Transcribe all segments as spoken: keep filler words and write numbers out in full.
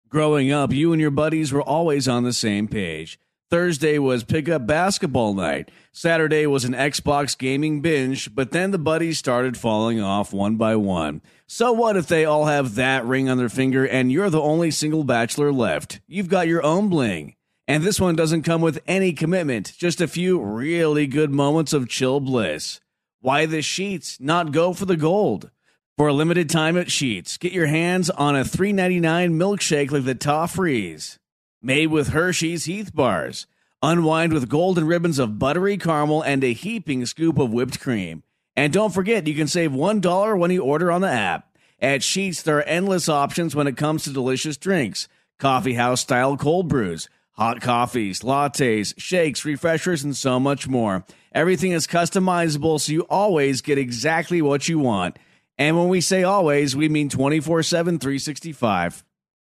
Growing up, you and your buddies were always on the same page. Thursday was pickup basketball night. Saturday was an Xbox gaming binge, but then the buddies started falling off one by one. So what if they all have that ring on their finger and you're the only single bachelor left? You've got your own bling. And this one doesn't come with any commitment, just a few really good moments of chill bliss. Why the Sheets not go for the gold? For a limited time at Sheets, get your hands on a three ninety-nine milkshake like the Toffrees. Made with Hershey's Heath Bars. Unwind with golden ribbons of buttery caramel and a heaping scoop of whipped cream. And don't forget, you can save one dollar when you order on the app. At Sheets, there are endless options when it comes to delicious drinks. Coffee house-style cold brews, hot coffees, lattes, shakes, refreshers, and so much more. Everything is customizable, so you always get exactly what you want. And when we say always, we mean twenty-four seven, three sixty-five.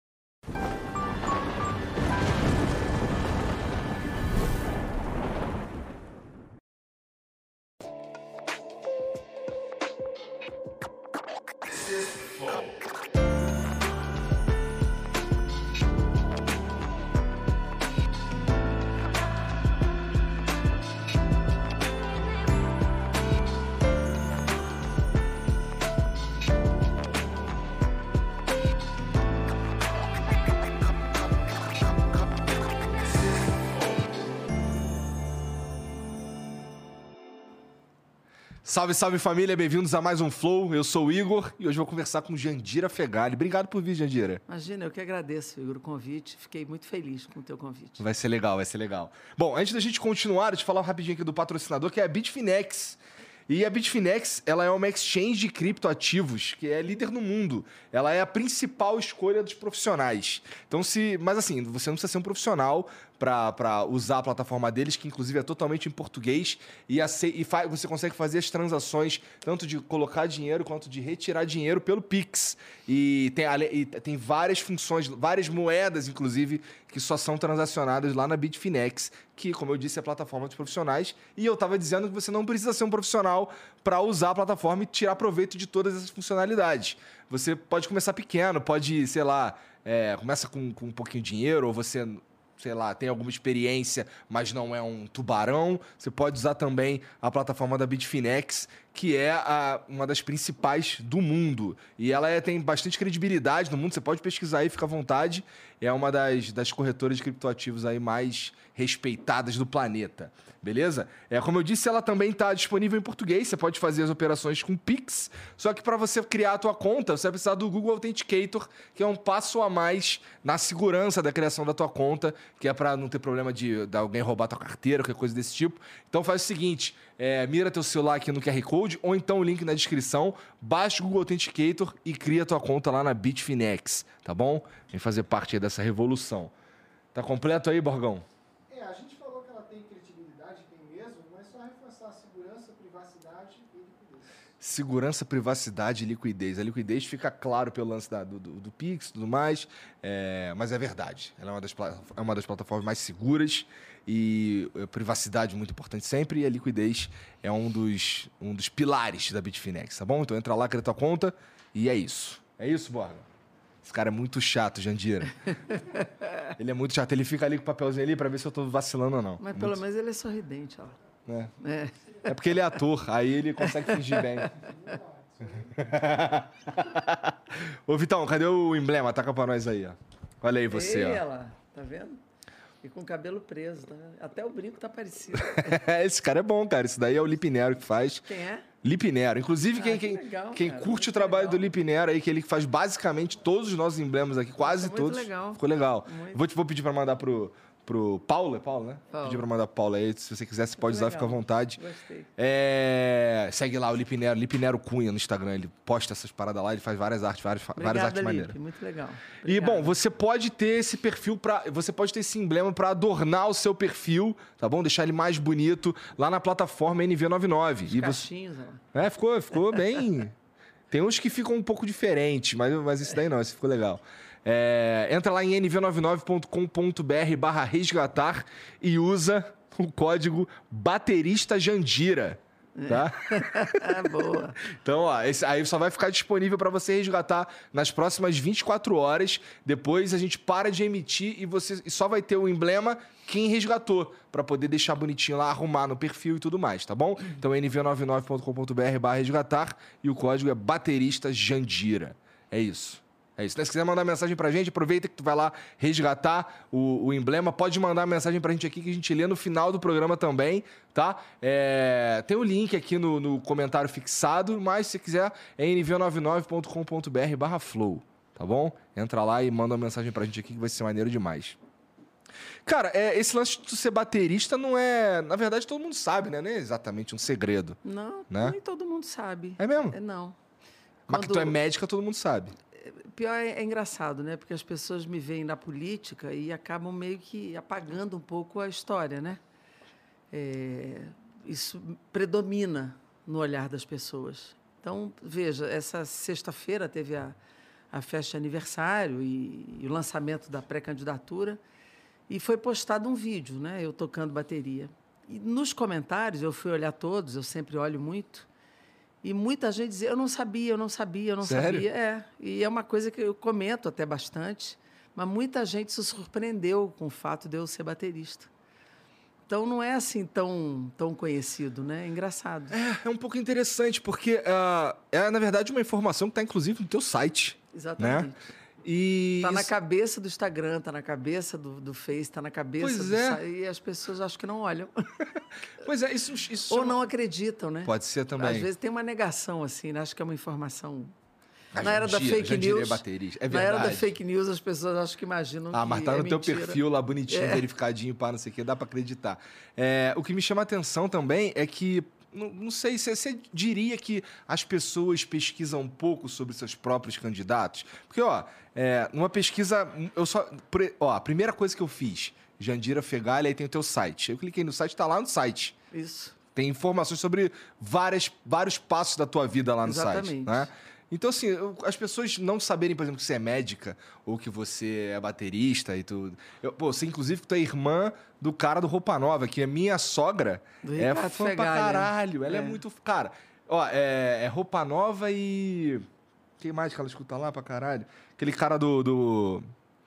Salve, salve família, bem-vindos a mais um Flow. Eu sou o Igor e hoje vou conversar com Jandira Fegali. Obrigado por vir, Jandira. Imagina, eu que agradeço, Igor, o convite. Fiquei muito feliz com o teu convite. Vai ser legal, vai ser legal. Bom, antes da gente continuar, deixa eu falar rapidinho aqui do patrocinador, que é a Bitfinex. E a Bitfinex, ela é uma exchange de criptoativos que é líder no mundo. Ela é a principal escolha dos profissionais. Então, se, mas assim, você não precisa ser um profissional para usar a plataforma deles, que inclusive é totalmente em português, e, e você consegue fazer as transações tanto de colocar dinheiro quanto de retirar dinheiro pelo Pix. E tem, e tem várias funções, várias moedas, inclusive, que só são transacionadas lá na Bitfinex, que, como eu disse, é a plataforma dos profissionais. E eu estava dizendo que você não precisa ser um profissional para usar a plataforma e tirar proveito de todas essas funcionalidades. Você pode começar pequeno, pode, sei lá, é, começa com, com um pouquinho de dinheiro, ou você... sei lá, tem alguma experiência, mas não é um tubarão. Você pode usar também a plataforma da Bitfinex, que é a, uma das principais do mundo. E ela é, tem bastante credibilidade no mundo, você pode pesquisar aí, fica à vontade. É uma das, das corretoras de criptoativos aí mais respeitadas do planeta. Beleza? É, como eu disse, ela também está disponível em português. Você pode fazer as operações com Pix. Só que para você criar a tua conta, você vai precisar do Google Authenticator, que é um passo a mais na segurança da criação da tua conta, que é para não ter problema de, de alguém roubar tua carteira, qualquer coisa desse tipo. Então faz o seguinte, é, mira teu celular aqui no Q R Code, ou então o link na descrição, baixa o Google Authenticator e cria tua conta lá na Bitfinex, tá bom? Vem fazer parte aí dessa revolução. Tá completo aí, Borgão? É, a gente falou que ela tem credibilidade, tem mesmo, mas só reforçar a segurança, privacidade e liquidez. Segurança, privacidade e liquidez. A liquidez fica claro pelo lance da, do, do, do Pix e tudo mais, é, mas é verdade. Ela é uma, das, é uma das plataformas mais seguras e a privacidade muito importante sempre, e a liquidez é um dos, um dos pilares da Bitfinex, tá bom? Então entra lá, cria tua conta e é isso. É isso, Borga? Esse cara é muito chato, Jandira. Ele é muito chato. Ele fica ali com o papelzinho ali pra ver se eu tô vacilando ou não. Mas muito... pelo menos ele é sorridente, ó. É. É. É porque ele é ator, aí ele consegue fingir bem. Ô, Vitão, cadê o emblema? Taca pra nós aí, ó. Olha aí você, Ei, ó. ela, tá vendo? E com o cabelo preso, tá vendo? Até o brinco tá parecido. Esse cara é bom, cara. Isso daí é o Lipinero que faz. Quem é? Lipinero. Inclusive, Ah, quem, que quem, legal, quem cara, curte muito o trabalho legal. do Lipinero aí, que ele faz basicamente todos os nossos emblemas aqui, quase Muito todos. legal. Ficou legal. Muito. Vou, te, vou pedir pra mandar pro, pro Paulo, é Paulo, né? Paulo. Pedir pra mandar pro Paulo aí. Se você quiser, você pode usar, legal. fica à vontade. Gostei. É, segue lá o Lipinero, Lipinero Cunha no Instagram. Ele posta essas paradas lá, ele faz várias artes, várias, várias Obrigada, artes Lipe, maneiras. muito legal. E, Obrigada. bom, você pode ter esse perfil para, você pode ter esse emblema para adornar o seu perfil, tá bom? Deixar ele mais bonito lá na plataforma N V noventa e nove. Os E você... cachinhos, ó. É, ficou, ficou bem... Tem uns que ficam um pouco diferentes, mas, mas esse daí não, esse ficou legal. É, entra lá em n v noventa e nove ponto com ponto b r barra resgatar e usa o código baterista Jandira. tá? É boa. Então, ó, esse, aí só vai ficar disponível para você resgatar nas próximas vinte e quatro horas. Depois a gente para de emitir e você e só vai ter o emblema quem resgatou, para poder deixar bonitinho lá, arrumar no perfil e tudo mais, tá bom? Então, n v noventa e nove ponto com ponto b r barra resgatar e o código é baterista Jandira. É isso. É isso. Se quiser mandar mensagem pra gente, aproveita que tu vai lá resgatar o, o emblema. Pode mandar mensagem pra gente aqui que a gente lê no final do programa também, tá? É, tem o link aqui no, no comentário fixado, mas se quiser é n v noventa e nove ponto com ponto b r barra flow, tá bom? Entra lá e manda uma mensagem pra gente aqui que vai ser maneiro demais. Cara, é, esse lance de tu ser baterista não é... Na verdade, todo mundo sabe, né? Não é exatamente um segredo. Não, Né? nem todo mundo sabe. É mesmo? É, não. Mas que tu Quando- é médica, todo mundo sabe. Pior é, é engraçado, né? Porque as pessoas me veem na política e acabam meio que apagando um pouco a história, né? É, isso predomina no olhar das pessoas. Então, veja, essa sexta-feira teve a, a festa de aniversário e, e o lançamento da pré-candidatura e foi postado um vídeo, né? Eu tocando bateria. E nos comentários, eu fui olhar todos, eu sempre olho muito, e muita gente dizia, eu não sabia, eu não sabia, eu não Sério? sabia. É, e é uma coisa que eu comento até bastante, mas muita gente se surpreendeu com o fato de eu ser baterista. Então, não é assim tão, tão conhecido, né? É engraçado. É, é um pouco interessante, porque ah, é, na verdade, uma informação que está, inclusive, no teu site. Exatamente. Né? E Está na isso- cabeça do Instagram, está na cabeça do, do Face, está na cabeça Pois do é. site, e as pessoas acho que não olham. Pois é, isso... isso Ou chama- não acreditam, né? Pode ser também. Às vezes tem uma negação, assim, né? Acho que é uma informação... Ah, na era da Jandira, fake Jandira news... é baterista. É na era da verdade. fake news, as pessoas acho que imaginam Ah, que mas tá é no teu mentira. perfil lá bonitinho, É. verificadinho, pá, não sei o que, dá pra acreditar. É, o que me chama a atenção também é que, não, não sei, você, você diria que as pessoas pesquisam um pouco sobre seus próprios candidatos? Porque, ó, é, numa pesquisa, eu só... pre- Ó, a primeira coisa que eu fiz, Jandira Fegali, aí tem o teu site. Eu cliquei no site, tá lá no site. Isso. Tem informações sobre várias, vários passos da tua vida lá no site. Exatamente. Né? Então, assim, eu- as pessoas não saberem, por exemplo, que você é médica ou que você é baterista e tudo. Eu, pô, você, inclusive, que tu é irmã do cara do Roupa Nova, que a minha sogra Do é Ricardo fã pra Fegali. caralho. Ela é. É. muito. Cara, ó, é, é Roupa Nova e. Quem mais que ela escuta lá pra caralho? Aquele cara do. do,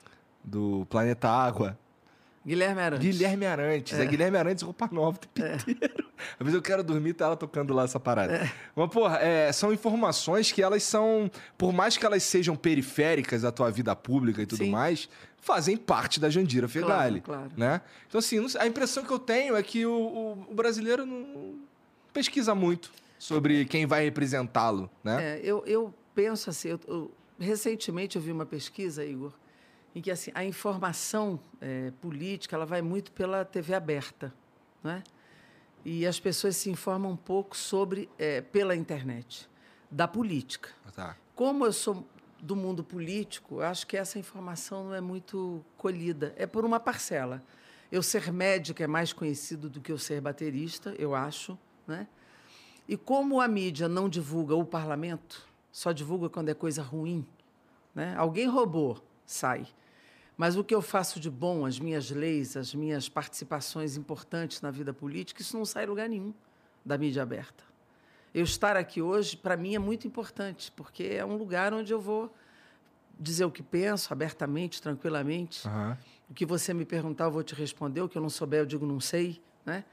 do Planeta Água. Guilherme Arantes. Guilherme Arantes. É, Guilherme Arantes e Roupa Nova o tempo inteiro. Às vezes eu quero dormir e tá ela tocando lá essa parada. Mas, porra, é, são informações que elas são... Por mais que elas sejam periféricas à tua vida pública e tudo Sim. mais, fazem parte da Jandira Fegali. Claro, claro. Né? Então, assim, não sei- a impressão que eu tenho é que o, o- o brasileiro não pesquisa muito sobre quem vai representá-lo, né? É, eu, eu penso assim, eu- eu- recentemente eu vi uma pesquisa, Igor, em que assim, a informação é, política ela vai muito pela T V aberta, né? E as pessoas se informam um pouco sobre, é, pela internet, da política. Tá. Como eu sou do mundo político, eu acho que essa informação não é muito colhida. É por uma parcela. Eu ser médica é mais conhecido do que eu ser baterista, eu acho, né? E como a mídia não divulga o parlamento, só divulga quando é coisa ruim, né? Alguém roubou, sai. Mas o que eu faço de bom, as minhas leis, as minhas participações importantes na vida política, isso não sai em lugar nenhum da mídia aberta. Eu estar aqui hoje, para mim, é muito importante, porque é um lugar onde eu vou dizer o que penso, abertamente, tranquilamente. Aham. O que você me perguntar, eu vou te responder. O que eu não souber, eu digo não sei, né?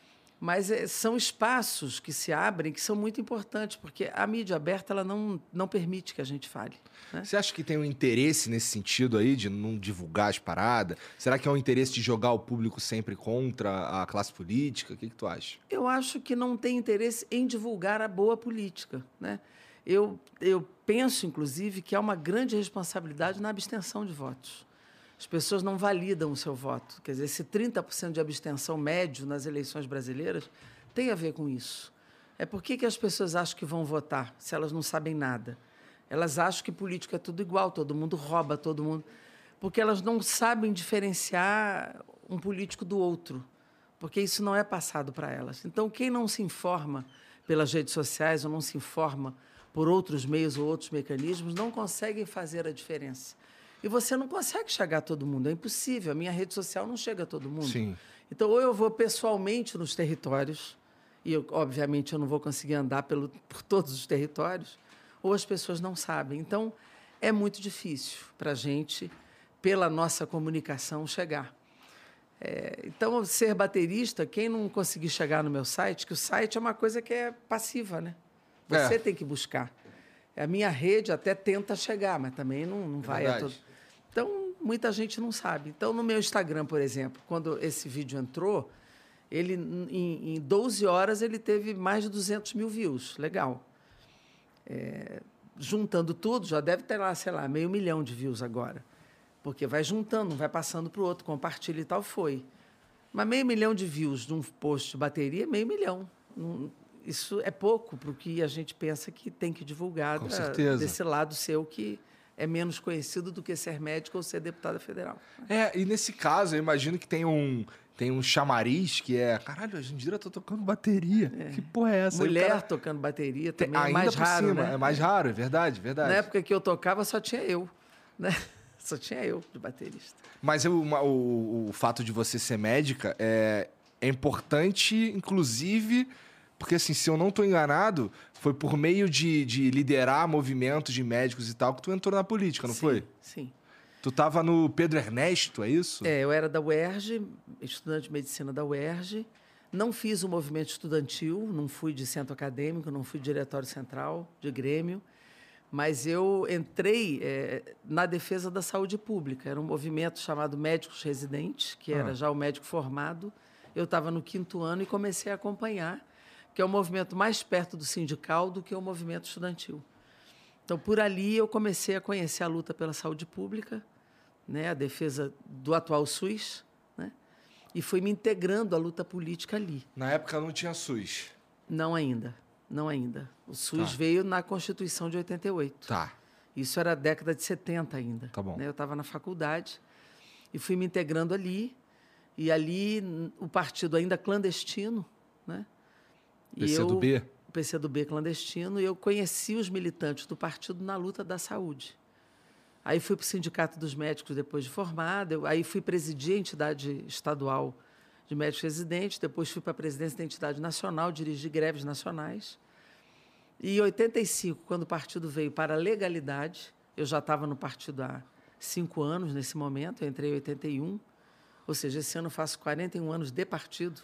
Mas eh, são espaços que se abrem que são muito importantes, porque a mídia aberta ela não, não permite que a gente fale. Né? Você acha que tem um interesse nesse sentido aí, de não divulgar as paradas? Será que é um interesse de jogar o público sempre contra a classe política? O que, que tu acha? Eu acho que não tem interesse em divulgar a boa política, né? Eu, eu penso, inclusive, que há uma grande responsabilidade na abstenção de votos. As pessoas não validam o seu voto. Quer dizer, esse trinta por cento de abstenção médio nas eleições brasileiras tem a ver com isso. É por que que as pessoas acham que vão votar se elas não sabem nada? Elas acham que política é tudo igual, todo mundo rouba, todo mundo... Porque elas não sabem diferenciar um político do outro, porque isso não é passado para elas. Então, quem não se informa pelas redes sociais ou não se informa por outros meios ou outros mecanismos, não consegue fazer a diferença. E você não consegue chegar a todo mundo, é impossível. A minha rede social não chega a todo mundo. Sim. Então, ou eu vou pessoalmente nos territórios e, eu, obviamente, eu não vou conseguir andar pelo, por todos os territórios, ou as pessoas não sabem. Então, é muito difícil para a gente, pela nossa comunicação, chegar. É, então, ser baterista, quem não conseguir chegar no meu site, que o site é uma coisa que é passiva, né? Você É. tem que buscar. A minha rede até tenta chegar, mas também não, não vai a todo... Então, muita gente não sabe. Então, no meu Instagram, por exemplo, quando esse vídeo entrou, ele, em, em doze horas, ele teve mais de duzentos mil views. Legal. É, juntando tudo, já deve ter lá, sei lá, meio milhão de views agora. Porque vai juntando, não vai passando para o outro, compartilha e tal, foi. Mas meio milhão de views de um post de bateria, meio milhão. Não, isso é pouco para o que a gente pensa que tem que divulgar Com da, certeza. desse lado seu que é menos conhecido do que ser médico ou ser deputada federal. É, e nesse caso, eu imagino que tem um, tem um chamariz que é... Caralho, a Jandira tá tocando bateria. É. Que porra é essa? Aí o Mulher cara- tocando bateria Tem- também é ainda mais por raro, cima, né? é mais raro, é verdade, verdade. Na época que eu tocava, só tinha eu, né? Só tinha eu de baterista. Mas eu- uma- o, o fato de você ser médica é, é importante, inclusive, porque, assim, se eu não estou enganado, foi por meio de, de liderar movimentos de médicos e tal que tu entrou na política, não Sim, foi? Sim. Tu tava no Pedro Ernesto, é isso? É, eu era da U E R J, estudante de medicina da U E R J. Não fiz o movimento estudantil, não fui de centro acadêmico, não fui de diretório central, de grêmio. Mas eu entrei é, na defesa da saúde pública. Era um movimento chamado Médicos Residentes, que era Ah. já o médico formado. Eu estava no quinto ano e comecei a acompanhar, que é o movimento mais perto do sindical do que o movimento estudantil. Então, por ali, eu comecei a conhecer a luta pela saúde pública, né, a defesa do atual SUS, né, e fui me integrando à luta política ali. Na época não tinha SUS. Não ainda, não ainda. O SUS Tá. veio na Constituição de oitenta e oito. Tá. Isso era a década de setenta ainda. Tá bom. né? Eu estava na faculdade e fui me integrando ali. E ali n- o partido ainda clandestino, né? E P C do B? eu- o P C do B clandestino, e eu conheci os militantes do partido na luta da saúde. Aí fui para o Sindicato dos Médicos depois de formada, eu- aí fui presidir a entidade estadual de médicos residentes, depois fui para a presidência da entidade nacional, dirigi greves nacionais. E em oitenta e cinco, quando o partido veio para a legalidade, eu já estava no partido há cinco anos nesse momento, eu entrei em oitenta e um, ou seja, esse ano eu faço quarenta e um anos de partido.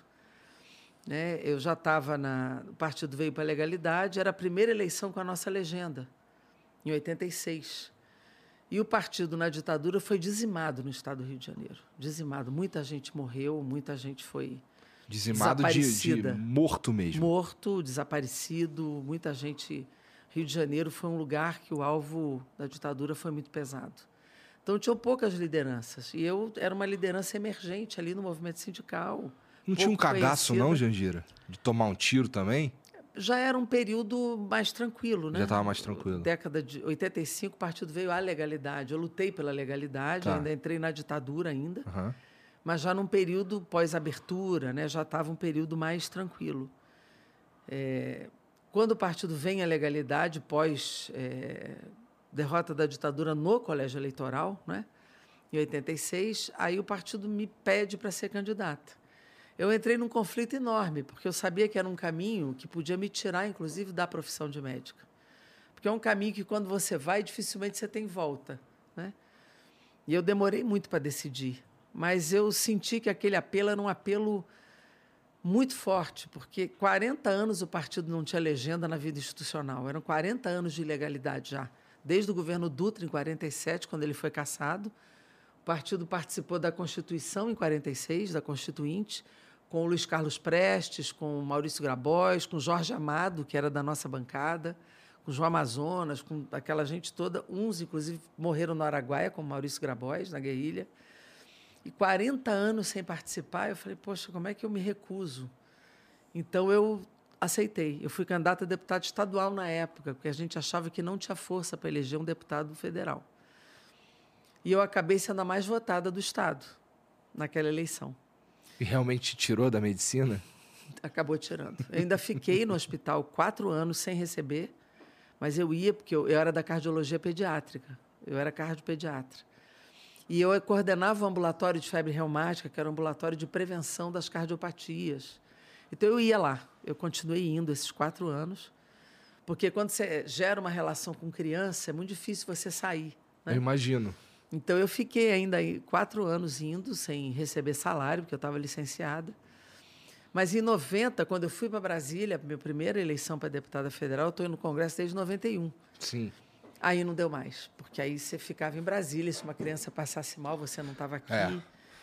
Né? Eu já estava na... O partido veio para a legalidade, era a primeira eleição com a nossa legenda, em oitenta e seis. E o partido, na ditadura, foi dizimado no estado do Rio de Janeiro. Dizimado. Muita gente morreu, muita gente foi Dizimado de, de Desaparecida. morto mesmo. morto, desaparecido. Muita gente... Rio de Janeiro foi um lugar que o alvo da ditadura foi muito pesado. Então, tinham poucas lideranças. E eu era uma liderança emergente ali no movimento sindical. Não tinha um pouco cagaço, conhecida. não, Jandira? De tomar um tiro também? Já era um período mais tranquilo, né? Já estava mais tranquilo. Década de oitenta e cinco, o partido veio à legalidade. Eu lutei pela legalidade, Tá. ainda entrei na ditadura ainda, Aham. mas já num período pós-abertura, né? Já estava um período mais tranquilo. É, quando o partido vem à legalidade, pós é, derrota da ditadura no colégio eleitoral, né? Em oitenta e seis, aí o partido me pede para ser candidata. Eu entrei num conflito enorme, porque eu sabia que era um caminho que podia me tirar, inclusive, da profissão de médica. Porque é um caminho que, quando você vai, dificilmente você tem volta, né? E eu demorei muito para decidir, mas eu senti que aquele apelo era um apelo muito forte, porque quarenta anos o partido não tinha legenda na vida institucional. Eram quarenta anos de ilegalidade já. Desde o governo Dutra, em quarenta e sete, quando ele foi cassado. O partido participou da Constituição em quarenta e seis, da Constituinte, com o Luiz Carlos Prestes, com o Maurício Grabois, com o Jorge Amado, que era da nossa bancada, com o João Amazonas, com aquela gente toda. Uns, inclusive, morreram no Araguaia, como Maurício Grabois, na guerrilha. E quarenta anos sem participar, eu falei, poxa, como é que eu me recuso? Então, eu aceitei. Eu fui candidata a deputada estadual na época, porque a gente achava que não tinha força para eleger um deputado federal. E eu acabei sendo a mais votada do Estado naquela eleição. E realmente te tirou da medicina? Acabou tirando. Eu ainda fiquei no hospital quatro anos sem receber, mas eu ia porque eu, eu era da cardiologia pediátrica. Eu era cardiopediatra. E eu coordenava o ambulatório de febre reumática, que era um ambulatório de prevenção das cardiopatias. Então, eu ia lá. Eu continuei indo esses quatro anos, porque quando você gera uma relação com criança, é muito difícil você sair. Né? Eu imagino. Então, eu fiquei ainda aí quatro anos indo, sem receber salário, porque eu estava licenciada. Mas, em noventa, quando eu fui para Brasília, minha primeira eleição para deputada federal, eu estou no Congresso desde noventa e um. Sim. Aí não deu mais, porque aí você ficava em Brasília, se uma criança passasse mal, você não estava aqui. É.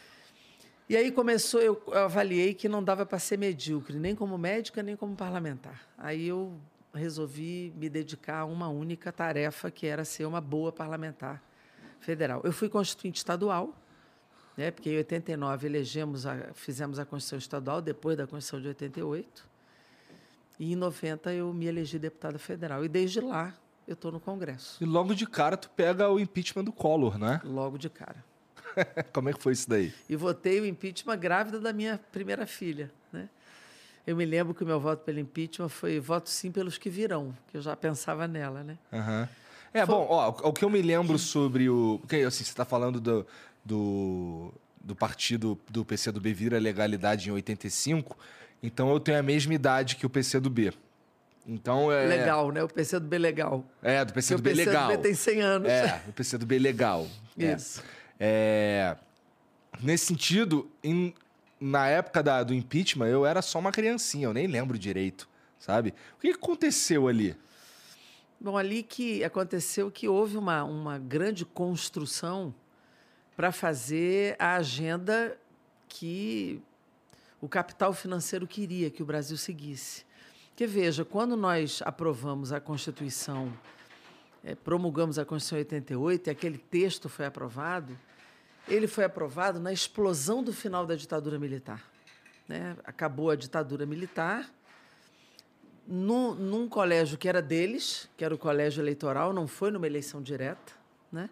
E aí começou, eu avaliei que não dava para ser medíocre, nem como médica, nem como parlamentar. Aí eu resolvi me dedicar a uma única tarefa, que era ser uma boa parlamentar federal. Eu fui constituinte estadual, né, porque em oitenta e nove elegemos a, fizemos a Constituição Estadual, depois da Constituição de oitenta e oito. E em noventa eu me elegi deputada federal. E desde lá eu estou no Congresso. E logo de cara tu pega o impeachment do Collor, né? Logo de cara. Como é que foi isso daí? E votei o impeachment grávida da minha primeira filha, né? Eu me lembro que o meu voto pelo impeachment foi voto sim pelos que virão, que eu já pensava nela, né? Uhum. É, Foi... bom, ó, o que eu me lembro sobre o... Porque, assim, você está falando do, do, do partido do P C do B vira legalidade em oitenta e cinco, então eu tenho a mesma idade que o P C do B. Então, é... Legal, né? O P C do B legal. É, do P C do B legal. O P C legal. do B tem cem anos. É, o P C do B legal. Isso. É. É... Nesse sentido, em... na época da, do impeachment, eu era só uma criancinha, eu nem lembro direito, sabe? O que aconteceu ali? Bom, ali que aconteceu que houve uma, uma grande construção para fazer a agenda que o capital financeiro queria que o Brasil seguisse. Porque, veja, quando nós aprovamos a Constituição, é, promulgamos a Constituição em oitenta e oito, e aquele texto foi aprovado, ele foi aprovado na explosão do final da ditadura militar. Né? Acabou a ditadura militar, num, num colégio que era deles, que era o colégio eleitoral, não foi numa eleição direta, né?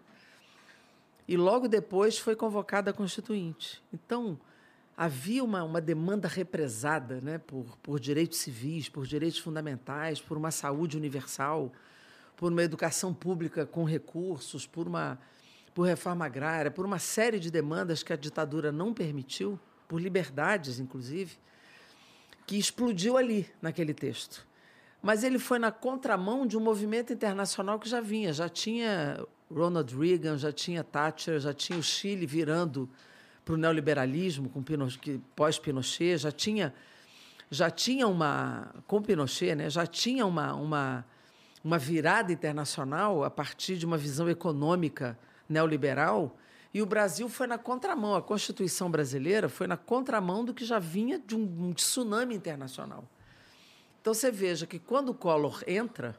E logo depois foi convocada a Constituinte. Então, havia uma, uma demanda represada, né, por, por direitos civis, por direitos fundamentais, por uma saúde universal, por uma educação pública com recursos, por, uma, por reforma agrária, por uma série de demandas que a ditadura não permitiu, por liberdades, inclusive, que explodiu ali, naquele texto. Mas ele foi na contramão de um movimento internacional que já vinha, já tinha Ronald Reagan, já tinha Thatcher, já tinha o Chile virando para o neoliberalismo com Pinochet, pós-Pinochet, já tinha, já tinha uma, com Pinochet, né, já tinha uma, uma, uma virada internacional a partir de uma visão econômica neoliberal, e o Brasil foi na contramão, a Constituição brasileira foi na contramão do que já vinha de um, um tsunami internacional. Então, você veja que quando o Collor entra,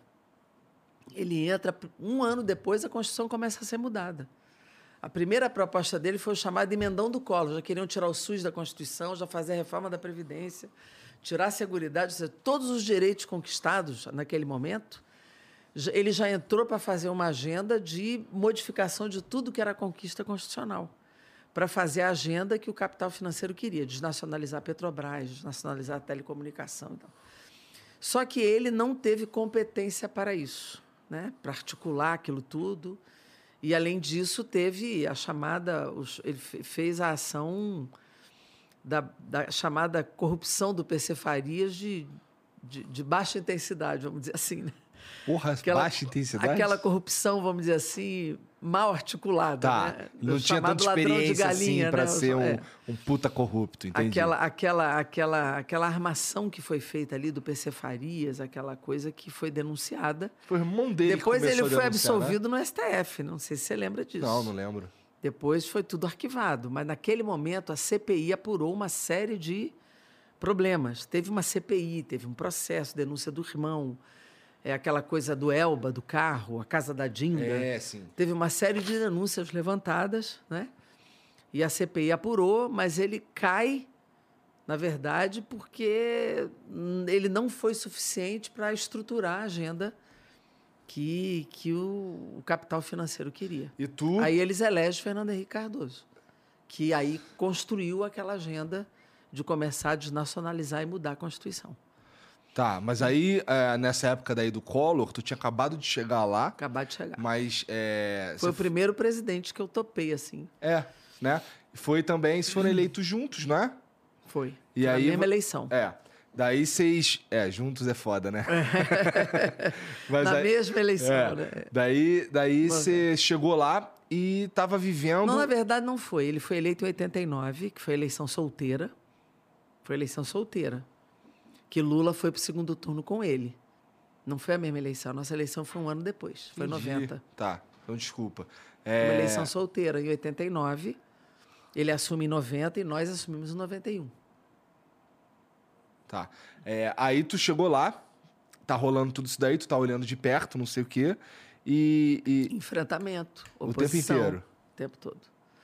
ele entra, um ano depois a Constituição começa a ser mudada. A primeira proposta dele foi o chamado emendão do Collor. Já queriam tirar o SUS da Constituição, já fazer a reforma da Previdência, tirar a Seguridade, ou seja, todos os direitos conquistados naquele momento. Ele já entrou para fazer uma agenda de modificação de tudo que era conquista constitucional, para fazer a agenda que o capital financeiro queria, desnacionalizar a Petrobras, desnacionalizar a telecomunicação. Então. Só que ele não teve competência para isso, né? Para articular aquilo tudo. E, além disso, teve a chamada... Ele fez a ação da, da chamada corrupção do P C Farias de, de, de baixa intensidade, vamos dizer assim. Né? Porra, aquela, baixa intensidade? Aquela corrupção, vamos dizer assim, mal articulada. Tá, né? não tinha tanta experiência galinha, assim para né? ser um, é. um puta corrupto, entendi. Aquela, aquela, aquela, aquela armação que foi feita ali do P C Farias, aquela coisa que foi denunciada. Foi o irmão dele Depois que ele foi absolvido, né? no S T F, não sei se você lembra disso. Não, não lembro. Depois foi tudo arquivado, mas naquele momento a C P I apurou uma série de problemas. Teve uma C P I, teve um processo, denúncia do irmão, é aquela coisa do Elba, do carro, a casa da Dinda. É, sim. Teve uma série de denúncias levantadas, né? E a C P I apurou, mas ele cai, na verdade, porque ele não foi suficiente para estruturar a agenda que, que o, o capital financeiro queria. E tu? Aí eles elegem Fernando Henrique Cardoso, que aí construiu aquela agenda de começar a desnacionalizar e mudar a Constituição. Tá, mas aí, é, nessa época daí do Collor, tu tinha acabado de chegar lá. Acabado de chegar. Mas... É, foi o f... primeiro presidente que eu topei, assim. É, né? Foi também, se foram eleitos juntos, não é? Foi. E foi aí, a mesma eleição. É. Daí vocês... É, juntos é foda, né? Mas Na aí- mesma eleição, é, né? Daí daí você chegou lá e tava vivendo... Não, na verdade não foi. Ele foi eleito em oitenta e nove, que foi eleição solteira. Foi eleição solteira. Que Lula foi para o segundo turno com ele. Não foi a mesma eleição. A nossa eleição foi um ano depois. Foi em Entendi. noventa. Tá, então desculpa. Uma É... eleição solteira em oitenta e nove. Ele assume em noventa e nós assumimos em noventa e um. Tá. É, aí tu chegou lá, tá rolando tudo isso daí, tu tá olhando de perto, não sei o quê, e... e- Enfrentamento, O oposição. tempo inteiro. O tempo todo.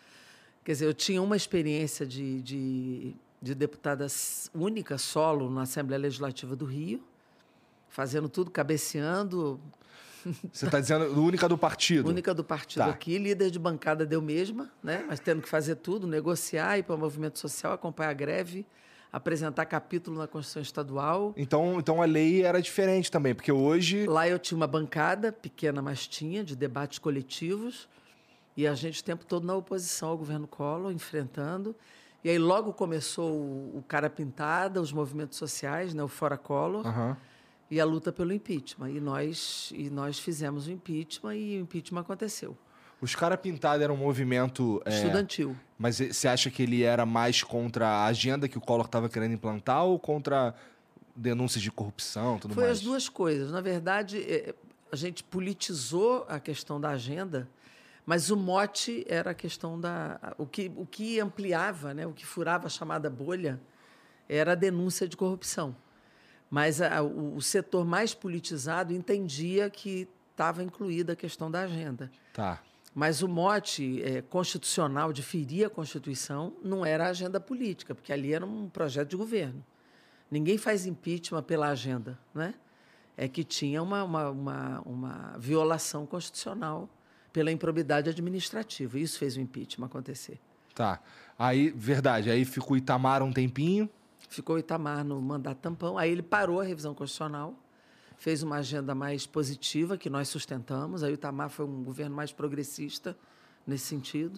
Quer dizer, eu tinha uma experiência de, de, de deputada s- única, solo, na Assembleia Legislativa do Rio, fazendo tudo, cabeceando, Você tá dizendo única do partido? única do partido Tá. aqui, líder de bancada deu mesma, né? Mas tendo que fazer tudo, negociar, ir para o movimento social, acompanhar a greve, apresentar capítulo na Constituição Estadual. Então, então a lei era diferente também, porque hoje... Lá eu tinha uma bancada, pequena, mas tinha, de debates coletivos, e a gente o tempo todo na oposição ao governo Collor, enfrentando. E aí logo começou o, o Cara Pintada, os movimentos sociais, né, o Fora Collor, Aham. e a luta pelo impeachment. E nós, e nós fizemos o impeachment e o impeachment aconteceu. Os caras pintados era um movimento... é, Estudantil. Mas você acha que ele era mais contra a agenda que o Collor estava querendo implantar ou contra denúncias de corrupção e tudo Foi mais? as duas coisas. Na verdade, eh, a gente politizou a questão da agenda, mas o mote era a questão da... O que, o que ampliava, né, o que furava a chamada bolha, era a denúncia de corrupção. Mas a- o, o setor mais politizado entendia que estava incluída a questão da agenda. Tá. Mas o mote eh, constitucional de ferir a Constituição não era a agenda política, porque ali era um projeto de governo. Ninguém faz impeachment pela agenda, né? É que tinha uma, uma, uma, uma violação constitucional pela improbidade administrativa. Isso fez o impeachment acontecer. Tá. Aí, verdade, aí ficou o Itamar um tempinho. Ficou o Itamar no mandato tampão, aí ele parou a revisão constitucional, fez uma agenda mais positiva, que nós sustentamos. Aí o Itamar foi um governo mais progressista nesse sentido.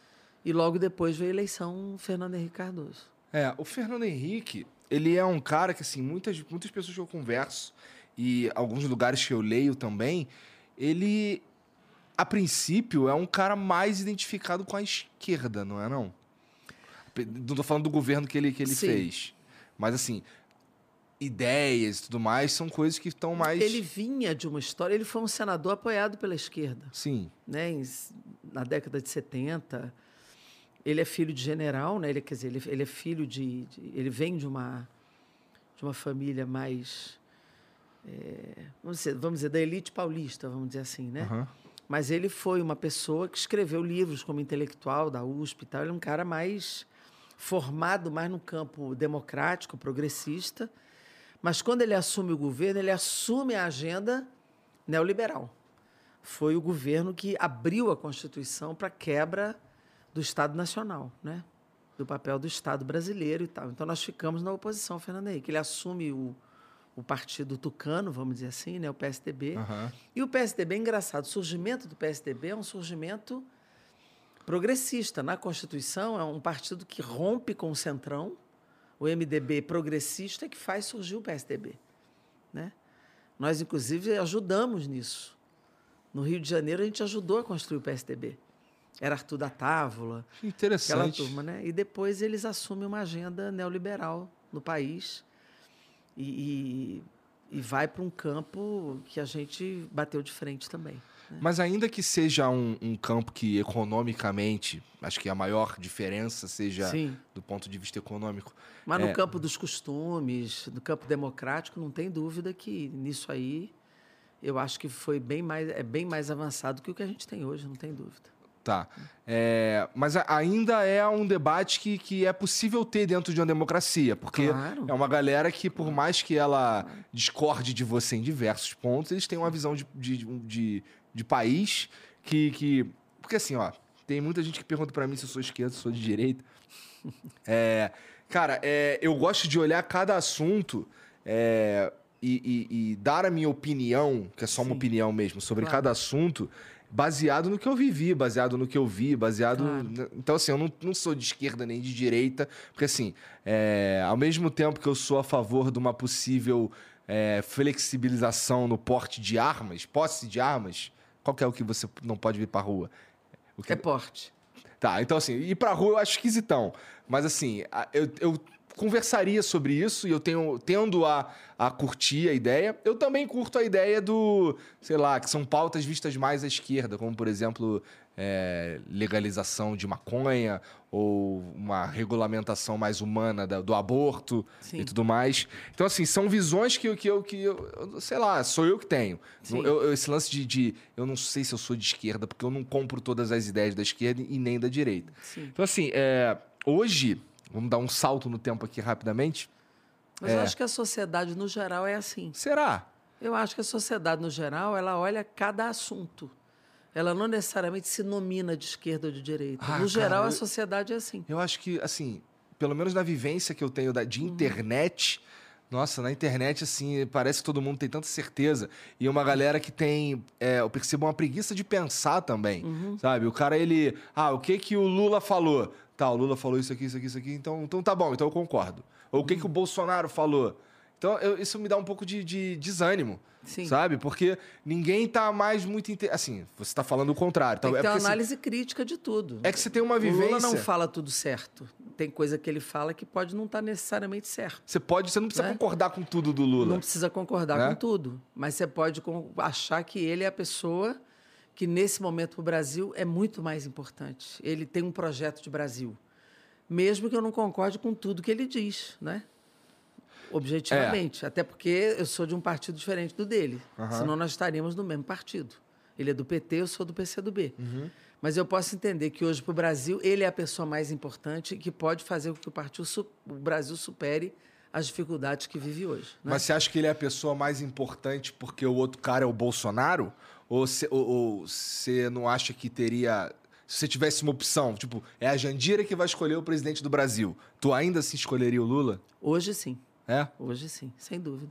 E logo depois veio a eleição Fernando Henrique Cardoso. É, o Fernando Henrique, ele é um cara que, assim, muitas, muitas pessoas que eu converso e alguns lugares que eu leio também, ele, a princípio, é um cara mais identificado com a esquerda, não é não? Não tô falando do governo que ele, que ele Sim. fez. Mas, assim, ideias e tudo mais são coisas que estão mais... Ele vinha de uma história, ele foi um senador apoiado pela esquerda, Sim. né? Em- na década de setenta. Ele é filho de general, né? Ele, quer dizer, ele, ele é filho de, de... Ele vem de uma, de uma família mais... é, vamos, dizer, vamos dizer, da elite paulista, vamos dizer assim, né? Aham. Mas ele foi uma pessoa que escreveu livros como intelectual da U S P e tal. Ele é um cara mais formado mais no campo democrático, progressista. Mas quando ele assume o governo, ele assume a agenda neoliberal. Foi o governo que abriu a Constituição para a quebra do Estado Nacional, né? Do papel do Estado brasileiro e tal. Então, nós ficamos na oposição ao Fernando Henrique. Ele assume o, o partido tucano, vamos dizer assim, né? O P S D B. Aham. E o P S D B é engraçado. O surgimento do P S D B é um surgimento progressista. Na Constituição, é um partido que rompe com o Centrão. O M D B progressista que faz surgir o P S D B, né? Nós, inclusive, ajudamos nisso. No Rio de Janeiro, a gente ajudou a construir o P S D B. Era Arthur da Távola, Que aquela interessante. turma, né? E depois eles assumem uma agenda neoliberal no país e, e, e vai para um campo que a gente bateu de frente também. Mas ainda que seja um, um campo que economicamente, acho que a maior diferença seja Sim. do ponto de vista econômico. Mas É. no campo dos costumes, no campo democrático, não tem dúvida que nisso aí eu acho que foi bem mais, é bem mais avançado que o que a gente tem hoje, não tem dúvida. Tá. É, mas a- ainda é um debate que, que é possível ter dentro de uma democracia, porque Claro. é uma galera que, por mais que ela discorde de você em diversos pontos, eles têm uma visão de, de, de, de país que, que... Porque assim, ó, tem muita gente que pergunta pra mim se eu sou esquerda, se eu sou de direita. É, cara, é, eu gosto de olhar cada assunto é, e, e- e dar a minha opinião, que é só uma Sim. opinião mesmo, sobre Claro. cada assunto, baseado no que eu vivi, baseado no que eu vi, baseado... Claro. n- Então, assim, eu não, não sou de esquerda nem de direita, porque, assim, é, ao mesmo tempo que eu sou a favor de uma possível é, flexibilização no porte de armas, posse de armas, qual que é o que você não pode vir pra rua? O que... É porte. Tá, então assim, ir pra rua eu acho esquisitão. Mas assim, a- eu, eu conversaria sobre isso e eu tenho, tendo a, a curtir a ideia. Eu também curto a ideia do, sei lá, que são pautas vistas mais à esquerda, como por exemplo, é, legalização de maconha ou uma regulamentação mais humana da- do aborto Sim. e tudo mais. Então assim, são visões que, eu- que, eu, que eu, eu- sei lá, sou eu que tenho. Sim. Eu- eu- esse lance de, de... Eu não sei se eu sou de esquerda, porque eu não compro todas as ideias da esquerda e nem da direita. Sim. Então, assim, é, hoje, vamos dar um salto no tempo aqui rapidamente. Mas É. eu acho que a sociedade, no geral, é assim. Será? Eu acho que a sociedade, no geral, ela olha cada assunto. Ela não necessariamente se nomina de esquerda ou de direita. Ah, no geral, cara, a eu- sociedade é assim. Eu acho que, assim, pelo menos na vivência que eu tenho da- de internet, nossa, na internet, assim, parece que todo mundo tem tanta certeza. E uma galera que tem, é, eu percebo uma preguiça de pensar também, sabe? O cara, ele, ah, o que que o Lula falou? Tá, o Lula falou isso aqui, isso aqui, isso aqui, então, então tá bom, então eu concordo. Ou o que que o Bolsonaro falou? Então, eu- isso me dá um pouco de, de desânimo, Sim. sabe? Porque ninguém tá mais muito... inte- Assim, você tá falando o contrário. Tem Então, que é ter uma porque, assim, análise crítica de tudo. é que você tem uma O vivência... Lula não fala tudo certo. Tem coisa que ele fala que pode não estar necessariamente certo. Você pode, você não precisa Né? concordar com tudo do Lula. Não precisa concordar Né? com tudo, mas você pode con- achar que ele é a pessoa que, nesse momento, para o Brasil, é muito mais importante. Ele tem um projeto de Brasil, mesmo que eu não concorde com tudo que ele diz, né? Objetivamente. Até porque eu sou de um partido diferente do dele. Aham. Senão nós estaríamos no mesmo partido. Ele é do P T, eu sou do P C do B. Mas eu posso entender que hoje, para o Brasil, ele é a pessoa mais importante e que pode fazer com que o, partido, su- o Brasil supere as dificuldades que vive hoje. Né? Mas você acha que ele é a pessoa mais importante porque o outro cara é o Bolsonaro? Ou você ou- ou você não acha que teria... Se você tivesse uma opção, tipo, é a Jandira que vai escolher o presidente do Brasil, tu ainda assim escolheria o Lula? Hoje sim, É? hoje sim, sem dúvida.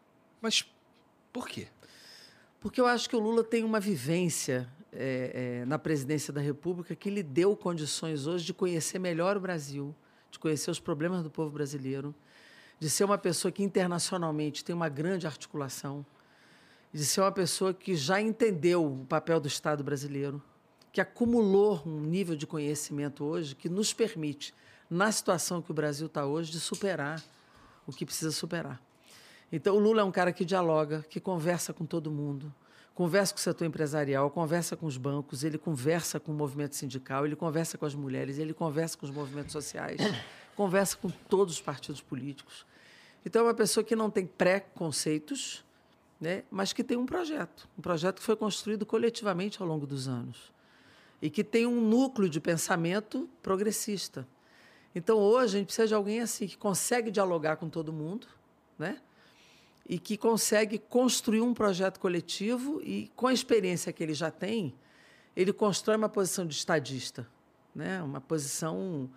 Mas por quê? Porque eu acho que o Lula tem uma vivência é, é, na presidência da República que lhe deu condições hoje de conhecer melhor o Brasil, de conhecer os problemas do povo brasileiro, de ser uma pessoa que internacionalmente tem uma grande articulação, de ser uma pessoa que já entendeu o papel do Estado brasileiro, que acumulou um nível de conhecimento hoje que nos permite, na situação que o Brasil está hoje, de superar o que precisa superar. Então, o Lula é um cara que dialoga, que conversa com todo mundo, conversa com o setor empresarial, conversa com os bancos, ele conversa com o movimento sindical, ele conversa com as mulheres, ele conversa com os movimentos sociais, conversa com todos os partidos políticos. Então, é uma pessoa que não tem pré-conceitos, né, mas que tem um projeto, um projeto que foi construído coletivamente ao longo dos anos e que tem um núcleo de pensamento progressista. Então, hoje, a gente precisa de alguém assim, que consegue dialogar com todo mundo, né? E que consegue construir um projeto coletivo e, com a experiência que ele já tem, ele constrói uma posição de estadista, né? Uma posição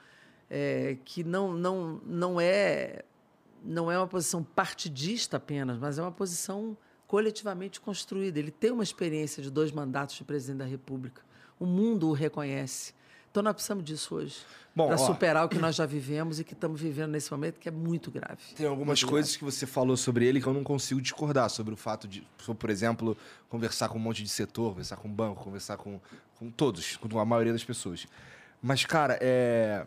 é, que não, não, não, é, não é uma posição partidista apenas, mas é uma posição coletivamente construída. Ele tem uma experiência de dois mandatos de presidente da República. O mundo o reconhece. Então, nós precisamos disso hoje, Bom, para ó, superar o que nós já vivemos e que estamos vivendo nesse momento, que é muito grave. Tem algumas Muito coisas que você falou sobre ele que eu não consigo discordar. Sobre o fato de, por exemplo, conversar com um monte de setor, conversar com o banco, conversar com, com todos, com a maioria das pessoas. Mas, cara, é...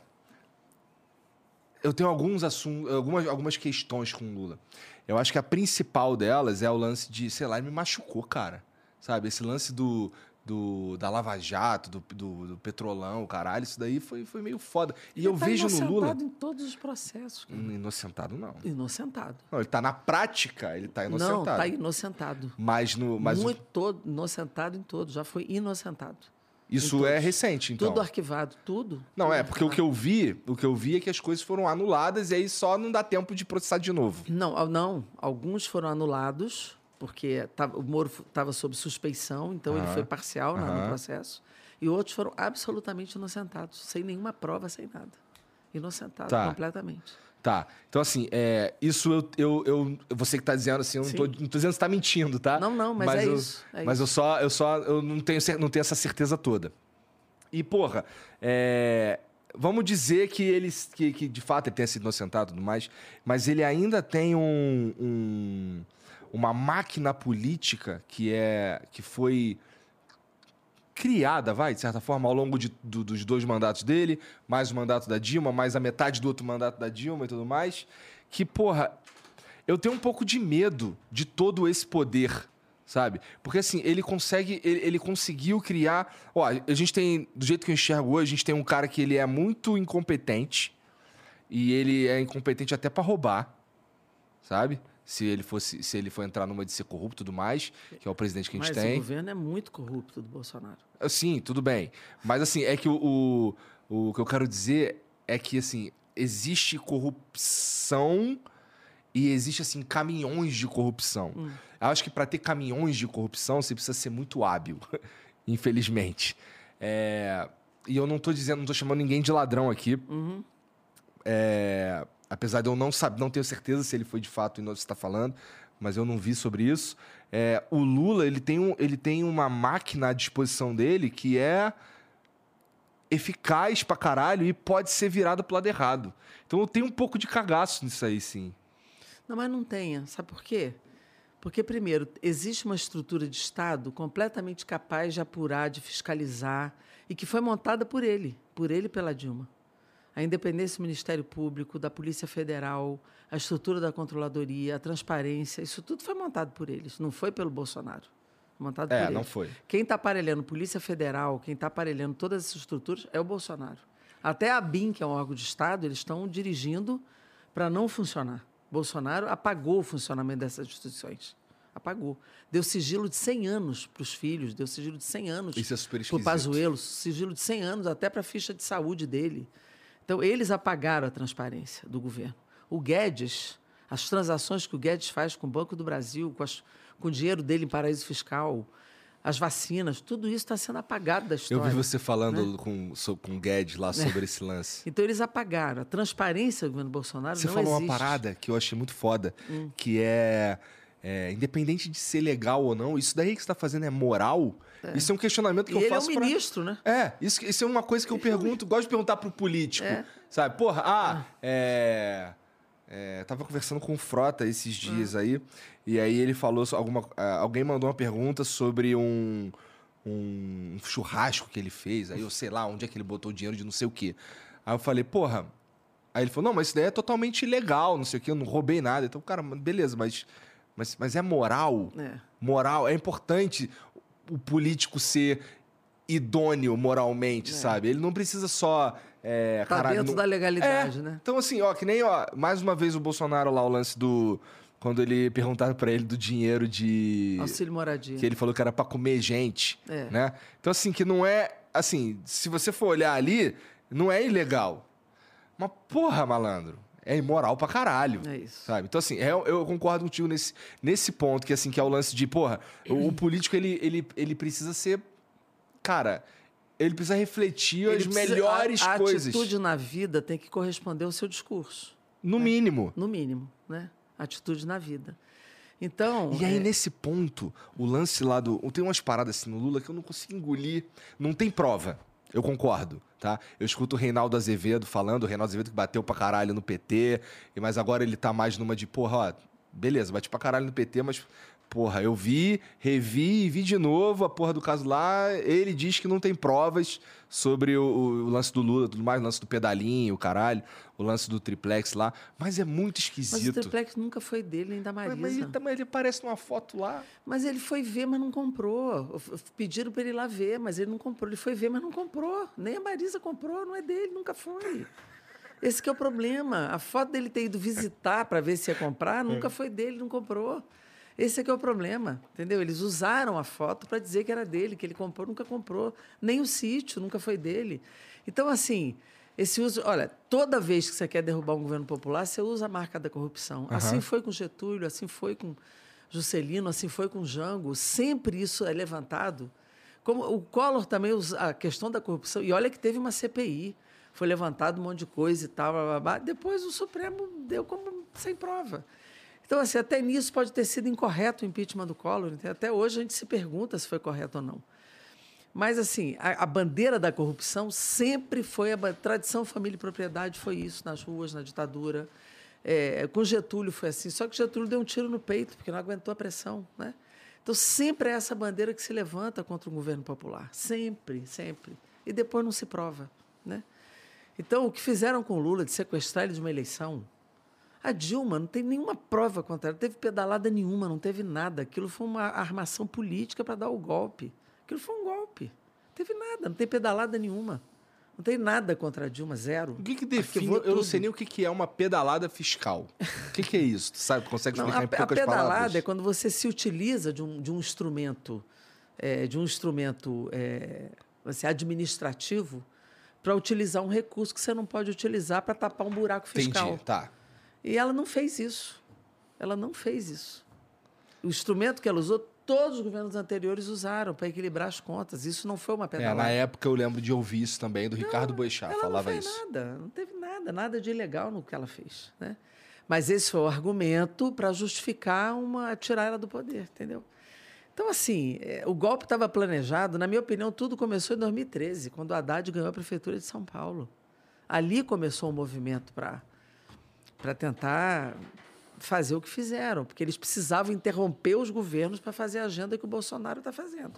eu tenho alguns assuntos, algumas, algumas questões com o Lula. Eu acho que a principal delas é o lance de, sei lá, ele me machucou, cara. Sabe? Esse lance do... Do, da Lava Jato, do, do, do Petrolão, caralho, isso daí foi, foi meio foda. E Ele eu tá vejo no Lula... inocentado em todos os processos. cara. Hum, Inocentado, não. Inocentado. Não, ele tá na prática, ele tá inocentado. Não, está inocentado. Mas, no, mas o- Muito todo, inocentado em todos. Já foi inocentado. isso em é todos. recente, então. Tudo arquivado, tudo. Não, tudo é, porque o que arquivado. eu vi, o que eu vi é que as coisas foram anuladas e aí só não dá tempo de processar de novo. Não, al- não. Alguns foram anulados, porque tava- o Moro estava sob suspeição, então ele Aham. foi parcial na- Aham. no processo. E outros foram absolutamente inocentados, sem nenhuma prova, sem nada. Inocentado Tá. completamente. Tá. Então, assim, é, isso eu, eu, eu. Você que tá dizendo assim, eu não tô, Sim. não tô dizendo que você tá mentindo, tá? Não, não, mas é eu, isso, é mas eu isso. só. Eu só. Eu não tenho, cer- não tenho essa certeza toda. E, porra, é, vamos dizer que ele. Que, que de fato ele tenha sido inocentado e tudo mais, mas ele ainda tem um. um- uma máquina política que é. que foi criada, vai, de certa forma, ao longo de- do- dos dois mandatos dele, mais o mandato da Dilma, mais a metade do outro mandato da Dilma e tudo mais, que, porra, eu tenho um pouco de medo de todo esse poder, sabe? Porque, assim, ele consegue, ele, ele conseguiu criar... Ó, a gente tem, do jeito que eu enxergo hoje, a gente tem um cara que ele é muito incompetente, e ele é incompetente até pra roubar, sabe? Se ele fosse, se ele for entrar numa de ser corrupto e tudo mais, que é o presidente que a gente Mas tem. o governo é muito corrupto do Bolsonaro. Sim, tudo bem. Mas, assim, é que o, o, o que eu quero dizer é que, assim, existe corrupção e existe, assim, caminhões de corrupção. Hum. Eu acho que para ter caminhões de corrupção, você precisa ser muito hábil, infelizmente. É, e eu não tô dizendo, não tô chamando ninguém de ladrão aqui. Uhum. É, apesar de eu não saber, não tenho certeza se ele foi de fato o que você está falando, mas eu não vi sobre isso. É, o Lula, ele tem, um, ele tem uma máquina à disposição dele que é eficaz pra caralho e pode ser virada pro lado errado. Então eu tenho um pouco de cagaço nisso aí, sim. Não, mas não tenha. Sabe por quê? Porque, primeiro, existe uma estrutura de Estado completamente capaz de apurar, de fiscalizar, e que foi montada por ele, por ele e pela Dilma. A independência do Ministério Público, da Polícia Federal, a estrutura da controladoria, a transparência, isso tudo foi montado por eles, não foi pelo Bolsonaro. Montado É, por não eles. foi. Quem está aparelhando Polícia Federal, quem está aparelhando todas essas estruturas é o Bolsonaro. Até a B I M, que é um órgão de Estado, eles estão dirigindo para não funcionar. Bolsonaro apagou o funcionamento dessas instituições. Apagou. Deu sigilo de cem anos para os filhos, deu sigilo de cem anos Isso é super para o esquisito. Pazuello, sigilo de cem anos até para a ficha de saúde dele. Então, eles apagaram a transparência do governo. O Guedes, as transações que o Guedes faz com o Banco do Brasil, com, as, com o dinheiro dele em paraíso fiscal, as vacinas, tudo isso está sendo apagado da história. Eu vi você falando né? com, so- com o Guedes lá sobre esse lance. Então, eles apagaram. A transparência do governo Bolsonaro Você não falou existe. uma parada que eu achei muito foda, que é, é, independente de ser legal ou não, isso daí que você tá fazendo é moral? Isso é um questionamento que E eu ele faço é um pra- ministro, né? É, isso, isso é uma coisa que eu pergunto, gosto de perguntar pro político, É. sabe? Porra, ah, é... é, tava conversando com o Frota esses dias aí, e aí ele falou, so- alguma, ah, alguém mandou uma pergunta sobre um, um churrasco que ele fez, aí eu sei lá onde é que ele botou o dinheiro de não sei o quê. Aí eu falei, porra... Aí ele falou, não, mas isso daí é totalmente ilegal, não sei o quê, eu não roubei nada. Então, cara, beleza, mas, mas, mas é moral? É. Moral, é importante o político ser idôneo moralmente, sabe? Ele não precisa só... É, Tá caralho, dentro não- da legalidade, É, né? Então, assim, ó, que nem, ó, mais uma vez o Bolsonaro lá, o lance do... Quando ele perguntaram pra ele do dinheiro de... Auxílio moradia. Que ele falou que era pra comer gente, É. né? Então, assim, que não é... Assim, se você for olhar ali, não é ilegal. Mas, porra, malandro, é imoral pra caralho. É isso. Sabe? Então, assim, eu, eu concordo contigo nesse, nesse ponto, que, assim, que é o lance de, porra, o, o político, ele, ele, ele precisa ser... Cara, ele precisa refletir Ele as precisa- melhores a, a coisas. atitude na vida tem que corresponder ao seu discurso, No mínimo. no mínimo, né? Atitude na vida. Então, E aí, é, nesse ponto, o lance lá do... Tem umas paradas assim no Lula que eu não consigo engolir. Não tem prova. Eu concordo, tá? Eu escuto o Reinaldo Azevedo falando, o Reinaldo Azevedo que bateu pra caralho no P T, e- mas agora ele tá mais numa de, porra, ó, beleza, bati pra caralho no P T, mas, porra, eu vi, revi e vi de novo a porra do caso lá, ele diz que não tem provas sobre o, o lance do Lula, tudo mais, o lance do pedalinho, o caralho, o lance do triplex lá, mas é muito mas o esquisito. triplex nunca foi dele, nem da Mas, Marisa. mas ele, tá- mas ele aparece numa foto lá. Mas ele foi ver, mas não comprou. F- Pediram para ele ir lá ver, mas ele não comprou. Ele foi ver, mas não comprou. Nem a Marisa comprou, não é dele, nunca foi. Esse que é o problema. A foto dele ter ido visitar para ver se ia comprar, nunca foi dele, não comprou. Esse é que é o problema, entendeu? Eles usaram a foto para dizer que era dele, que ele comprou, nunca comprou. Nem o sítio, nunca foi dele. Então, assim, esse uso... Olha, toda vez que você quer derrubar um governo popular, você usa a marca da corrupção. Assim foi com Getúlio, assim foi com Juscelino, assim foi com Jango. Sempre isso é levantado. Como o Collor também usa a questão da corrupção. E olha que teve uma C P I. foi levantado um monte de coisa e tal, blá, blá, blá. Depois o Supremo deu como sem prova. Então, assim, até nisso pode ter sido incorreto o impeachment do Collor. Entendeu? Até hoje a gente se pergunta se foi correto ou não. Mas, assim, a, a bandeira da corrupção sempre foi a tradição, família e propriedade, foi isso nas ruas, na ditadura. É, com Getúlio foi assim, só que Getúlio deu um tiro no peito, porque não aguentou a pressão, né? Então, sempre é essa bandeira que se levanta contra o governo popular. Sempre, sempre. E depois não se prova, né? Então, o que fizeram com o Lula de sequestrar ele de uma eleição, a Dilma não tem nenhuma prova contra ela, não teve pedalada nenhuma, não teve nada. Aquilo foi uma armação política para dar o golpe. Aquilo foi um golpe. Não teve nada, não tem pedalada nenhuma. Não tem nada contra a Dilma, zero. O que, que define? Arquivou Eu não tudo. sei nem o que, que é uma pedalada fiscal. O que, que é isso? Tu sabe? Consegue Não, explicar a, em poucas a pedalada palavras? é quando você se utiliza de um, de um instrumento, é, de um instrumento é, assim, administrativo para utilizar um recurso que você não pode utilizar para tapar um buraco fiscal. Entendi, tá. E ela não fez isso. Ela não fez isso. O instrumento que ela usou, todos os governos anteriores usaram para equilibrar as contas. Isso não foi uma É, pedalada. na época eu lembro de ouvir isso também, do Ricardo Boechat, Ela falava não fez isso. nada, não teve nada, nada de ilegal no que ela fez, né? Mas esse foi o argumento para justificar uma tirar ela do poder, entendeu? Então, assim, é, o golpe estava planejado, na minha opinião, tudo começou em dois mil e treze, quando o Haddad ganhou a prefeitura de São Paulo. Ali começou um movimento para para tentar fazer o que fizeram, porque eles precisavam interromper os governos para fazer a agenda que o Bolsonaro está fazendo.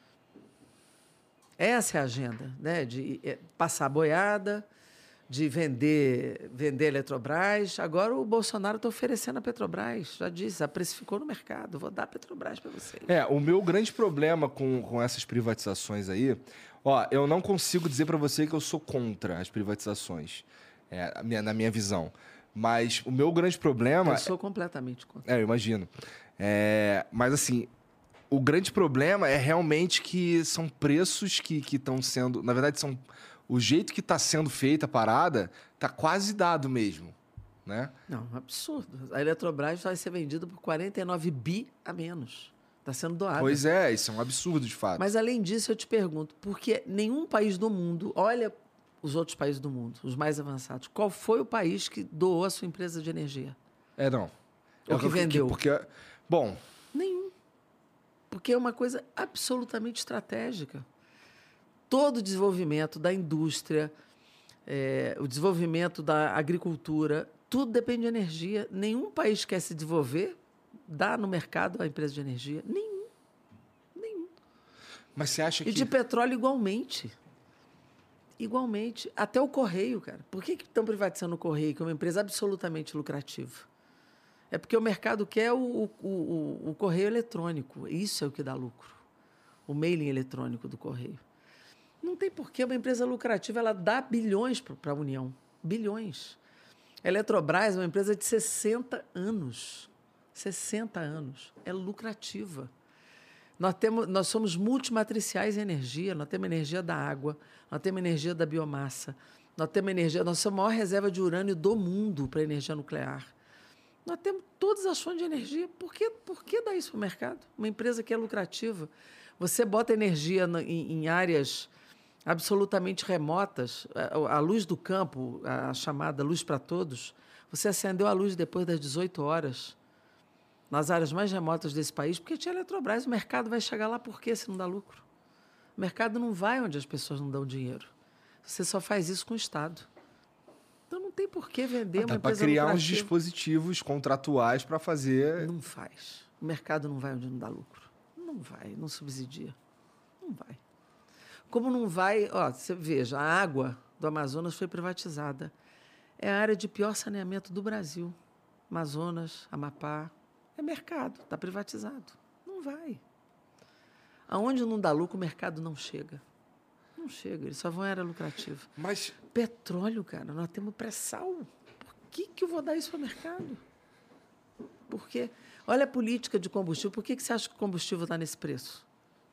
Essa é a agenda, né? De é, passar boiada, de vender, vender Eletrobras. Agora o Bolsonaro está oferecendo a Petrobras, já disse, a precificou no mercado, vou dar a Petrobras para vocês. É, o meu grande problema com, com essas privatizações aí, ó, eu não consigo dizer para você que eu sou contra as privatizações, é, a minha- na minha visão. Mas o meu grande problema... Eu sou completamente contra. É, eu imagino. É, mas, assim, o grande problema é realmente que são preços que estão sendo... Na verdade, são o jeito que está sendo feita a parada está quase dado mesmo, né? Não, um absurdo. A Eletrobras vai ser vendida por quarenta e nove bi a menos. Está sendo doada. Pois é, isso é um absurdo, de fato. Mas, além disso, eu te pergunto, por que nenhum país do mundo, olha os outros países do mundo, os mais avançados, qual foi o país que doou a sua empresa de energia? É, não. Ou que vendeu? Porque, bom, Nenhum. Porque é uma coisa absolutamente estratégica. Todo o desenvolvimento da indústria, é, o desenvolvimento da agricultura, tudo depende de energia. Nenhum país quer se desenvolver, dá no mercado a empresa de energia. Nenhum. Nenhum. mas você acha E que... de petróleo igualmente. Igualmente. Até o Correio, cara. Por que que estão privatizando o Correio, que é uma empresa absolutamente lucrativa? É porque o mercado quer o, o, o, o correio eletrônico. Isso é o que dá lucro. O mailing eletrônico do Correio. Não tem porquê. Uma empresa lucrativa, ela dá bilhões para a União. Bilhões. A Eletrobras é uma empresa de sessenta anos. sessenta anos. É lucrativa. Nós, temos, nós somos multimatriciais em energia. Nós temos energia da água, nós temos energia da biomassa, nós temos energia... Nós somos a maior reserva de urânio do mundo para energia nuclear. Nós temos todas as fontes de energia. Por que, por que dar isso para o mercado? Uma empresa que é lucrativa. Você bota energia na, em, em áreas absolutamente remotas, a, a luz do campo, a chamada luz para todos, você acendeu a luz depois das dezoito horas, nas áreas mais remotas desse país, porque tinha Eletrobras. O mercado vai chegar lá por quê se não dá lucro? O mercado não vai onde as pessoas não dão dinheiro. Você só faz isso com o Estado. Então não tem por que vender uma Dá para empresa criar uns lucrativa. dispositivos contratuais para fazer... Não faz. O mercado não vai onde não dá lucro. Não vai, não subsidia. Não vai. Como não vai... Ó, você veja, a água do Amazonas foi privatizada. É a área de pior saneamento do Brasil. Amazonas, Amapá. É mercado, está privatizado. Não vai. Aonde não dá lucro, o mercado não chega. Não chega, eles só vão em área lucrativa. Mas Petróleo, cara, nós temos pré-sal. Por que, que eu vou dar isso para o mercado? Por quê? Olha a política de combustível. Por que, que você acha que o combustível está nesse preço?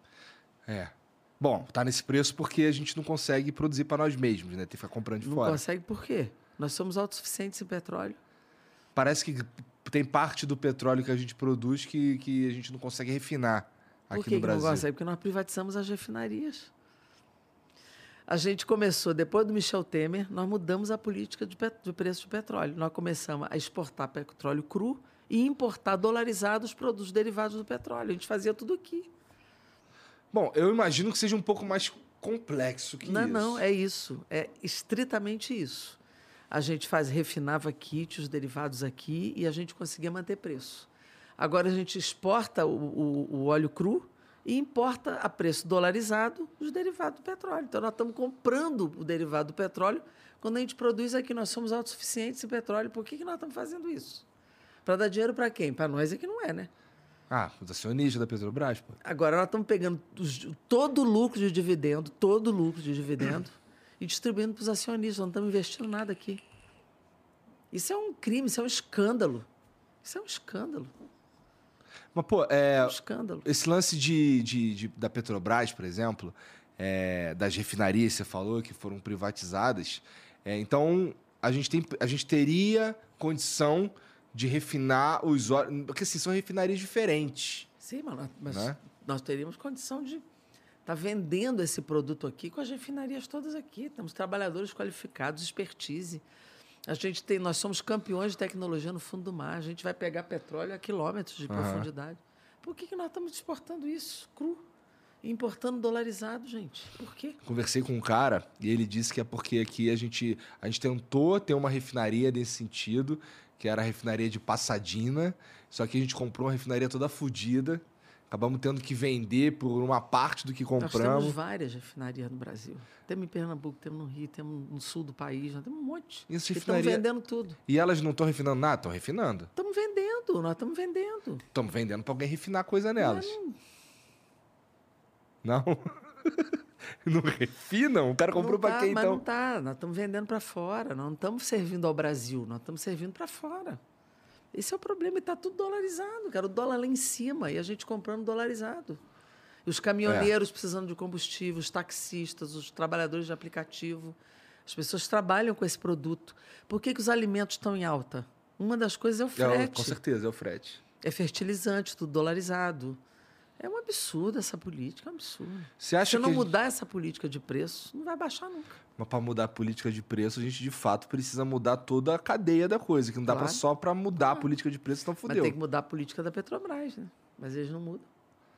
É. Bom, tá nesse preço porque a gente não consegue produzir para nós mesmos, né? Tem que ficar comprando de Não fora. consegue por quê? Nós somos autossuficientes em petróleo. Parece que tem parte do petróleo que a gente produz que, que a gente não consegue refinar Por aqui que, no que Brasil. não consegue? Porque nós privatizamos as refinarias. A gente começou, depois do Michel Temer, nós mudamos a política de, pet- de preço de petróleo. Nós começamos a exportar petróleo cru e importar dolarizados os produtos derivados do petróleo. A gente fazia tudo aqui. Bom, eu imagino que seja um pouco mais complexo que não, isso. não, é isso. É estritamente isso. A gente faz, refinava kit, os derivados aqui, e a gente conseguia manter preço. Agora a gente exporta o, o, o óleo cru e importa a preço dolarizado os derivados do petróleo. Então, nós estamos comprando o derivado do petróleo quando a gente produz aqui. Nós somos autossuficientes em petróleo. Por que, que nós estamos fazendo isso? Para dar dinheiro para quem? Para nós é que não é, né? Ah, os acionistas da Petrobras, pô. Agora, nós estamos pegando os, todo o lucro de dividendo, todo o lucro de dividendo, e distribuindo para os acionistas. Não estamos investindo nada aqui. Isso é um crime, isso é um escândalo. Isso é um escândalo. Mas, pô, é, É um escândalo. esse lance de, de- de- da Petrobras, por exemplo, é, das refinarias, você falou, que foram privatizadas. É, então, a gente, tem, a gente teria condição de refinar os óleos. Porque, assim, são refinarias diferentes. Sim, mas, nós- mas Né? nós teríamos condição de estar vendendo esse produto aqui com as refinarias todas aqui. Temos trabalhadores qualificados, expertise. A gente tem, nós somos campeões de tecnologia no fundo do mar. A gente vai pegar petróleo a quilômetros de Aham. profundidade. Por que, que nós estamos exportando isso cru? E importando dolarizado, gente? Por quê? Conversei com um cara e ele disse que é porque aqui a gente, a gente tentou ter uma refinaria nesse sentido, que era a refinaria de Passadina, só que a gente comprou uma refinaria toda fodida, acabamos tendo que vender por uma parte do que Nós temos compramos. várias refinarias no Brasil. Temos em Pernambuco, temos no Rio, temos no sul do país, nós temos um monte. E essa E estamos refinaria- vendendo tudo. E elas não estão refinando nada? Estão refinando. Estamos vendendo, nós estamos vendendo. Estamos vendendo para alguém refinar coisa nelas. Não? Não refinam? O cara comprou Não para tá, quem, mas então? não tá, nós estamos vendendo para fora, nós não estamos servindo ao Brasil, nós estamos servindo para fora. Esse é o problema, e está tudo dolarizado, cara, o dólar lá em cima e a gente comprando dolarizado. E os caminhoneiros precisando de combustível, os taxistas, os trabalhadores de aplicativo, as pessoas trabalham com esse produto. Por que, que os alimentos estão em alta? Uma das coisas é o É o- frete. com certeza, é o frete. É fertilizante, tudo dolarizado. É um absurdo essa política, é um absurdo. Você acha Se que não a gente- mudar essa política de preço, não vai baixar nunca. Mas para mudar a política de preço, a gente de fato precisa mudar toda a cadeia da coisa, que não dá Claro. pra só para mudar a política de preço, senão Mas fudeu. tem que mudar a política da Petrobras, né? Mas eles não mudam.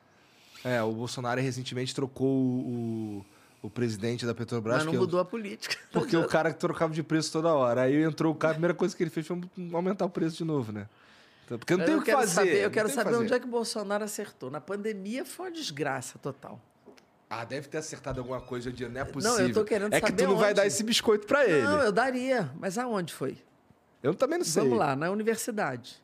É, o Bolsonaro recentemente trocou o, o, o presidente da Petrobras. Mas não que é o- mudou a política. Porque o cara que trocava de preço toda hora. Aí entrou o cara, a primeira coisa que ele fez foi aumentar o preço de novo, né? Então, porque não tem eu o que quero fazer. saber, eu não quero tem o que saber onde fazer. é que o Bolsonaro acertou. Na pandemia foi uma desgraça total. Ah, deve ter acertado alguma coisa, eu digo, não é possível. Não, eu tô querendo É que saber tu não vai onde. dar esse biscoito pra ele. Não, eu daria. Mas aonde foi? Eu também não sei. Vamos lá, na universidade.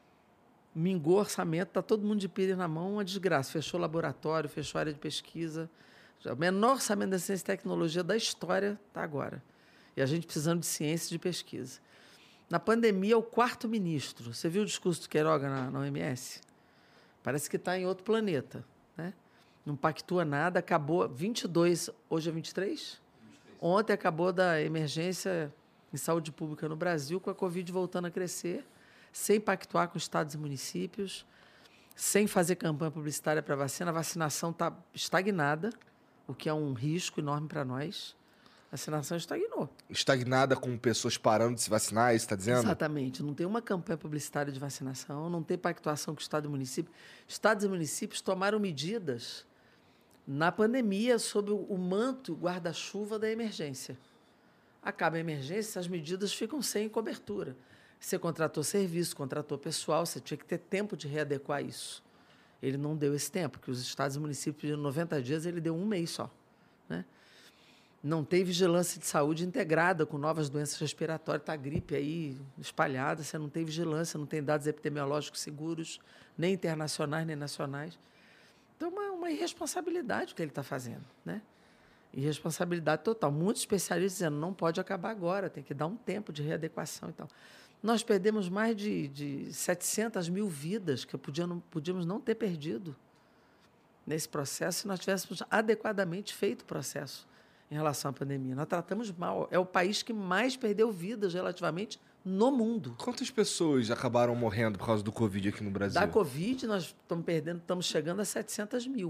Mingou orçamento, tá todo mundo de pires na mão, uma desgraça. Fechou laboratório, fechou área de pesquisa. Já, o menor orçamento da ciência e tecnologia da história está agora. E a gente precisando de ciência e de pesquisa. Na pandemia, o quarto ministro. Você viu o discurso do Queiroga na, na O M S? Parece que está em outro planeta, né? Não pactua nada, acabou vinte e dois, hoje é vinte e três? Ontem acabou da emergência em saúde pública no Brasil, com a Covid voltando a crescer, sem pactuar com estados e municípios, sem fazer campanha publicitária para vacina. A vacinação está estagnada, o que é um risco enorme para nós. A vacinação estagnou. Estagnada com pessoas parando de se vacinar, é isso que tá dizendo? Exatamente. Não tem uma campanha publicitária de vacinação, não tem pactuação com o Estado e município. Estados e municípios tomaram medidas na pandemia sob o manto guarda-chuva da emergência. Acaba a emergência, as medidas ficam sem cobertura. Você contratou serviço, contratou pessoal, você tinha que ter tempo de readequar isso. Ele não deu esse tempo, porque os estados e municípios pediram noventa dias, ele deu um mês só, né? Não tem vigilância de saúde integrada com novas doenças respiratórias, está a gripe aí espalhada, você não tem vigilância, não tem dados epidemiológicos seguros, nem internacionais, nem nacionais. Então, é uma, uma irresponsabilidade o que ele está fazendo, né? Irresponsabilidade total. Muitos especialistas dizendo não pode acabar agora, tem que dar um tempo de readequação e tal. Nós perdemos mais de, de setecentas mil vidas que podíamos, podíamos não ter perdido nesse processo se nós tivéssemos adequadamente feito o processo em relação à pandemia. Nós tratamos mal. É o país que mais perdeu vidas relativamente no mundo. Quantas pessoas acabaram morrendo por causa do Covid aqui no Brasil? Da Covid, nós estamos perdendo, estamos chegando a setecentas mil.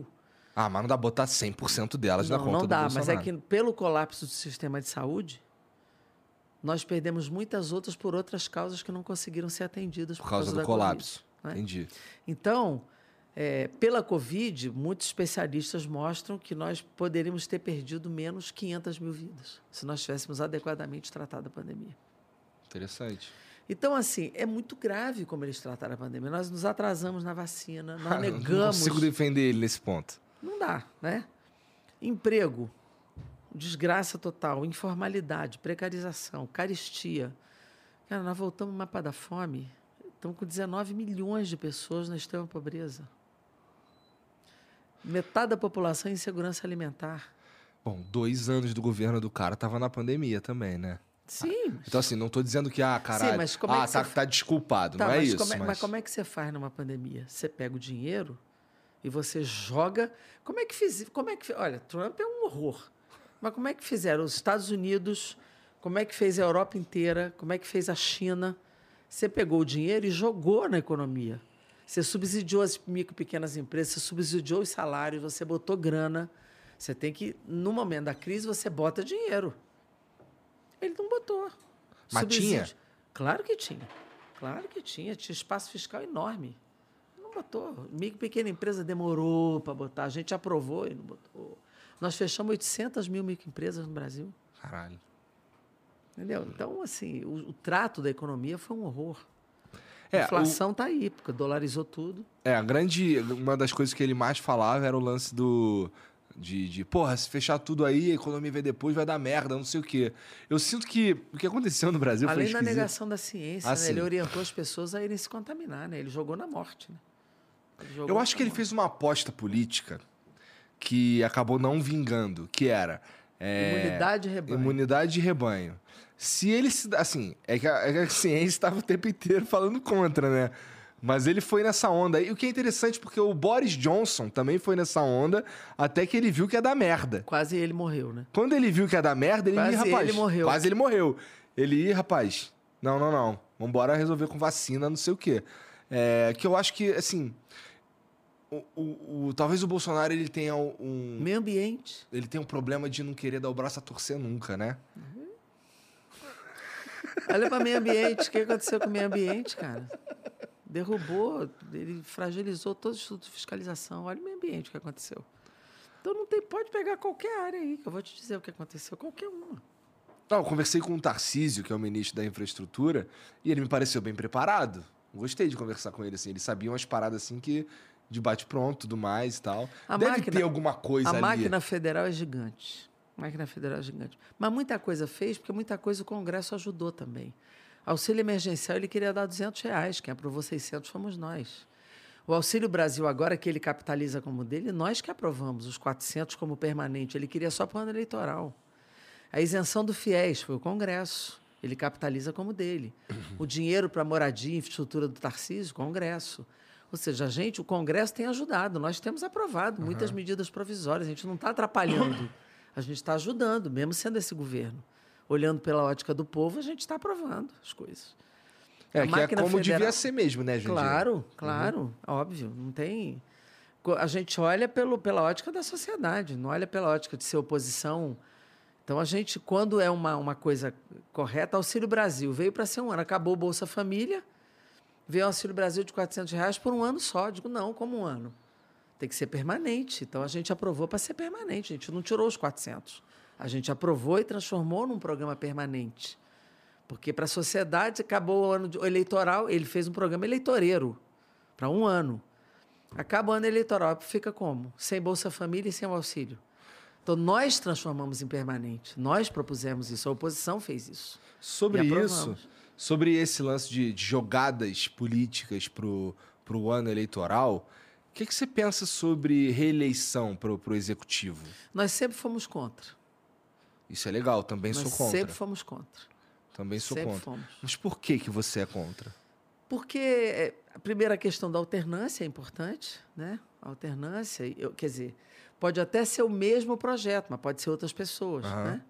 Ah, mas não dá pra botar cem por cento delas na Não, conta não do dá, Bolsonaro. mas é que pelo colapso do sistema de saúde, nós perdemos muitas outras por outras causas que não conseguiram ser atendidas por, Por causa do da colapso. Covid, né? Entendi. Então, é, pela Covid, muitos especialistas mostram que nós poderíamos ter perdido menos quinhentas mil vidas se nós tivéssemos adequadamente tratado a pandemia. Interessante. Então, assim, é muito grave como eles trataram a pandemia. Nós nos atrasamos na vacina, nós Ah, Não negamos... consigo defender ele nesse ponto. Não dá, né? Emprego, desgraça total, informalidade, precarização, caristia. Cara, nós voltamos ao mapa da fome, estamos com dezenove milhões de pessoas na extrema pobreza. Metade da população em insegurança alimentar. Bom, dois anos do governo do cara tava na pandemia também, né? Sim. mas- Então, assim, não tô dizendo que, ah, caralho, Sim, mas como é ah, que tá, você- tá desculpado. Tá, não é mas isso, como é, mas... mas como é que você faz numa pandemia? Você pega o dinheiro e você joga... Como é que fiz? Como é que... fi- Olha, Trump é um horror. Mas como é que fizeram os Estados Unidos? Como é que fez a Europa inteira? Como é que fez a China? Você pegou o dinheiro e jogou na economia. Você subsidiou as micro e pequenas empresas, você subsidiou os salários, você botou grana. Você tem que, no momento da crise, você bota dinheiro. Ele não botou. Mas tinha? Claro que tinha. Claro que tinha. Tinha espaço fiscal enorme. Não botou. Micro e pequena empresa demorou para botar. A gente aprovou e não botou. Nós fechamos oitocentas mil microempresas no Brasil. Caralho. Entendeu? Então, assim, o, o trato da economia foi um horror. É, a inflação está aí, porque dolarizou tudo. É, a grande... Uma das coisas que ele mais falava era o lance do... De, de, porra, se fechar tudo aí, a economia vai depois, vai dar merda, não sei o quê. Eu sinto que o que aconteceu no Brasil Além foi da esquisito. negação da ciência, Ah, né? sim. Ele orientou as pessoas a irem se contaminar, né? Ele jogou na morte, né? Ele jogou Eu acho na que ele morte. fez uma aposta política que acabou não vingando, que era... é, Imunidade de rebanho. Imunidade de rebanho. Se ele se... Assim, é que a, é que a ciência estava o tempo inteiro falando contra, né? Mas ele foi nessa onda aí. E o que é interessante, porque o Boris Johnson também foi nessa onda, até que ele viu que ia dar merda. Quase ele morreu, né? Quando ele viu que ia dar merda, ele Quase ia, rapaz... ele morreu. Quase ele morreu. Ele ia, rapaz... Não, não, não. Vambora resolver com vacina, não sei o quê. É, que eu acho que, assim... O, o, o- talvez o Bolsonaro, ele tenha um... Meio ambiente. Ele tem um problema de não querer dar o braço a torcer nunca, né? Olha para meio ambiente. O que aconteceu com o meio ambiente, cara? Derrubou, ele fragilizou todo o Instituto de Fiscalização. Olha o meio ambiente o que aconteceu. Então não tem, pode pegar qualquer área aí, que eu vou te dizer o que aconteceu, qualquer uma. Não, eu conversei com o Tarcísio, que é o ministro da Infraestrutura, e ele me pareceu bem preparado. Gostei de conversar com ele, assim. Ele sabia umas paradas, assim, que... De bate-pronto, tudo mais e tal. A Deve máquina- ter alguma coisa A ali. máquina federal é gigante. A máquina federal é gigante. Mas muita coisa fez, porque muita coisa o Congresso ajudou também. Auxílio emergencial, ele queria dar duzentos reais. Quem aprovou seiscentos fomos nós. O Auxílio Brasil, agora que ele capitaliza como dele, nós que aprovamos os quatrocentos como permanente. Ele queria só para o ano eleitoral. A isenção do FIES foi o Congresso. Ele capitaliza como dele. O dinheiro para moradia e infraestrutura do Tarcísio, Congresso. Ou seja, a gente, o Congresso tem ajudado. Nós temos aprovado muitas medidas provisórias. A gente não está atrapalhando. A gente está ajudando, mesmo sendo esse governo. Olhando pela ótica do povo, a gente está aprovando as coisas. É, A que é máquina como federal- devia ser mesmo, né, Jandir? Claro, claro, óbvio. Não tem. Co- A gente olha pelo, pela ótica da sociedade, não olha pela ótica de ser oposição. Então, a gente, quando é uma, uma coisa correta, Auxílio Brasil veio para ser um ano. Acabou o Bolsa Família, veio o Auxílio Brasil de quatrocentos reais por um ano só. Digo, não, como um ano? Tem que ser permanente. Então, a gente aprovou para ser permanente. A gente não tirou os quatrocentos. A gente aprovou e transformou num programa permanente. Porque para a sociedade, acabou o ano de- eleitoral, ele fez um programa eleitoreiro para um ano. Acaba o ano eleitoral, fica como? Sem Bolsa Família e sem o auxílio. Então, nós transformamos em permanente. Nós propusemos isso, a oposição fez isso. Sobre E isso, aprovamos. sobre esse lance de, de jogadas políticas pro, pro ano eleitoral, o que, que você pensa sobre reeleição pro, pro executivo? Nós sempre fomos contra. Isso é legal, também Nós sou contra. sempre fomos contra. Também sou sempre contra. fomos. Mas por que, que você é contra? Porque é, a primeira questão da alternância é importante, né? A alternância, eu, quer dizer, pode até ser o mesmo projeto, mas pode ser outras pessoas, Aham. né?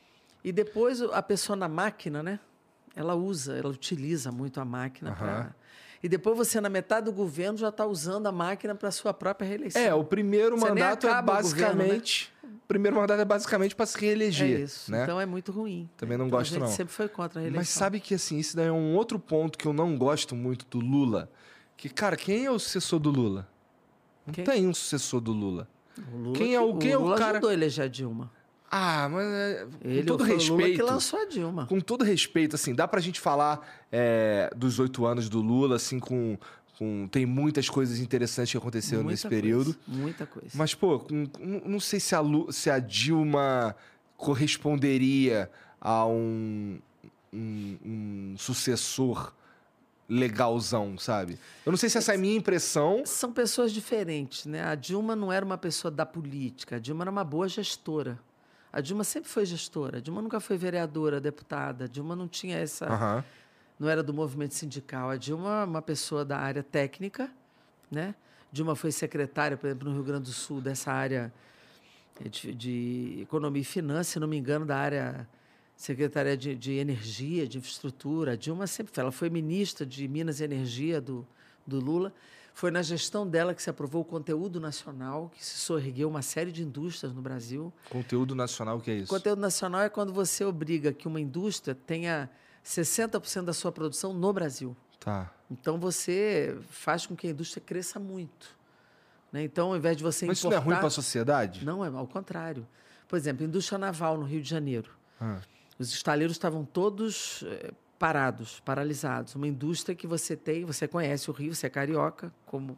E depois o- a pessoa na máquina, né? Ela usa, ela utiliza muito a máquina Aham. para... E depois você, na metade do governo, já está usando a máquina para a sua própria reeleição. É, o primeiro Você nem mandato é acaba o governo, basicamente... O primeiro mandato é basicamente para se reeleger. É isso. Né? Então é muito ruim. Também não então, gosto, a gente não. sempre foi contra a reeleição. Mas sabe que, assim, isso daí é um outro ponto que eu não gosto muito do Lula. Que, cara, quem é o sucessor do Lula? Não Quem? tem um sucessor do Lula. O Lula, Quem é o- que- quem é o Lula cara- ajudou a eleger a Dilma. Ah, mas é, Ele com todo foi respeito... o Lula que lançou a Dilma. Com todo respeito, assim, dá pra gente falar é, dos oito anos do Lula, assim, com, com... Tem muitas coisas interessantes que aconteceram Muita nesse coisa, período. Muita coisa. Mas, pô, com- com- não sei se a, Lu- se a Dilma corresponderia a um, um, um sucessor legalzão, sabe? Eu não sei se essa é a minha impressão. São pessoas diferentes, né? A Dilma não era uma pessoa da política. A Dilma era uma boa gestora. A Dilma sempre foi gestora. A Dilma nunca foi vereadora, deputada. A Dilma não tinha essa... Aham. Não era do movimento sindical. A Dilma é uma pessoa da área técnica, né? Dilma foi secretária, por exemplo, no Rio Grande do Sul, dessa área de, de economia e finanças, se não me engano, da área secretaria de, de energia, de infraestrutura. A Dilma sempre foi. Ela foi ministra de Minas e Energia do, do Lula. Foi na gestão dela que se aprovou o conteúdo nacional, que se soergueu uma série de indústrias no Brasil. Conteúdo nacional, o que é isso? Conteúdo nacional é quando você obriga que uma indústria tenha sessenta por cento da sua produção no Brasil. Tá. Então, você faz com que a indústria cresça muito. Né? Então, ao invés de você Mas isso importar... não é ruim para a sociedade? Não, é ao contrário. Por exemplo, indústria naval no Rio de Janeiro. Ah. Os estaleiros estavam todos eh, parados, paralisados. Uma indústria que você tem, você conhece o Rio, você é carioca, como...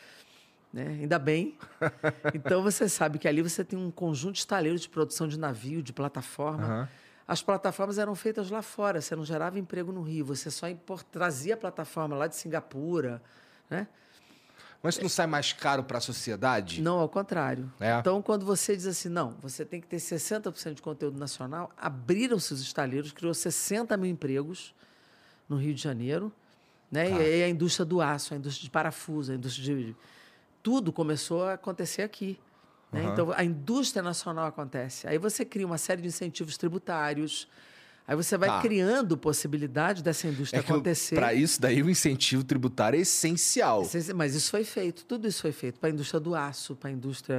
Né? Ainda bem. Então, você sabe que ali você tem um conjunto de estaleiros de produção de navio, de plataforma. Aham. As plataformas eram feitas lá fora, você não gerava emprego no Rio, você só import... trazia a plataforma lá de Singapura, né? Mas isso não sai mais caro para a sociedade? Não, ao contrário. É. Então, quando você diz assim, não, você tem que ter sessenta por cento de conteúdo nacional, abriram-se os estaleiros, criou sessenta mil empregos no Rio de Janeiro, né? Tá. E aí a indústria do aço, a indústria de parafuso, a indústria de... Tudo começou a acontecer aqui. Né? Uhum. Então, a indústria nacional acontece. Aí você cria uma série de incentivos tributários, aí você vai Tá. criando possibilidade dessa indústria acontecer. Para isso daí o incentivo tributário é essencial. Mas isso foi feito, tudo isso foi feito para a indústria do aço, para a indústria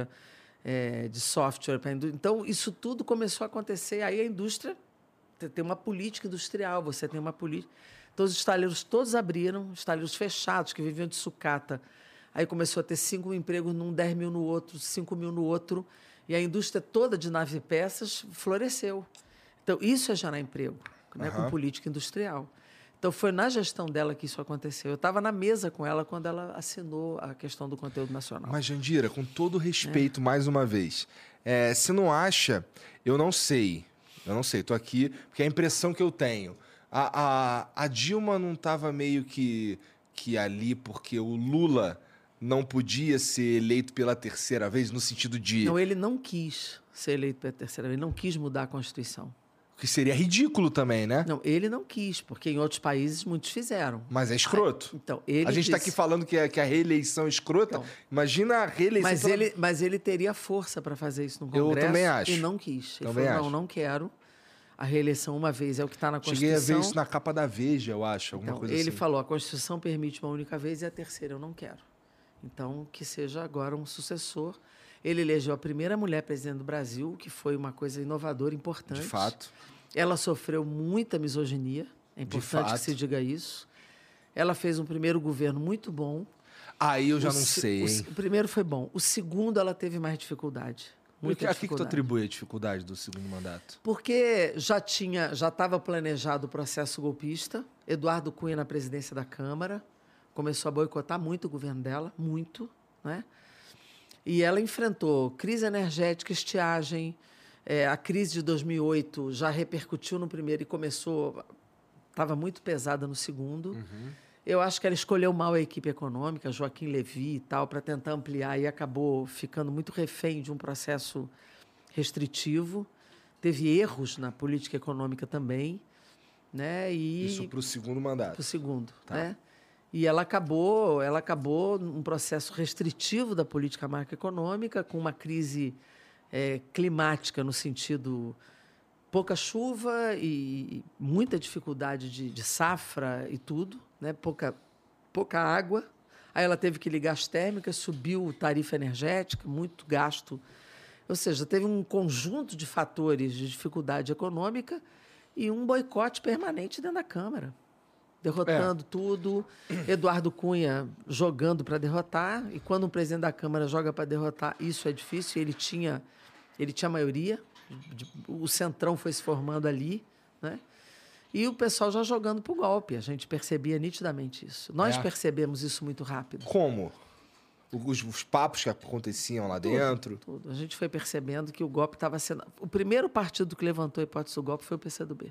eh, de software. Pra indú... Então, isso tudo começou a acontecer. Aí a indústria te- tem uma política industrial, você tem uma política... Então, os estaleiros todos abriram, estaleiros fechados, que viviam de sucata. Aí começou a ter cinco mil empregos num, dez mil no outro, cinco mil no outro. E a indústria toda de nave e peças floresceu. Então, isso é gerar emprego, né, Aham. com política industrial. Então, foi na gestão dela que isso aconteceu. Eu estava na mesa com ela quando ela assinou a questão do conteúdo nacional. Mas, Jandira, com todo respeito, mais uma vez, é, você não acha... Eu não sei, eu não sei, tô aqui, porque é a impressão que eu tenho. A, a, a Dilma não estava meio que, que ali porque o Lula não podia ser eleito pela terceira vez, no sentido de... Não, ele não quis ser eleito pela terceira vez, ele não quis mudar a Constituição. Que seria ridículo também, né? Não, ele não quis, porque em outros países muitos fizeram. Mas é escroto. Então, ele a gente está disse- aqui falando que a, que a reeleição é escrota. Então, Imagina a reeleição... Mas pela- ele, mas ele teria força para fazer isso no Eu Congresso. também acho. E não quis. Ele Também falou, acho. não, não quero. A reeleição uma vez é o que está na Cheguei Constituição. a ver isso na capa da Veja, eu acho, alguma Então, coisa ele assim. falou, a Constituição permite uma única vez e a terceira eu não quero. Então, que seja agora um sucessor. Ele elegeu a primeira mulher presidente do Brasil, que foi uma coisa inovadora, importante. De fato. Ela sofreu muita misoginia, é importante que fato. se diga isso. Ela fez um primeiro governo muito bom. Aí eu já O não se- sei, o, hein? se- o primeiro foi bom. O segundo, ela teve mais dificuldade. Muita A que, que tu dificuldade. atribui a dificuldade do segundo mandato? Porque já tinha, já estava planejado o processo golpista. Eduardo Cunha na presidência da Câmara começou a boicotar muito o governo dela, muito, né? E ela enfrentou crise energética, estiagem. É, a crise de dois mil e oito já repercutiu no primeiro e começou, estava muito pesada no segundo. Eu acho que ela escolheu mal a equipe econômica, Joaquim Levy e tal, para tentar ampliar e acabou ficando muito refém de um processo restritivo. Teve erros na política econômica também, né? E Isso para o segundo mandato. para o segundo, Tá. né? E ela acabou, ela acabou num processo restritivo da política macroeconômica, com uma crise eh, climática no sentido pouca chuva e muita dificuldade de, de safra e tudo, né? Pouca pouca água. Aí ela teve que ligar as térmicas, subiu tarifa energética, muito gasto. Ou seja, teve um conjunto de fatores de dificuldade econômica e um boicote permanente dentro da Câmara. Derrotando é. tudo. Eduardo Cunha jogando para derrotar. E quando um presidente da Câmara joga para derrotar, isso é difícil. Ele tinha, ele tinha maioria. O centrão foi se formando ali, né? E o pessoal já jogando para o golpe. A gente percebia nitidamente isso. Nós é. percebemos isso muito rápido. Como? Os, os papos que aconteciam lá tudo, dentro? Tudo. A gente foi percebendo que o golpe estava sendo... O primeiro partido que levantou a hipótese do golpe foi o P C do B.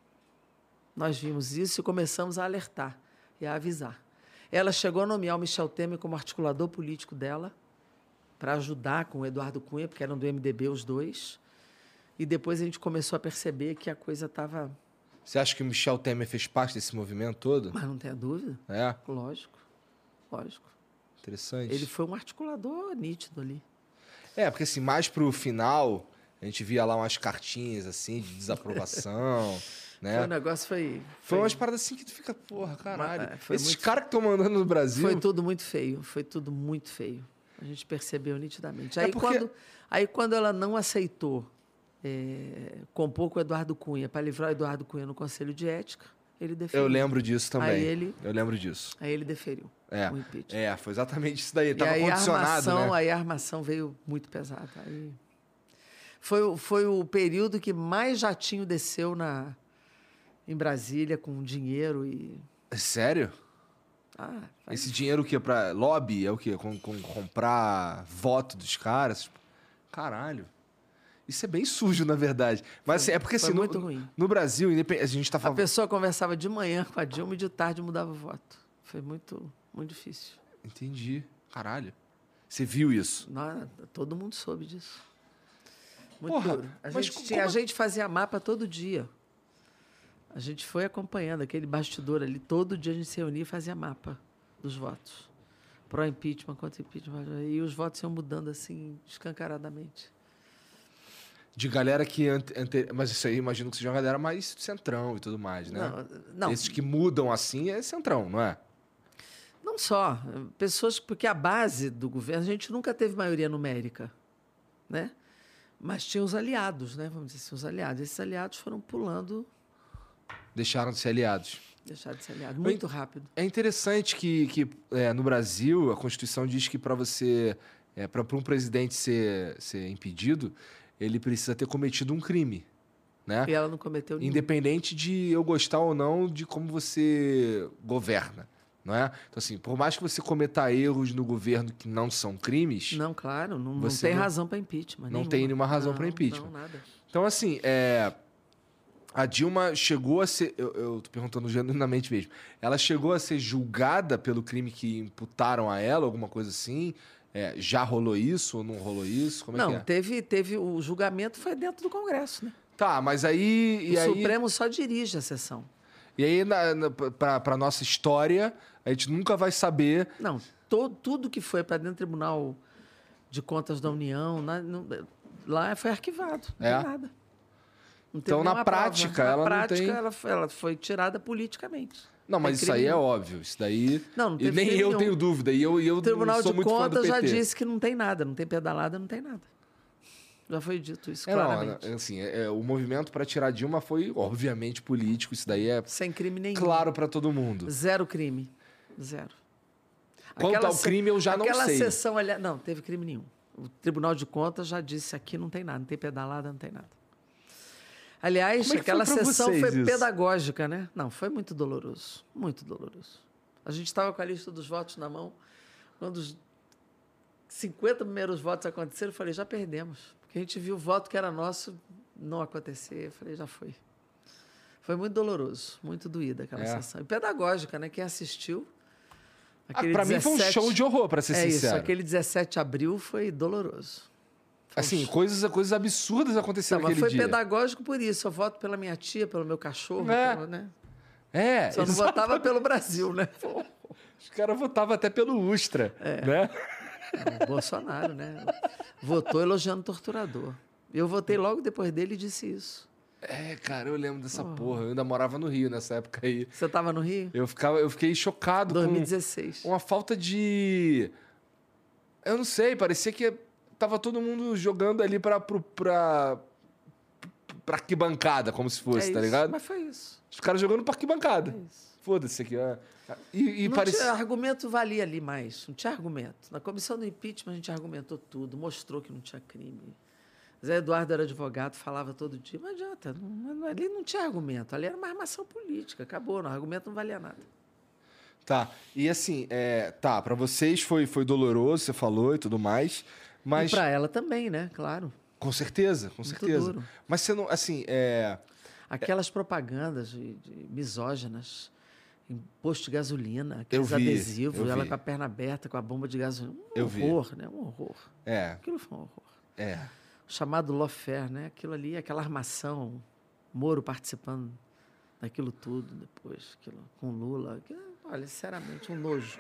Nós vimos isso e começamos a alertar e a avisar. Ela chegou a nomear o Michel Temer como articulador político dela para ajudar com o Eduardo Cunha, porque eram do M D B os dois. E depois a gente começou a perceber que a coisa estava... Você acha que o Michel Temer fez parte desse movimento todo? Mas não tenha dúvida. É? Lógico. Lógico. Interessante. Ele foi um articulador nítido ali. É, porque assim, mais pro final, a gente via lá umas cartinhas assim de desaprovação, né? Foi, o negócio foi... Foi, foi umas paradas assim que tu fica, porra, caralho. É, foi Esses muito... caras que estão mandando no Brasil... Foi tudo muito feio, foi tudo muito feio. A gente percebeu nitidamente. Aí, é porque... quando, aí quando ela não aceitou é, compor com o Eduardo Cunha, para livrar o Eduardo Cunha no Conselho de Ética, ele deferiu. Eu lembro disso também. Aí ele, Eu lembro disso. Aí ele deferiu é, o impeachment. É, foi exatamente isso daí. Ele estava aí condicionado, a armação, né? Aí a armação veio muito pesada. Aí foi, foi o período que mais jatinho desceu na, em Brasília com dinheiro e... Sério? Ah, Esse dinheiro o quê? Pra lobby? É o quê? Com, com comprar voto dos caras? Caralho. Isso é bem sujo, na verdade. Mas foi, assim, é porque foi assim, muito no, ruim. no Brasil, a gente tá falando... A pessoa conversava de manhã com a Dilma e de tarde mudava o voto. Foi muito, muito difícil. Entendi. Caralho. Você viu isso? Não, todo mundo soube disso. Muito Porra, duro. A mas gente, como... tinha, a gente fazia mapa todo dia. A gente foi acompanhando aquele bastidor ali. Todo dia a gente se reunia e fazia mapa dos votos. Pró-impeachment, contra impeachment. E os votos iam mudando assim, escancaradamente. De galera que... Ante, ante, mas isso aí, imagino que seja uma galera mais centrão e tudo mais, né? Não, não. Esses que mudam assim é centrão, não é? Não só. Pessoas... Porque a base do governo... A gente nunca teve maioria numérica, né? Mas tinha os aliados, né? Vamos dizer assim, os aliados. Esses aliados foram pulando... Deixaram de ser aliados. Deixaram de ser aliados. Muito rápido. É interessante que, que é, no Brasil, a Constituição diz que para você... É, para um presidente ser, ser impedido... ele precisa ter cometido um crime, né? E ela não cometeu nenhum. Independente de eu gostar ou não de como você governa, não é? Então, assim, por mais que você cometa erros no governo que não são crimes... Não, claro, não, não você tem não, razão para impeachment. Não nenhuma. tem nenhuma razão para impeachment. Não, nada. Então, assim, é, a Dilma chegou a ser... Eu, eu tô perguntando genuinamente mesmo. Ela chegou a ser julgada pelo crime que imputaram a ela, alguma coisa assim... É, já rolou isso ou não rolou isso? Como é não, que é? teve, teve... O julgamento foi dentro do Congresso, né? Tá, mas aí... O e aí, Supremo só dirige a sessão. E aí, na, na, pra, pra nossa história, a gente nunca vai saber... Não, to, tudo que foi para dentro do Tribunal de Contas da União, na, não, lá foi arquivado, não é? tem nada. Não então, na prática, prova. ela na não prática, tem... ela foi, ela foi tirada politicamente. Não, mas isso aí é óbvio. Isso daí... Não, não e nem eu nenhum. tenho dúvida. E eu, e eu o Tribunal não sou de muito fã do Contas P T. já disse que não tem nada. Não tem pedalada, não tem nada. Já foi dito isso é, claramente. Não, assim, é, é, o movimento para tirar Dilma foi, obviamente, político. Isso daí é... Sem crime nenhum. Claro para todo mundo. Zero crime. Zero. Quanto aquela ao crime, eu já não sei. Aquela sessão... Ali... Não, teve crime nenhum. O Tribunal de Contas já disse aqui não tem nada. Não tem pedalada, não tem nada. Aliás, é aquela sessão foi isso? pedagógica, né? Não, foi muito doloroso. Muito doloroso. A gente estava com a lista dos votos na mão. Quando os cinquenta primeiros votos aconteceram, eu falei, já perdemos. Porque a gente viu o voto que era nosso não acontecer. Eu falei, já foi. Foi muito doloroso, muito doída aquela é. sessão. E pedagógica, né? Quem assistiu... Ah, para mim foi um show de horror, para ser é sincero. Isso, aquele dezessete de abril foi doloroso. Foi assim, um... coisas, coisas absurdas aconteceram não, mas naquele foi dia. pedagógico por isso. Eu voto pela minha tia, pelo meu cachorro, é. pelo, né? É, Só não exatamente. votava pelo Brasil, né? Os caras votavam até pelo Ustra, é. né? O Bolsonaro, né? Votou elogiando o torturador. Eu votei logo depois dele e disse isso. É, cara, eu lembro dessa porra. Eu ainda morava no Rio nessa época aí. Você estava no Rio? Eu, ficava, eu fiquei chocado dois mil e dezesseis. com uma falta de... Eu não sei, parecia que tava todo mundo jogando ali pra... pra, pra... pra arquibancada, como se fosse, É tá isso, ligado? Mas foi isso. Os caras jogando pra arquibancada. É isso. Foda-se aqui. ó. E, e Não parecia... tinha, argumento valia ali mais. Não tinha argumento. Na comissão do impeachment a gente argumentou tudo, mostrou que não tinha crime. Zé Eduardo era advogado, falava todo dia. Não adianta. Não, não, ali não tinha argumento. Ali era uma armação política. Acabou. O argumento não valia nada. Tá. E assim, é... tá, pra vocês foi, foi doloroso, você falou e tudo mais, mas... E para ela também, né? Claro. Com certeza, com Muito certeza. duro. Mas você não, assim, é... Aquelas propagandas de, de misóginas em posto de gasolina, aqueles Eu vi, adesivos, eu ela vi. com a perna aberta, com a bomba de gasolina. Um Eu vi. horror, né? Um horror. É, Aquilo foi um horror. é. O chamado lawfare, né? Aquilo ali, aquela armação, Moro participando daquilo tudo depois, aquilo, com Lula. Aquilo, olha, sinceramente, um nojo.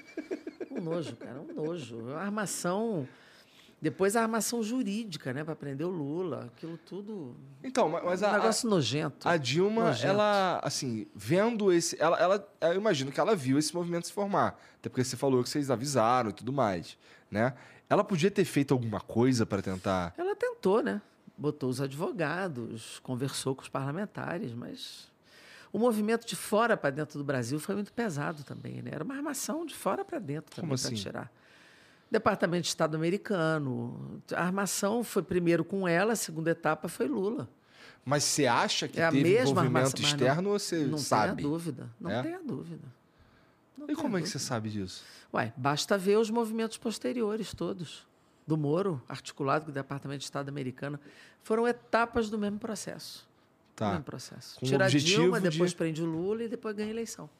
Um nojo, cara, um nojo. A armação... Depois a armação jurídica, né? Para prender o Lula. Aquilo tudo... Então, ma- mas um a, negócio nojento. a Dilma, Nojento. ela, assim, vendo esse... Ela, ela, eu imagino que ela viu esse movimento se formar. Até porque você falou que vocês avisaram e tudo mais, né? Ela podia ter feito alguma coisa para tentar... Ela tentou, né? Botou os advogados, conversou com os parlamentares, mas o movimento de fora para dentro do Brasil foi muito pesado também, né? Era uma armação de fora para dentro também Como para assim? tirar. Departamento de Estado americano. A armação foi primeiro com ela, a segunda etapa foi Lula. Mas você acha que É a teve mesma envolvimento armação, mas externo não, ou você não sabe? tenha dúvida. Não É? tenha dúvida. Não E tenha como é que dúvida. você sabe disso? Ué, basta ver os movimentos posteriores todos. Do Moro, articulado com o Departamento de Estado americano. Foram etapas do mesmo processo. Do Tá. mesmo processo. Com o Tira a objetivo Dilma, de- depois prende o Lula e depois ganha a eleição.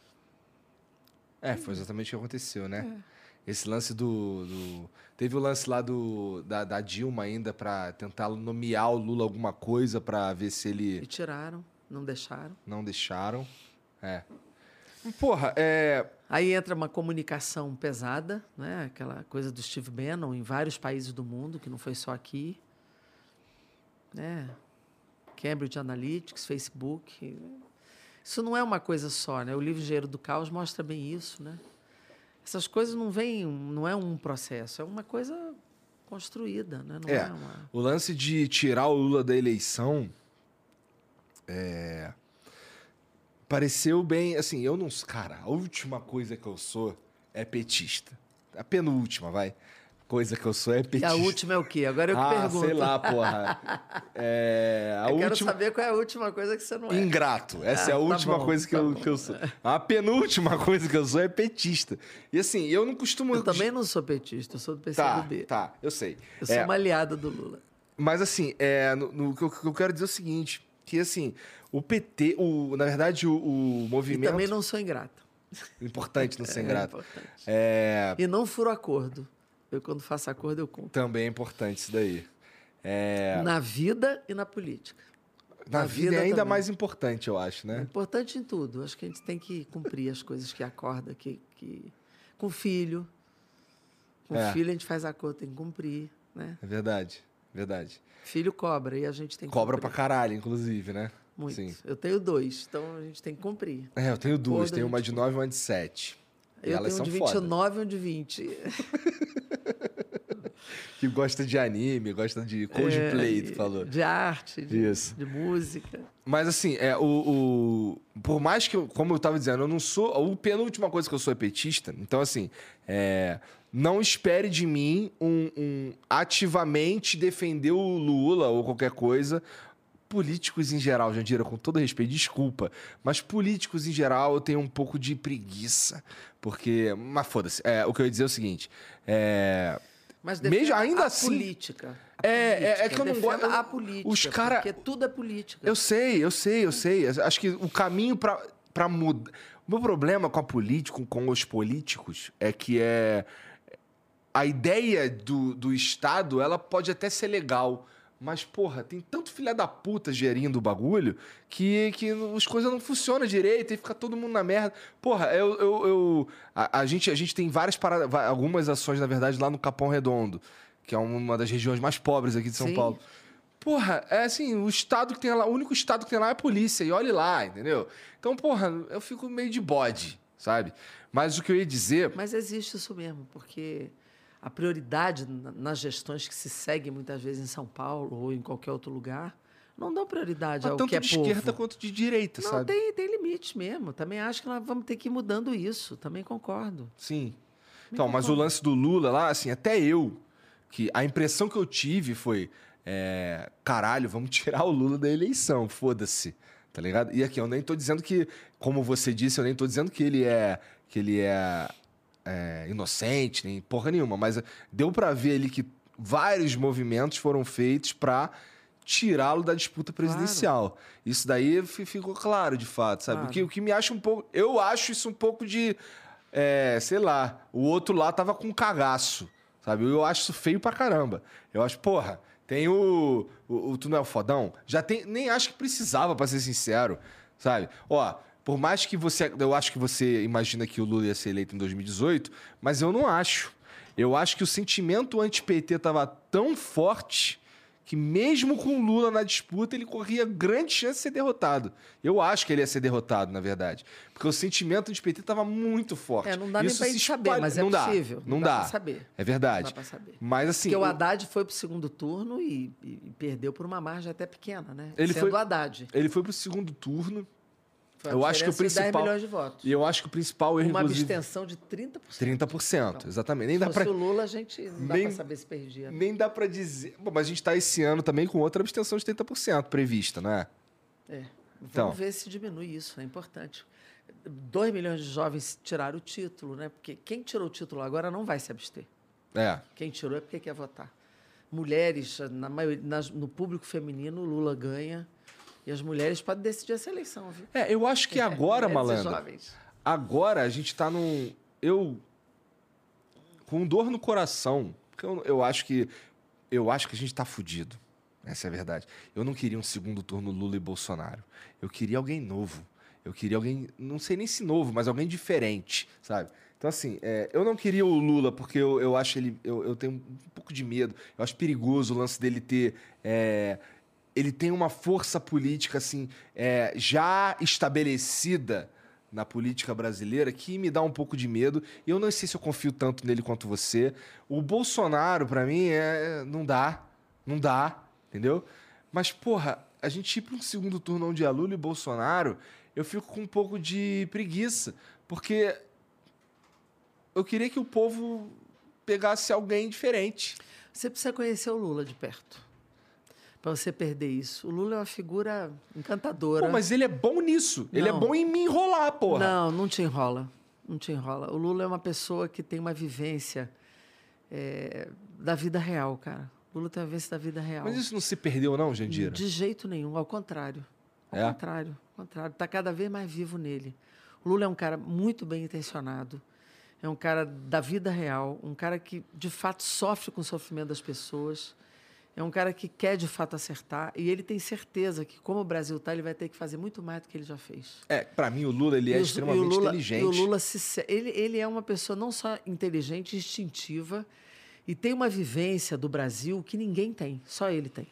É, foi exatamente o que aconteceu, né? É. Esse lance do, do- Teve o lance lá do, da, da Dilma ainda pra tentar nomear o Lula alguma coisa pra ver se E ele... tiraram, não deixaram. Não deixaram. É. Porra, é... Aí entra uma comunicação pesada, né? Aquela coisa do Steve Bannon em vários países do mundo, que não foi só aqui. Né? Cambridge Analytics, Facebook. Isso não é uma coisa só, né? O livro Engenheiro do Caos mostra bem isso, né? Essas coisas não vêm, não é um processo, é uma coisa construída, né? Não é, É. uma... O lance de tirar o Lula da eleição... É... Pareceu bem... Assim, eu não... Cara, a última coisa que eu sou é petista. A penúltima, vai. Coisa que eu sou é E petista. a última é o quê? Agora eu que ah, pergunto. sei lá, porra. É... A eu quero última... saber qual é a última coisa que você não é. Ingrato. Essa Ah, é a tá última bom, coisa que, tá eu, bom. que eu sou. A penúltima coisa que eu sou é petista. E assim, eu não costumo... Eu também não sou petista, eu sou do Tá, P C do B. tá, eu sei. Eu sou É, uma aliada do Lula. Mas assim, é, no, no- o que eu, que eu quero dizer é o seguinte, que assim, o P T, o, na verdade, o, o E movimento... também não sou ingrata. Importante não ser É ingrato. importante. É, E não furo acordo. Eu, quando faço acordo, eu cumpro. também é importante isso daí. É, Na vida e na política. na, na vida, vida é ainda também. mais importante, eu acho, É né? importante em tudo. Acho que a gente tem que cumprir as coisas que acorda, que, que... com filho. Com É. filho a gente faz acordo, tem que cumprir, né? É verdade, verdade. Filho cobra e a gente tem que Cobra pra cumprir. caralho, inclusive, né? Muito. Sim. Eu tenho dois, então a gente tem que cumprir. É, eu tenho duas, Acordo, tenho a uma gente de nove e uma de sete. E Eu elas tenho um são de foda. vinte e nove e um de vinte. Que gosta de anime, gosta de Coldplay, É, tu falou. De arte, de, Isso. de música. Mas assim, é, o, o- por mais que, eu, como eu tava dizendo, eu não sou... A penúltima coisa que eu sou é petista. Então, assim, é, não espere de mim um, um ativamente defender o Lula ou qualquer coisa. Políticos em geral, Jandira, com todo respeito, desculpa, mas políticos em geral eu tenho um pouco de preguiça. Porque... Mas foda-se. É, o que eu ia dizer é o seguinte... É, Mas Mesmo defenda ainda a assim- política. A É, é- é política. que eu não Defenda gosto- eu não- a política. os cara- Porque tudo é política. Eu sei, eu sei, eu sei. Acho que o caminho pra, pra mudar... O meu problema com a política, com os políticos, é que é... A ideia do, do Estado, ela pode até ser legal, mas, porra, tem tanto filha da puta gerindo o bagulho que, que as coisas não funcionam direito e fica todo mundo na merda. Porra, eu... eu, eu- a, a gente, a gente tem várias paradas, va- algumas ações, na verdade, lá no Capão Redondo, que é uma das regiões mais pobres aqui de São Sim. Paulo. porra, é assim, o estado que tem lá, o único estado que tem lá é a polícia, e olhe lá, entendeu? Então, porra, eu fico meio de bode, sabe? Mas o que eu ia dizer... Mas existe isso mesmo, porque a prioridade na- nas gestões que se seguem muitas vezes em São Paulo ou em qualquer outro lugar, não dão prioridade ao tanto que é de esquerda povo. quanto de direita, Não, sabe? tem, tem limite mesmo. Também acho que nós vamos ter que ir mudando isso. Também concordo. Sim. Me Então, mas o concordo. lance do Lula lá, assim, até eu, que a impressão que eu tive foi, é, caralho, vamos tirar o Lula da eleição, foda-se, tá ligado? E aqui, eu nem tô dizendo que, como você disse, eu nem tô dizendo que ele é, que ele é, é, inocente, nem porra nenhuma, mas deu pra ver ali que vários movimentos foram feitos pra tirá-lo da disputa presidencial. Isso daí fi- ficou claro, de fato, sabe? Claro. O, que, o que me acha um pouco... Eu acho isso um pouco de... É, sei lá, o outro lá tava com cagaço, sabe? Eu acho isso feio pra caramba. Eu acho, porra, tem o... o, o Tu Não É o Fodão? Já tem... Nem acho que precisava, pra ser sincero, sabe? Ó, por mais que você... Eu acho que você imagina que o Lula ia ser eleito em dois mil e dezoito, mas eu não acho. Eu acho que o sentimento anti-P T tava tão forte que mesmo com o Lula na disputa, ele corria grande chance de ser derrotado. Eu acho que ele ia ser derrotado, na verdade. Porque o sentimento anti-P T estava muito forte. É, não dá nem Isso pra se gente espalha- saber, mas é não dá, possível. Não, Não dá dá. pra saber. É verdade. Não dá pra saber. Mas assim... Porque o o- Haddad foi para o segundo turno e, e- e perdeu por uma margem até pequena, né? Ele Sendo foi- o Haddad. Ele foi pro segundo turno. Foi a Eu acho que o diferença de dez principal- milhões de votos. E eu acho que o principal erro, Uma inclusive... abstenção de trinta por cento. trinta por cento, Então, exatamente. Nem Se dá, fosse pra, o Lula, a gente não dá nem- pra saber se perdia. nem dá pra dizer... Bom, mas a gente tá esse ano também com outra abstenção de trinta por cento prevista, não é? É. Vamos Então. ver se diminui isso, é importante. Dois milhões de jovens tiraram o título, né? Porque quem tirou o título agora não vai se abster. É. Quem tirou é porque quer votar. Mulheres, na maioria, nas- no público feminino, o Lula ganha. E as mulheres podem decidir essa eleição, viu? É, eu acho que agora, Mulheres e malandro... jovens. Agora a gente tá num. Eu. Com dor no coração. Porque eu, eu acho que. Eu acho que a gente tá fudido. Essa é a verdade. Eu não queria um segundo turno Lula e Bolsonaro. Eu queria alguém novo. Eu queria alguém. Não sei nem se novo, mas alguém diferente, sabe? Então, assim, é, eu não queria o Lula, porque eu, eu acho ele. Eu, eu tenho um pouco de medo. Eu acho perigoso o lance dele ter. é, ele tem uma força política, assim, é, já estabelecida na política brasileira que me dá um pouco de medo. E eu não sei se eu confio tanto nele quanto você. O Bolsonaro, pra mim, é não dá. Não dá, entendeu? Mas, porra, a gente ir pra um segundo turno onde é Lula e Bolsonaro, eu fico com um pouco de preguiça. Porque eu queria que o povo pegasse alguém diferente. Você precisa conhecer o Lula de perto. Para você perder isso. O Lula é uma figura encantadora. Pô, mas ele é bom nisso. Ele é Não. bom em me enrolar, porra. Não, não te enrola. Não te enrola. O Lula é uma pessoa que tem uma vivência é, da vida real, cara. O Lula tem uma vivência da vida real. Mas isso não se perdeu, não, Jandira? De jeito nenhum, ao contrário. Ao É? contrário, ao contrário. Está cada vez mais vivo nele. O Lula é um cara muito bem intencionado. É um cara da vida real, um cara que, de fato, sofre com o sofrimento das pessoas. É um cara que quer, de fato, acertar. E ele tem certeza que, como o Brasil está, ele vai ter que fazer muito mais do que ele já fez. É, pra mim o Lula ele é E o- extremamente e o Lula, inteligente. E o Lula se, se- ele, ele é uma pessoa não só inteligente, instintiva, e tem uma vivência do Brasil que ninguém tem, só ele tem.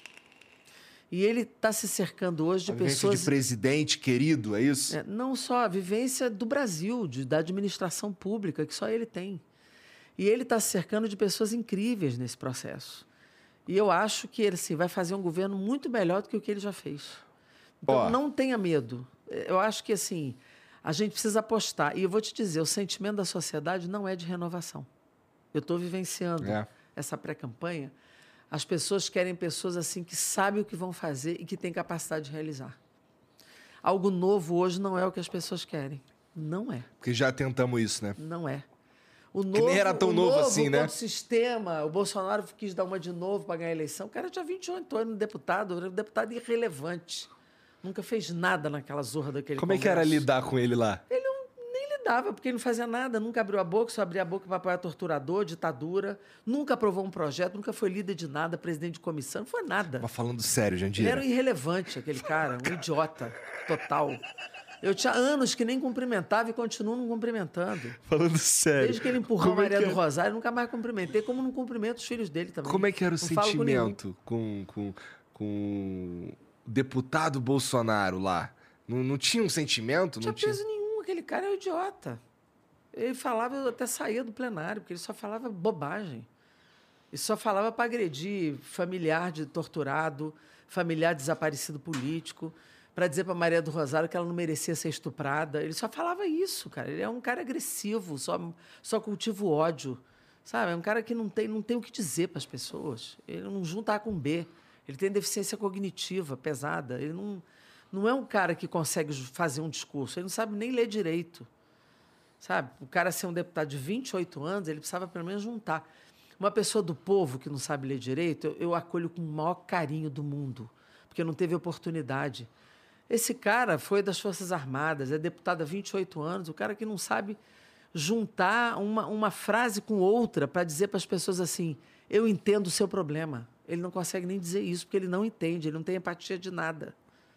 E ele está se cercando hoje de A vivência pessoas. de presidente querido, é isso? É, não só a vivência do Brasil, de, da administração pública, que só ele tem. E ele está se cercando de pessoas incríveis nesse processo. E eu acho que ele assim, vai fazer um governo muito melhor do que o que ele já fez. Então, Ó. não tenha medo. Eu acho que assim, a gente precisa apostar. E eu vou te dizer, o sentimento da sociedade não é de renovação. Eu estou vivenciando É. essa pré-campanha. As pessoas querem pessoas assim que sabem o que vão fazer e que têm capacidade de realizar. Algo novo hoje não é o que as pessoas querem. Não é. Porque já tentamos isso, né? Não é. O nem era tão o novo assim, né? contra o sistema, o Bolsonaro quis dar uma de novo para ganhar a eleição. O cara tinha vinte e oito anos, deputado, era um deputado irrelevante. Nunca fez nada naquela zorra daquele Como é que era Congresso. lidar com ele lá? Ele não, nem lidava, porque ele não fazia nada, nunca abriu a boca, só abria a boca para apoiar torturador, ditadura, nunca aprovou um projeto, nunca foi líder de nada, presidente de comissão, não foi nada. Mas falando sério, Ele Jandira. era um irrelevante, aquele cara, um idiota total. Eu tinha anos que nem cumprimentava e continuo não cumprimentando. Falando sério. Desde que ele empurrou a Como é Maria que do é- Rosário, nunca mais cumprimentei, como não cumprimento os filhos dele também. Como é que era o Não falo com nenhum. sentimento com, com, com o deputado Bolsonaro lá? Não, não tinha um sentimento? Não Não tinha tinha... peso nenhum, aquele cara é um idiota. Ele falava, eu até saía do plenário, porque ele só falava bobagem. Ele só falava para agredir familiar de torturado, familiar desaparecido político, para dizer para Maria do Rosário que ela não merecia ser estuprada. Ele só falava isso, cara. Ele é um cara agressivo, só, só cultiva o ódio. Sabe? É um cara que não tem, não tem o que dizer para as pessoas. Ele não junta A com B. Ele tem deficiência cognitiva pesada. Ele não, não é um cara que consegue fazer um discurso. Ele não sabe nem ler direito. Sabe? O cara ser um deputado de vinte e oito anos, ele precisava pelo menos juntar. Uma pessoa do povo que não sabe ler direito, eu, eu acolho com o maior carinho do mundo, porque não teve oportunidade. Esse cara foi das Forças Armadas, é deputado há vinte e oito anos, o cara que não sabe juntar uma, uma frase com outra para dizer para as pessoas assim, eu entendo o seu problema. Ele não consegue nem dizer isso, porque ele não entende, ele não tem empatia de nada.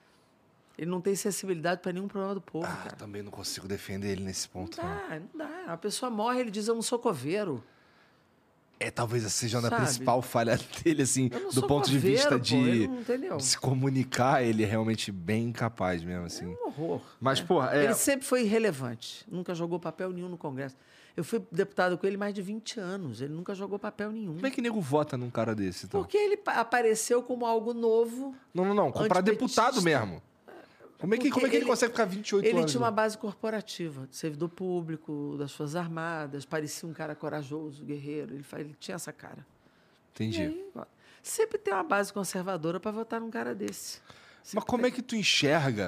Ele não tem sensibilidade para nenhum problema do povo, Ah, cara. também não consigo defender ele nesse ponto, Não não. dá, não dá. A pessoa morre, ele diz, eu não sou coveiro. É, talvez essa seja a Sabe? principal falha dele, assim, Eu não do sou ponto de coveiro, vista pô, de, ele não entendeu. de se comunicar, ele é realmente bem incapaz mesmo, assim. É um horror. Mas, né? porra, é... Ele sempre foi irrelevante. Nunca jogou papel nenhum no Congresso. Eu fui deputado com ele mais de vinte anos. Ele nunca jogou papel nenhum. Como é que nego vota num cara desse, então? Porque ele pa- apareceu como algo novo. Não, não, não. Comprar Antipetista. deputado mesmo. Como é que, Porque como é que ele, ele- consegue ficar vinte e oito Ele anos? tinha uma né? base corporativa, de servidor público, das Forças Armadas. Parecia um cara corajoso, guerreiro. Ele, fa- ele tinha essa cara. E Entendi. aí, ó, sempre tem uma base conservadora para votar num cara desse. Mas como é que tu enxerga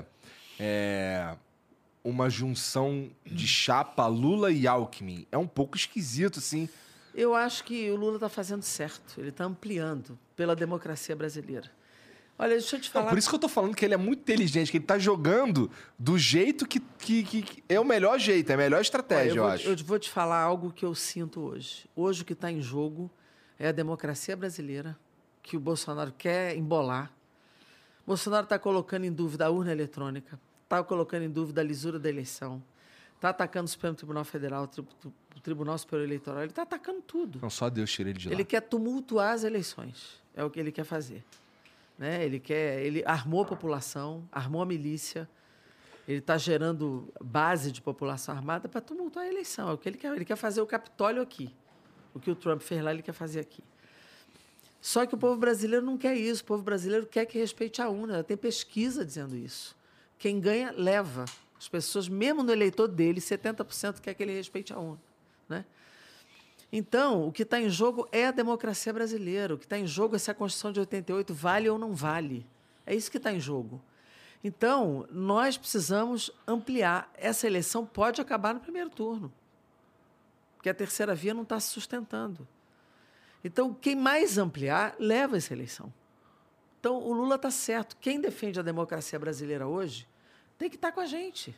é, uma junção de chapa Lula e Alckmin? É um pouco esquisito, assim. Eu acho que o Lula está fazendo certo. Ele está ampliando pela democracia brasileira. Olha, deixa eu te Não, falar. por isso que eu tô falando que ele é muito inteligente, que ele tá jogando do jeito que, que, que- que é o melhor jeito, é a melhor Olha, estratégia, eu, eu, vou, acho. eu vou te falar algo que eu sinto hoje. Hoje o que está em jogo é a democracia brasileira, que o Bolsonaro quer embolar. O Bolsonaro está colocando em dúvida a urna eletrônica, está colocando em dúvida a lisura da eleição, está atacando o Supremo Tribunal Federal, o, tri- o Tribunal Superior Eleitoral, ele está atacando tudo. Não, só Deus tira ele de lá. Ele quer tumultuar as eleições, é o que ele quer fazer. Né? Ele quer, ele armou a população, armou a milícia, ele está gerando base de população armada para tumultuar a eleição. É o que ele quer. Ele quer fazer o Capitólio aqui. O que o Trump fez lá, ele quer fazer aqui. Só que o povo brasileiro não quer isso. O povo brasileiro quer que respeite a urna. Tem pesquisa dizendo isso. Quem ganha, leva. As pessoas, mesmo no eleitor dele, setenta por cento quer que ele respeite a urna. Né? Então, o que está em jogo é a democracia brasileira. O que está em jogo é se a Constituição de oitenta e oito vale ou não vale. É isso que está em jogo. Então, nós precisamos ampliar. Essa eleição pode acabar no primeiro turno, porque a terceira via não está se sustentando. Então, quem mais ampliar, leva essa eleição. Então, o Lula está certo. Quem defende a democracia brasileira hoje tem que estar com a gente.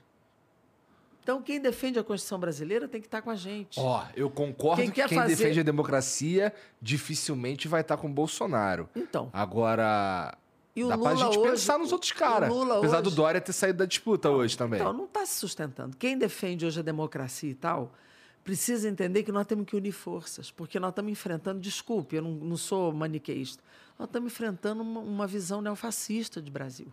Então, quem defende a Constituição brasileira tem que estar com a gente. Ó, eu concordo Quem que quer quem fazer- defende a democracia dificilmente vai estar com o Bolsonaro. Então, Agora, e o dá pra Lula gente hoje- pensar nos outros o caras. Lula Apesar do hoje- Dória ter saído da disputa hoje também. Então, não está se sustentando. Quem defende hoje a democracia e tal, precisa entender que nós temos que unir forças, porque nós estamos enfrentando, desculpe, eu não, não sou maniqueísta, nós estamos enfrentando uma, uma visão neofascista de Brasil.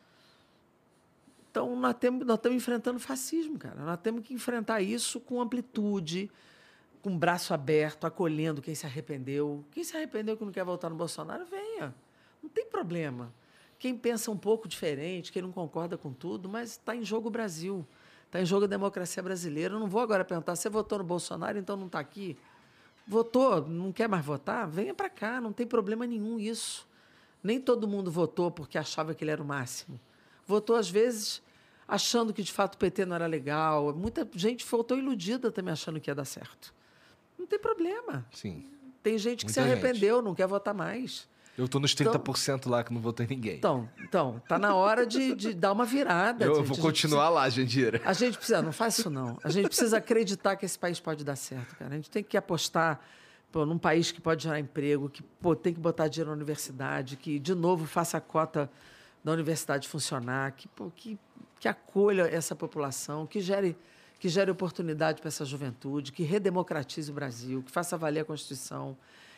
Então, nós, temos, nós estamos enfrentando fascismo, cara. Nós temos que enfrentar isso com amplitude, com o braço aberto, acolhendo quem se arrependeu. Quem se arrependeu que não quer votar no Bolsonaro, venha. Não tem problema. Quem pensa um pouco diferente, quem não concorda com tudo, mas está em jogo o Brasil. Está em jogo a democracia brasileira. Eu não vou agora perguntar, você votou no Bolsonaro, então não está aqui? Votou, não quer mais votar? Venha para cá, não tem problema nenhum isso. Nem todo mundo votou porque achava que ele era o máximo. Votou, às vezes, achando que, de fato, o P T não era legal. Muita gente votou iludida também, achando que ia dar certo. Não tem problema. Sim. Tem gente que Muita se gente. arrependeu, não quer votar mais. Eu tô nos trinta por cento lá que não votou em ninguém. Então, então tá na hora de, de dar uma virada. eu gente. vou A gente continuar lá, Jandira. precisa- A gente precisa, não faz isso não. A gente precisa acreditar que esse país pode dar certo, cara. A gente tem que apostar pô, num país que pode gerar emprego, que pô, tem que botar dinheiro na universidade, que, de novo, faça a cota da universidade funcionar, que, pô, que, que acolha essa população, que gere, que gere oportunidade para essa juventude, que redemocratize o Brasil, que faça valer a Constituição,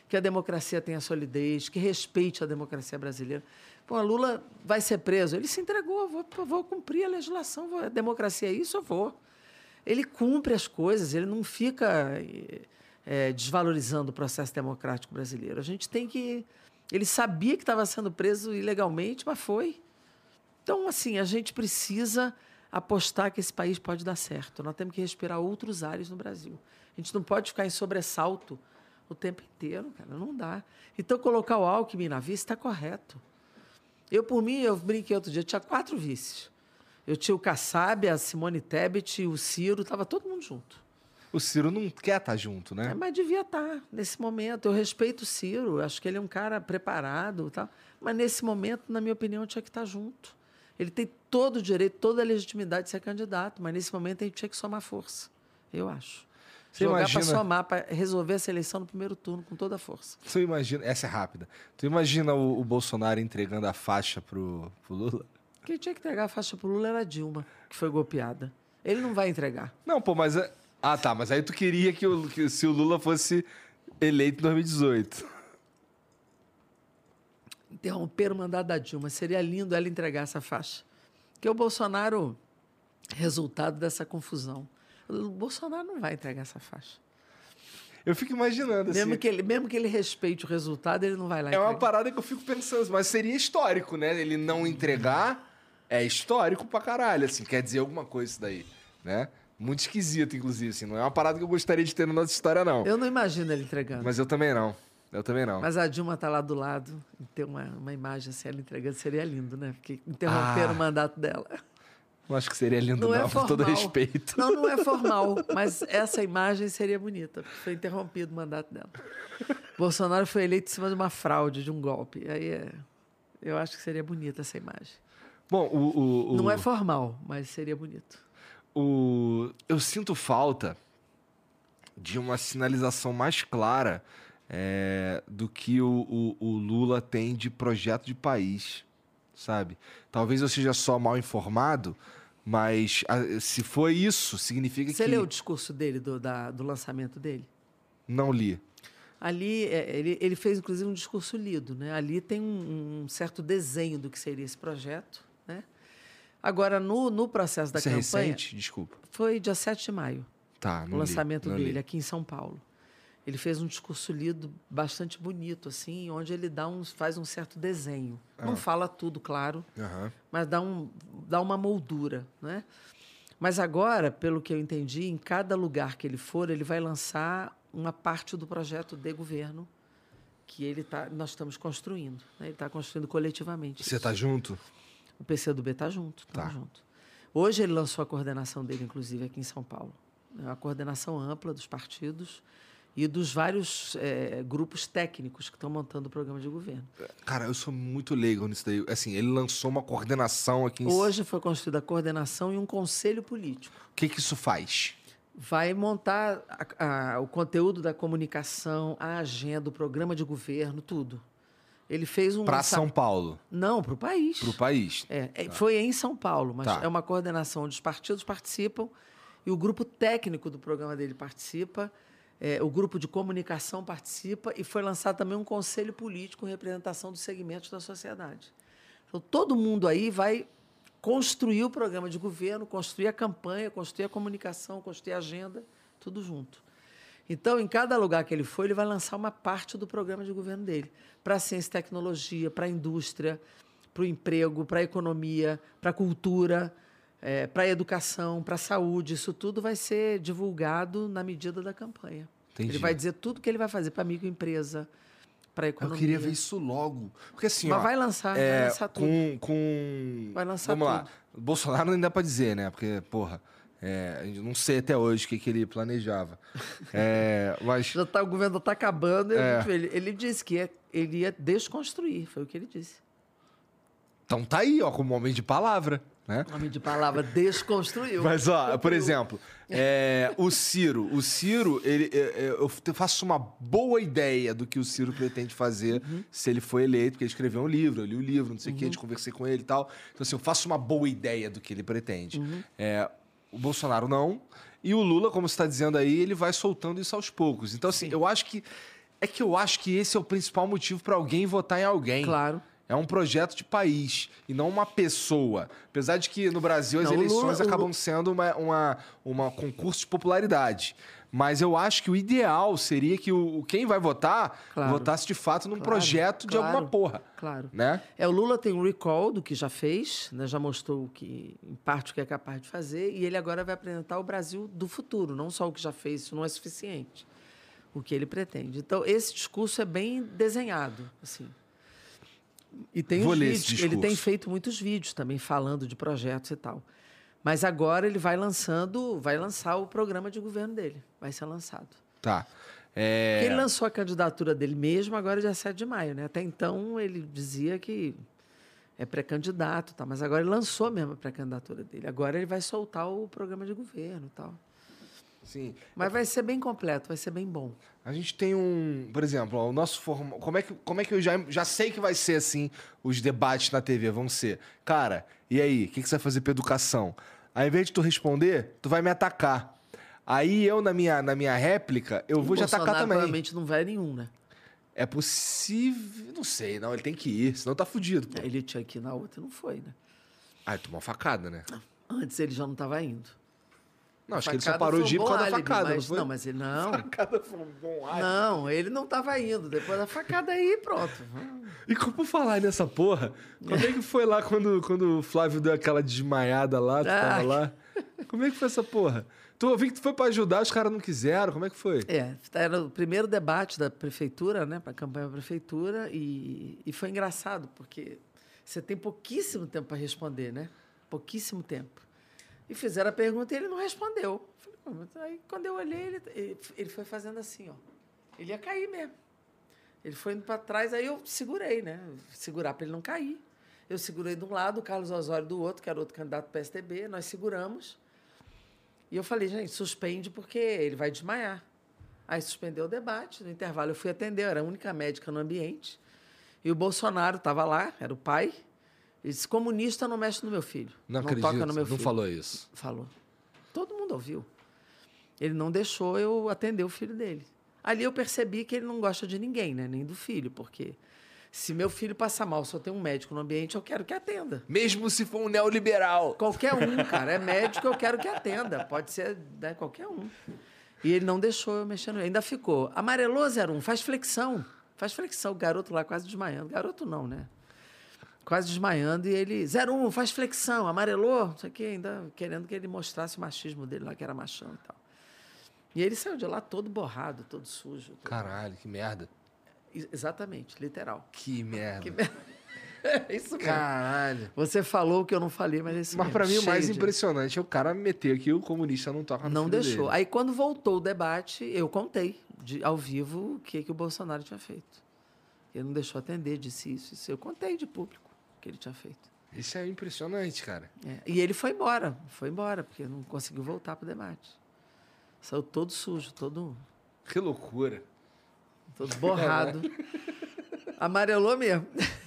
que a democracia tenha solidez, que respeite a democracia brasileira. Pô, Lula vai ser preso. Ele se entregou, vou, vou cumprir a legislação, vou, a democracia é isso, eu vou. Ele cumpre as coisas, ele não fica é, desvalorizando o processo democrático brasileiro. A gente tem que... Ele sabia que estava sendo preso ilegalmente, mas foi. Então, assim, a gente precisa apostar que esse país pode dar certo. Nós temos que respirar outros ares no Brasil. A gente não pode ficar em sobressalto o tempo inteiro, cara, não dá. Então, colocar o Alckmin na vice está correto. Eu, por mim, eu brinquei outro dia, eu tinha quatro vices. Eu tinha o Kassab, a Simone Tebet, o Ciro, estava todo mundo junto. O Ciro não quer estar junto, né? É, mas devia estar nesse momento. Eu respeito o Ciro, acho que ele é um cara preparado e tal, mas nesse momento, na minha opinião, tinha que estar junto. Ele tem todo o direito, toda a legitimidade de ser candidato, mas nesse momento ele tinha que somar força, eu acho. Você Jogar imagina... para somar, para resolver essa eleição no primeiro turno com toda a força. Tu imagina... Essa é rápida. Tu imagina o, o Bolsonaro entregando a faixa pro, pro Lula? Quem tinha que entregar a faixa pro Lula era a Dilma, que foi golpeada. Ele não vai entregar. Não, pô, mas... É... Ah, tá. Mas aí tu queria que, o, que se o Lula fosse eleito em dois mil e dezoito. Interromper o mandato da Dilma. Seria lindo ela entregar essa faixa. Porque o Bolsonaro, resultado dessa confusão, o Bolsonaro não vai entregar essa faixa. Eu fico imaginando assim. Mesmo que ele, mesmo que ele respeite o resultado, ele não vai lá É entregar. uma parada que eu fico pensando, mas seria histórico, né? Ele não entregar é histórico pra caralho, assim. Quer dizer alguma coisa isso daí, né? Muito esquisito, inclusive, assim. Não é uma parada que eu gostaria de ter na nossa história, não. Eu não imagino ele entregando. Mas eu também não. Eu também não. Mas a Dilma tá lá do lado e ter uma, uma imagem assim, ela entregando, seria lindo, né? Porque interromperam Ah. o mandato dela. Não acho que seria lindo, Não não, é com formal. todo respeito. Não, não é formal, mas essa imagem seria bonita, porque foi interrompido o mandato dela. Bolsonaro foi eleito em cima de uma fraude, de um golpe. Aí é, eu acho que seria bonita essa imagem. Bom, o... o, o Não é formal, mas seria bonito. o, eu sinto falta de uma sinalização mais clara é, do que o, o, o Lula tem de projeto de país, sabe? Talvez eu seja só mal informado, mas a, se for isso, significa Você que... leu o discurso dele, do, da, do lançamento dele? Não li. Ali, é, ele, ele fez, inclusive, um discurso lido, né? Ali tem um, um certo desenho do que seria esse projeto, né? Agora, no, no processo da Isso é campanha... recente? Desculpa. Foi dia sete de maio, Tá, não o lançamento li, não dele, li. aqui em São Paulo. Ele fez um discurso lido bastante bonito, assim, onde ele dá um, faz um certo desenho. Não fala tudo, claro, Aham. mas dá, um, dá uma moldura, né? Mas agora, pelo que eu entendi, em cada lugar que ele for, ele vai lançar uma parte do projeto de governo que ele tá, nós estamos construindo, né? Ele está construindo coletivamente. Você isso. tá junto? O P C do B está junto, tá Tá. junto. Hoje ele lançou a coordenação dele, inclusive, aqui em São Paulo. É uma coordenação ampla dos partidos e dos vários é, grupos técnicos que estão montando o programa de governo. Cara, eu sou muito leigo nisso daí. Assim, ele lançou uma coordenação aqui em... Hoje foi construída a coordenação e um conselho político. O que que isso faz? Vai montar a- a- o conteúdo da comunicação, a agenda, o programa de governo, tudo. Ele fez um... Pra lança- São Paulo, Não, para o país. pro país. É, é, Foi em São Paulo, mas Tá. é uma coordenação onde os partidos participam e o grupo técnico do programa dele participa, é, o grupo de comunicação participa e foi lançado também um conselho político com representação dos segmentos da sociedade. Então, todo mundo aí vai construir o programa de governo, construir a campanha, construir a comunicação, construir a agenda, tudo junto. Então, em cada lugar que ele for, ele vai lançar uma parte do programa de governo dele, para a ciência e tecnologia, para a indústria, para o emprego, para a economia, para a cultura, é, para a educação, para a saúde. Isso tudo vai ser divulgado na medida da campanha. Entendi. Ele vai dizer tudo que ele vai fazer para a microempresa, para a Eu economia. queria ver isso logo. Porque assim, Mas ó, vai lançar, vai é, lançar tudo. com, com... Vai lançar Vamos lá. tudo. O Bolsonaro não dá pra dizer, né? Porque, porra, é, eu não sei até hoje o que, que ele planejava. É, mas... Já tá, o governo está acabando. e a É. gente vê, Ele, ele disse que ia- ele ia desconstruir, foi o que ele disse. Então tá aí, ó, como homem de palavra, né? Homem de palavra, desconstruiu. Mas, ó, por Concluiu. exemplo, é, o Ciro. O Ciro, ele, é, é, eu faço uma boa ideia do que o Ciro pretende fazer se ele for eleito, porque ele escreveu um livro, eu li o livro, não sei o quê, eu conversei com ele e tal. Então, assim, eu faço uma boa ideia do que ele pretende. É, o Bolsonaro não. E o Lula, como você está dizendo aí, ele vai soltando isso aos poucos. Então, assim, eu acho que É que eu acho que esse é o principal motivo para alguém votar em alguém. Claro. É um projeto de país e não uma pessoa. Apesar de que no Brasil as Não, o eleições Lula- o acabam Lula- sendo uma, uma, uma concurso de popularidade. Mas eu acho que o ideal seria que o, quem vai votar Claro. votasse de fato num Claro, projeto de claro, alguma porra. Claro. Né? É, o Lula tem um recall do que já fez, né, já mostrou o que, em parte o que é capaz de fazer, e ele agora vai apresentar o Brasil do futuro, não só o que já fez, isso não é suficiente, o que ele pretende. Então, esse discurso é bem desenhado, assim. E tem Vou os ler esse vídeos, ele tem discurso. feito muitos vídeos também falando de projetos e tal. Mas agora ele vai lançando, vai lançar o programa de governo dele, vai ser lançado. Tá. Porque É... ele lançou a candidatura dele mesmo agora dia sete de maio, né? Até então ele dizia que é pré-candidato, tá? Mas agora ele lançou mesmo a pré-candidatura dele. Agora ele vai soltar o programa de governo e tal. Sim. Mas vai ser bem completo, vai ser bem bom. A gente tem um, por exemplo, ó, o nosso forma, como é que como é que eu já, já sei que vai ser assim os debates na T V vão ser. Cara, e aí, o que, que você vai fazer pra educação? Aí, ao invés de tu responder, tu vai me atacar. Aí eu na minha na minha réplica, eu vou o te atacar Bolsonaro também. provavelmente não vai nenhum, né? É possível, não sei, não, ele tem que ir, senão tá fudido, pô. Ele tinha que ir na outra, não foi, né? Ai, tomou uma facada, né? Antes ele já não estava indo. Não, acho que ele só Facada parou foi de ir um por bom causa da álibi, facada, mas, não foi? Não, mas ele não. Facada foi um bom álibi. Não, ele não estava indo. Depois da facada aí, pronto. E como falar nessa porra, como é que foi lá quando, quando o Flávio deu aquela desmaiada lá, tu tava Ah. lá? Como é que foi essa porra? Tu eu vi que tu foi pra ajudar, os caras não quiseram, como é que foi? É, era o primeiro debate da prefeitura, né, para a campanha da prefeitura, e, e foi engraçado, porque você tem pouquíssimo tempo para responder, né? Pouquíssimo tempo. E fizeram a pergunta e ele não respondeu. Falei, "Pô, mas aí, quando eu olhei, ele, ele, ele foi fazendo assim, ó. Ele ia cair mesmo. Ele foi indo para trás, aí eu segurei, né? Segurar para ele não cair. Eu segurei de um lado, o Carlos Osório do outro, que era outro candidato do P S D B, nós seguramos. E eu falei, gente, suspende porque ele vai desmaiar. Aí suspendeu o debate, no intervalo eu fui atender, eu era a única médica no ambiente. E o Bolsonaro estava lá, era o pai. Ele disse, comunista não mexe no meu filho. Não, não acredito, toca no meu não filho. falou isso. Falou. Todo mundo ouviu. Ele não deixou eu atender o filho dele. Ali eu percebi que ele não gosta de ninguém, né? Nem do filho, porque se meu filho passar mal, só tem um médico no ambiente, eu quero que atenda. Mesmo se for um neoliberal. Qualquer um, cara. É médico, eu quero que atenda. Pode ser, né, qualquer um. E ele não deixou eu mexer no... Ainda ficou. Amarelou, zero um, faz flexão. Faz flexão. O garoto lá quase desmaiando. Garoto não, né? Quase desmaiando. E ele... zero um, faz flexão. Amarelou. Não sei o quê. Ainda querendo que ele mostrasse o machismo dele lá, que era machão e tal. E ele saiu de lá todo borrado, todo sujo. Todo... Caralho, que merda. Exatamente, literal. Que merda. Que merda. É isso mesmo. Caralho. Você falou o que eu não falei, mas é isso Mas mesmo. pra mim o mais Cheio de- impressionante é o cara meter que o comunista não toca no Não filho deixou. dele. Aí, quando voltou o debate, eu contei de, ao vivo o que, que o Bolsonaro tinha feito. Ele não deixou atender, disse isso, isso. Eu contei de público o que ele tinha feito. Isso é impressionante, cara. É, e ele foi embora, foi embora, porque não conseguiu voltar para o debate. Saiu todo sujo, todo, Que loucura. todo borrado. Amarelou mesmo.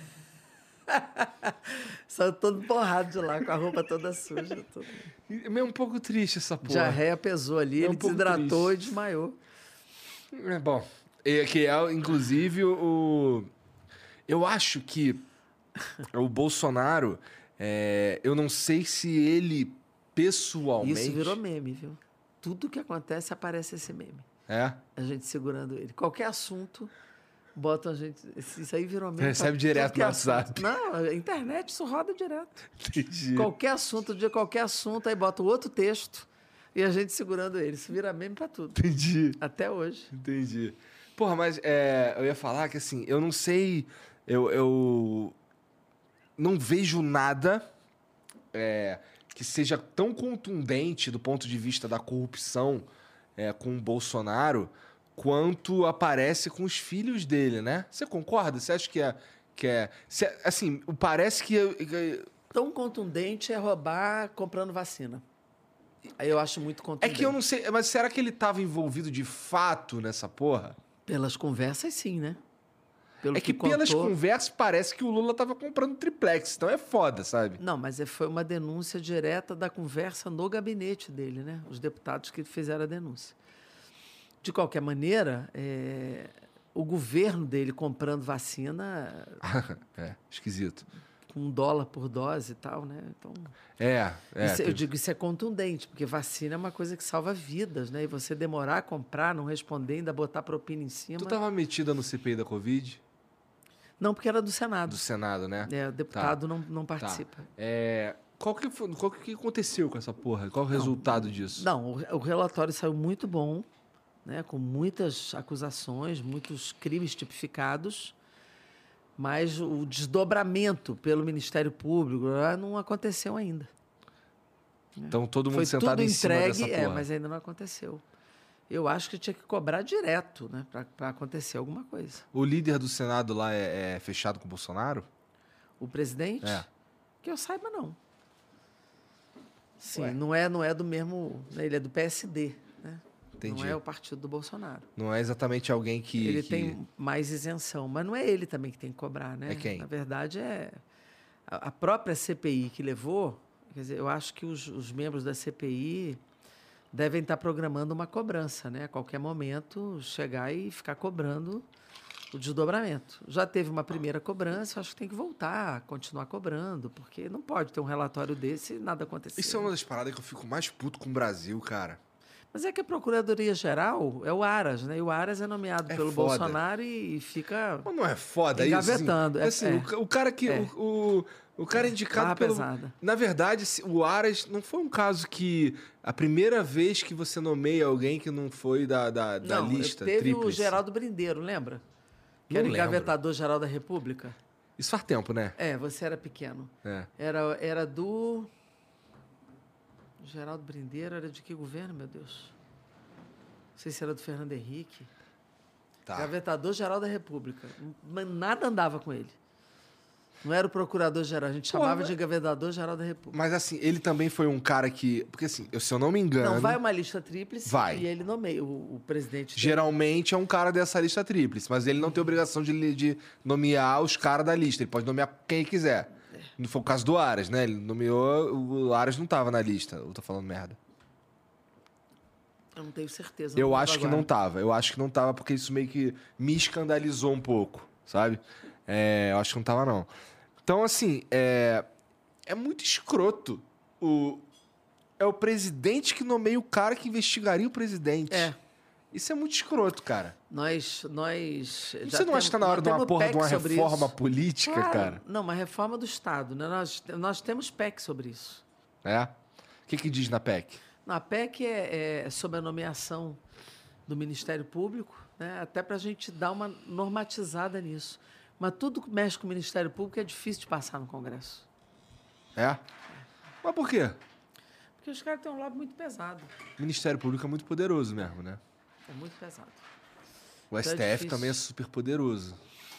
Saiu todo borrado de lá, com a roupa toda suja. Todo... É meio um pouco triste essa porra. Diarreia pesou ali, É um ele pouco desidratou triste. e desmaiou. É bom. É, que é, inclusive, o. Eu acho que o Bolsonaro. é, eu não sei se ele pessoalmente. Isso virou meme, viu? Tudo que acontece aparece esse meme. É. A gente segurando ele. Qualquer assunto, bota a gente. Isso aí virou meme. Recebe pra direto tudo que no é WhatsApp. assunto. Não, a internet isso roda direto. Entendi. Qualquer assunto, de qualquer assunto, aí bota outro texto e a gente segurando ele. Isso vira meme pra tudo. Entendi. Até hoje. Entendi. Porra, mas é, eu ia falar que assim, eu não sei. Eu, eu não vejo nada é, que seja tão contundente do ponto de vista da corrupção é, com o Bolsonaro quanto aparece com os filhos dele, né? Você concorda? Você acha que é. Que é se- assim, parece que. que- Tão contundente é roubar comprando vacina. Aí eu acho muito É contundente. que eu não sei. Mas será que ele estava envolvido de fato nessa porra? Pelas conversas, sim, né? Pelo É que, pelas contou- conversas parece que o Lula tava comprando triplex, então é foda, sabe? Não, mas é- foi uma denúncia direta da conversa no gabinete dele, né? Os deputados que fizeram a denúncia. De qualquer maneira, é, o governo dele comprando vacina É, esquisito. com um dólar por dose e tal, né? Então, É, é. isso- eu teve- digo, isso é contundente, porque vacina é uma coisa que salva vidas, né? E você demorar a comprar, não responder, ainda botar propina em cima. Tu tava metida no C P I da Covid? Não, porque era do Senado. Do Senado, né? É, o deputado não, não participa. É, qual que foi, qual que aconteceu com essa porra? Qual o resultado disso? Não, o, o relatório saiu muito bom, né? Com muitas acusações, muitos crimes tipificados, mas o desdobramento pelo Ministério Público ah, não aconteceu ainda. Então todo mundo Foi sentado tudo em cima entregue, dessa é, porra. mas ainda não aconteceu. Eu acho que tinha que cobrar direto, né? Para acontecer alguma coisa. O líder do Senado lá é, é fechado com o Bolsonaro? O presidente? É. Que eu saiba, não. Sim, Ué. não é, não é do mesmo... né, ele é do P S D, né? Entendi. Não é o partido do Bolsonaro. Não é exatamente alguém que... Ele que- tem mais isenção, mas não é ele também que tem que cobrar, né? É quem? Na verdade, é a a própria C P I que levou. Quer dizer, eu acho que os, os membros da C P I devem estar programando uma cobrança, né? A qualquer momento, chegar e ficar cobrando o desdobramento. Já teve uma primeira cobrança, acho que tem que voltar, continuar cobrando, porque não pode ter um relatório desse e nada acontecer. Isso é uma das paradas que eu fico mais puto com o Brasil, cara. Mas é que a Procuradoria-Geral é o Aras, né? E o Aras é nomeado É pelo foda. Bolsonaro e, e fica... Mas não é foda Engavetando, é- isso? Assim, é. assim, o, o cara que... É. O, o, o cara indicado barra pelo... pesada. Na verdade, se- o Aras não foi um caso que... A primeira vez que você nomeia alguém que não foi da, da, da Não, lista teve tríplice. o Geraldo Brindeiro, lembra? Que Não era lembro. engavetador-geral da República. Isso faz tempo, né? É, você era pequeno. É. Era, era do... Geraldo Brindeiro era de que governo, meu Deus? Não sei se era do Fernando Henrique. Tá. Engavetador-geral da República. Mas nada andava com ele. Não era o procurador-geral, a gente Pô, chamava mas- de engavetador-geral da República. Mas assim, ele também foi um cara que... Porque assim, eu- se eu não me engano... Não, vai uma lista tríplice Vai. e ele nomeia. O, o presidente... tem- Geralmente é um cara dessa lista tríplice, mas ele não tem obrigação de, de nomear os caras da lista. Ele pode nomear quem ele quiser. Não foi o caso do Aras, né? Ele nomeou... O Aras não tava na lista. Eu tô falando merda. Eu não tenho certeza. Eu lembro acho que agora. não tava. Eu acho que não tava porque isso meio que me escandalizou um pouco, sabe? É, eu acho que não tava, não. Então, assim, é, é muito escroto. O, é o presidente que nomeia o cara que investigaria o presidente. É. Isso é muito escroto, cara. Nós, nós já Você não acha que tá na hora de uma porra de uma reforma política, política, cara? Não, uma reforma do Estado, né? Nós, nós temos P E C sobre isso. É? O que que diz na P E C? Não, a P E C é, é sobre a nomeação do Ministério Público, né? Até para a gente dar uma normatizada nisso. Mas tudo que mexe com o Ministério Público é difícil de passar no Congresso. É? Mas por quê? Porque os caras têm um lobby muito pesado. O Ministério Público é muito poderoso mesmo, né? É muito pesado. O Então é S T F difícil. também é super poderoso.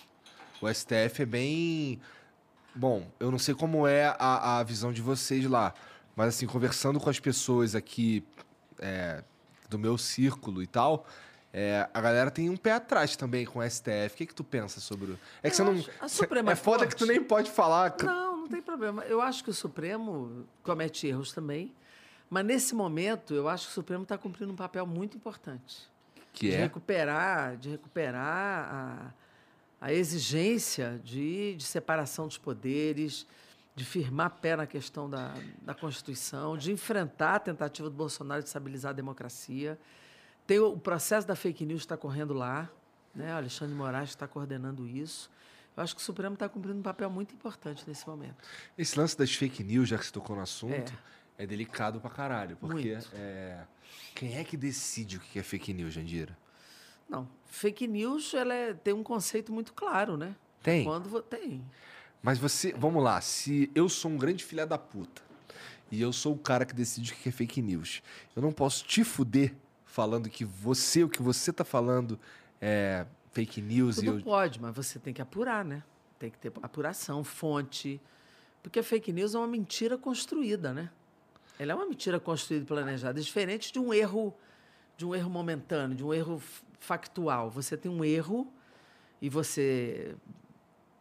O S T F é bem... Bom, eu não sei como é a, a visão de vocês lá, mas assim, conversando com as pessoas aqui é, do meu círculo e tal, é, a galera tem um pé atrás também com o S T F. O que que tu pensa sobre o... É que Eu você não... acho- a Suprema é foda que tu Corte- nem pode falar... Não, não tem problema. Eu acho que o Supremo comete erros também, mas nesse momento eu acho que o Supremo está cumprindo um papel muito importante. Que de é... recuperar, de recuperar a, a exigência de, de separação dos poderes, de firmar pé na questão da, da Constituição, de enfrentar a tentativa do Bolsonaro de estabilizar a democracia. Tem o, o processo da fake news está correndo lá, né? O Alexandre de Moraes está coordenando isso. Eu acho que o Supremo está cumprindo um papel muito importante nesse momento. Esse lance das fake news, já que você tocou no assunto, É. é, delicado pra caralho. Porque Muito. é, quem é que decide o que é fake news, Jandira? Não, fake news ela é- tem um conceito muito claro, né? Tem. Quando vo- tem. Mas você, vamos lá, se eu sou um grande filha da puta e eu sou o cara que decide o que é fake news, eu não posso te fuder falando que você, o que você tá falando é fake news e Tudo eu... pode, mas você tem que apurar, né? Tem que ter apuração, fonte. Porque a fake news é uma mentira construída, né? Ela é uma mentira construída e planejada, é diferente de um erro, de um erro momentâneo, de um erro f- factual. Você tem um erro e você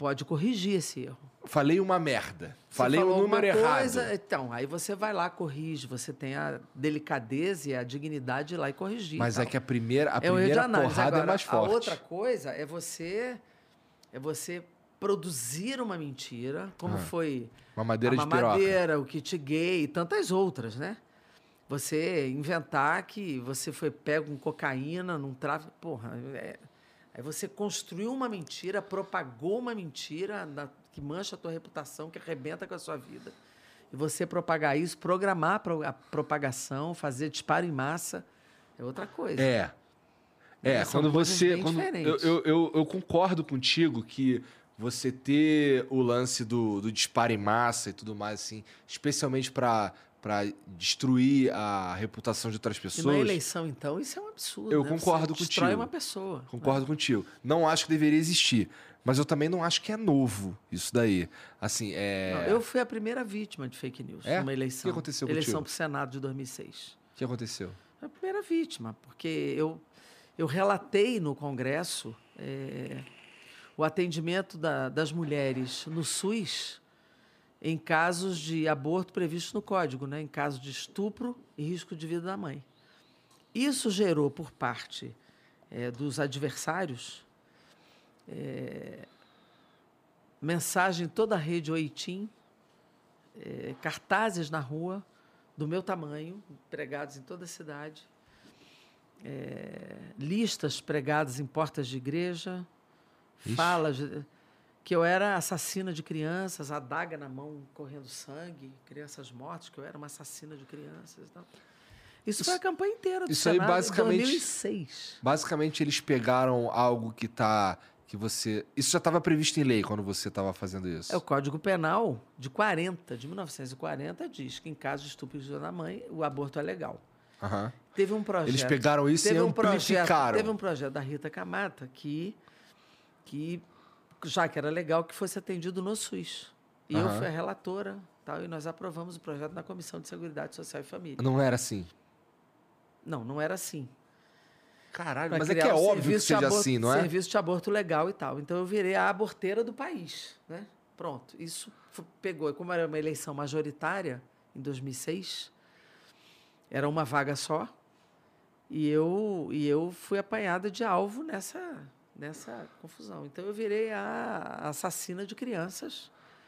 pode corrigir esse erro. Falei uma merda. Você Falei o falou número alguma errado. coisa, então, aí você vai lá, corrige. Você tem a delicadeza e a dignidade de ir lá e corrigir. Mas e é tal. que a primeira, a É um erro de primeira análise. porrada Agora, é mais forte. A outra coisa é você, é você produzir uma mentira, como Ah, foi Uma madeira a de piroca. mamadeira, o kit gay e tantas outras, né? Você inventar que você foi pego com cocaína num tráfico... Porra, é... Aí você construiu uma mentira, propagou uma mentira na- que mancha a tua reputação, que arrebenta com a sua vida. E você propagar isso, programar a pro- a propagação, fazer disparo em massa, é outra coisa. É. É, São quando coisas você. bem Quando, eu, diferentes. eu, eu, eu concordo contigo que você ter o lance do, do disparo em massa e tudo mais, assim, especialmente para para destruir a reputação de outras E na pessoas. eleição, então, isso é um absurdo. Eu né? concordo Você destrói contigo. uma pessoa. Concordo contigo. Não acho que deveria existir. Mas eu também não acho que é novo isso daí. Assim, é. Não, eu fui a primeira vítima de fake news É? numa eleição. O que aconteceu Eleição contigo? para o Senado de dois mil e seis. O que aconteceu? Foi a primeira vítima, porque eu, eu relatei no Congresso é, o atendimento da- das mulheres no SUS em casos de aborto previstos no Código, né? Em caso de estupro e risco de vida da mãe. Isso gerou, por parte é, dos adversários, é, mensagem em toda a rede Oitim, é, cartazes na rua, do meu tamanho, pregados em toda a cidade, é, listas pregadas em portas de igreja, Ixi. falas de- que eu era assassina de crianças, adaga na mão correndo sangue, crianças mortas, que eu era uma assassina de crianças. E tal. Isso, Isso- foi a campanha inteira do isso aí, Senado basicamente- em dois mil e seis. Basicamente, eles pegaram algo que tá. Que você. Isso já estava previsto em lei quando você estava fazendo isso. É, o Código Penal de quarenta, de mil novecentos e quarenta, diz que em caso de estupro de da mãe, o aborto é legal. Aham. Teve um projeto. Eles pegaram isso teve e um projeto, amplificaram. Teve um projeto da Rita Camata que, que, já que era legal, que fosse atendido no SUS. E eu Aham. fui a relatora, tal, e nós aprovamos o projeto na Comissão de Seguridade Social e Família. Não era assim. Não, não era assim. Caralho, Pra mas é que criar é o óbvio que serviço de seja aborto- assim, não é? Serviço de aborto legal e tal. Então eu virei a aborteira do país, né? Pronto. Isso f- pegou. E como era uma eleição majoritária em dois mil e seis, era uma vaga só. E eu e eu fui apanhada de alvo nessa nessa confusão. Então eu virei a assassina de crianças.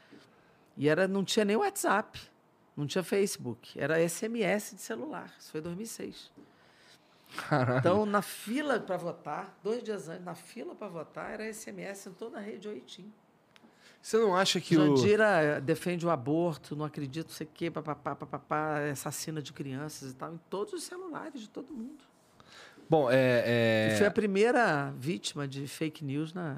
E era não tinha nem WhatsApp, não tinha Facebook, era S M S de celular. Isso foi em dois mil e seis. Caralho. Então, na fila para votar, dois dias antes, na fila para votar, era S M S em toda a rede Oitim. Você não acha que o. Jandira defende o aborto, não acredito, não sei o quê, papapá, papapá, assassina de crianças e tal, em todos os celulares de todo mundo. Bom, é. E é... foi a primeira vítima de fake news na...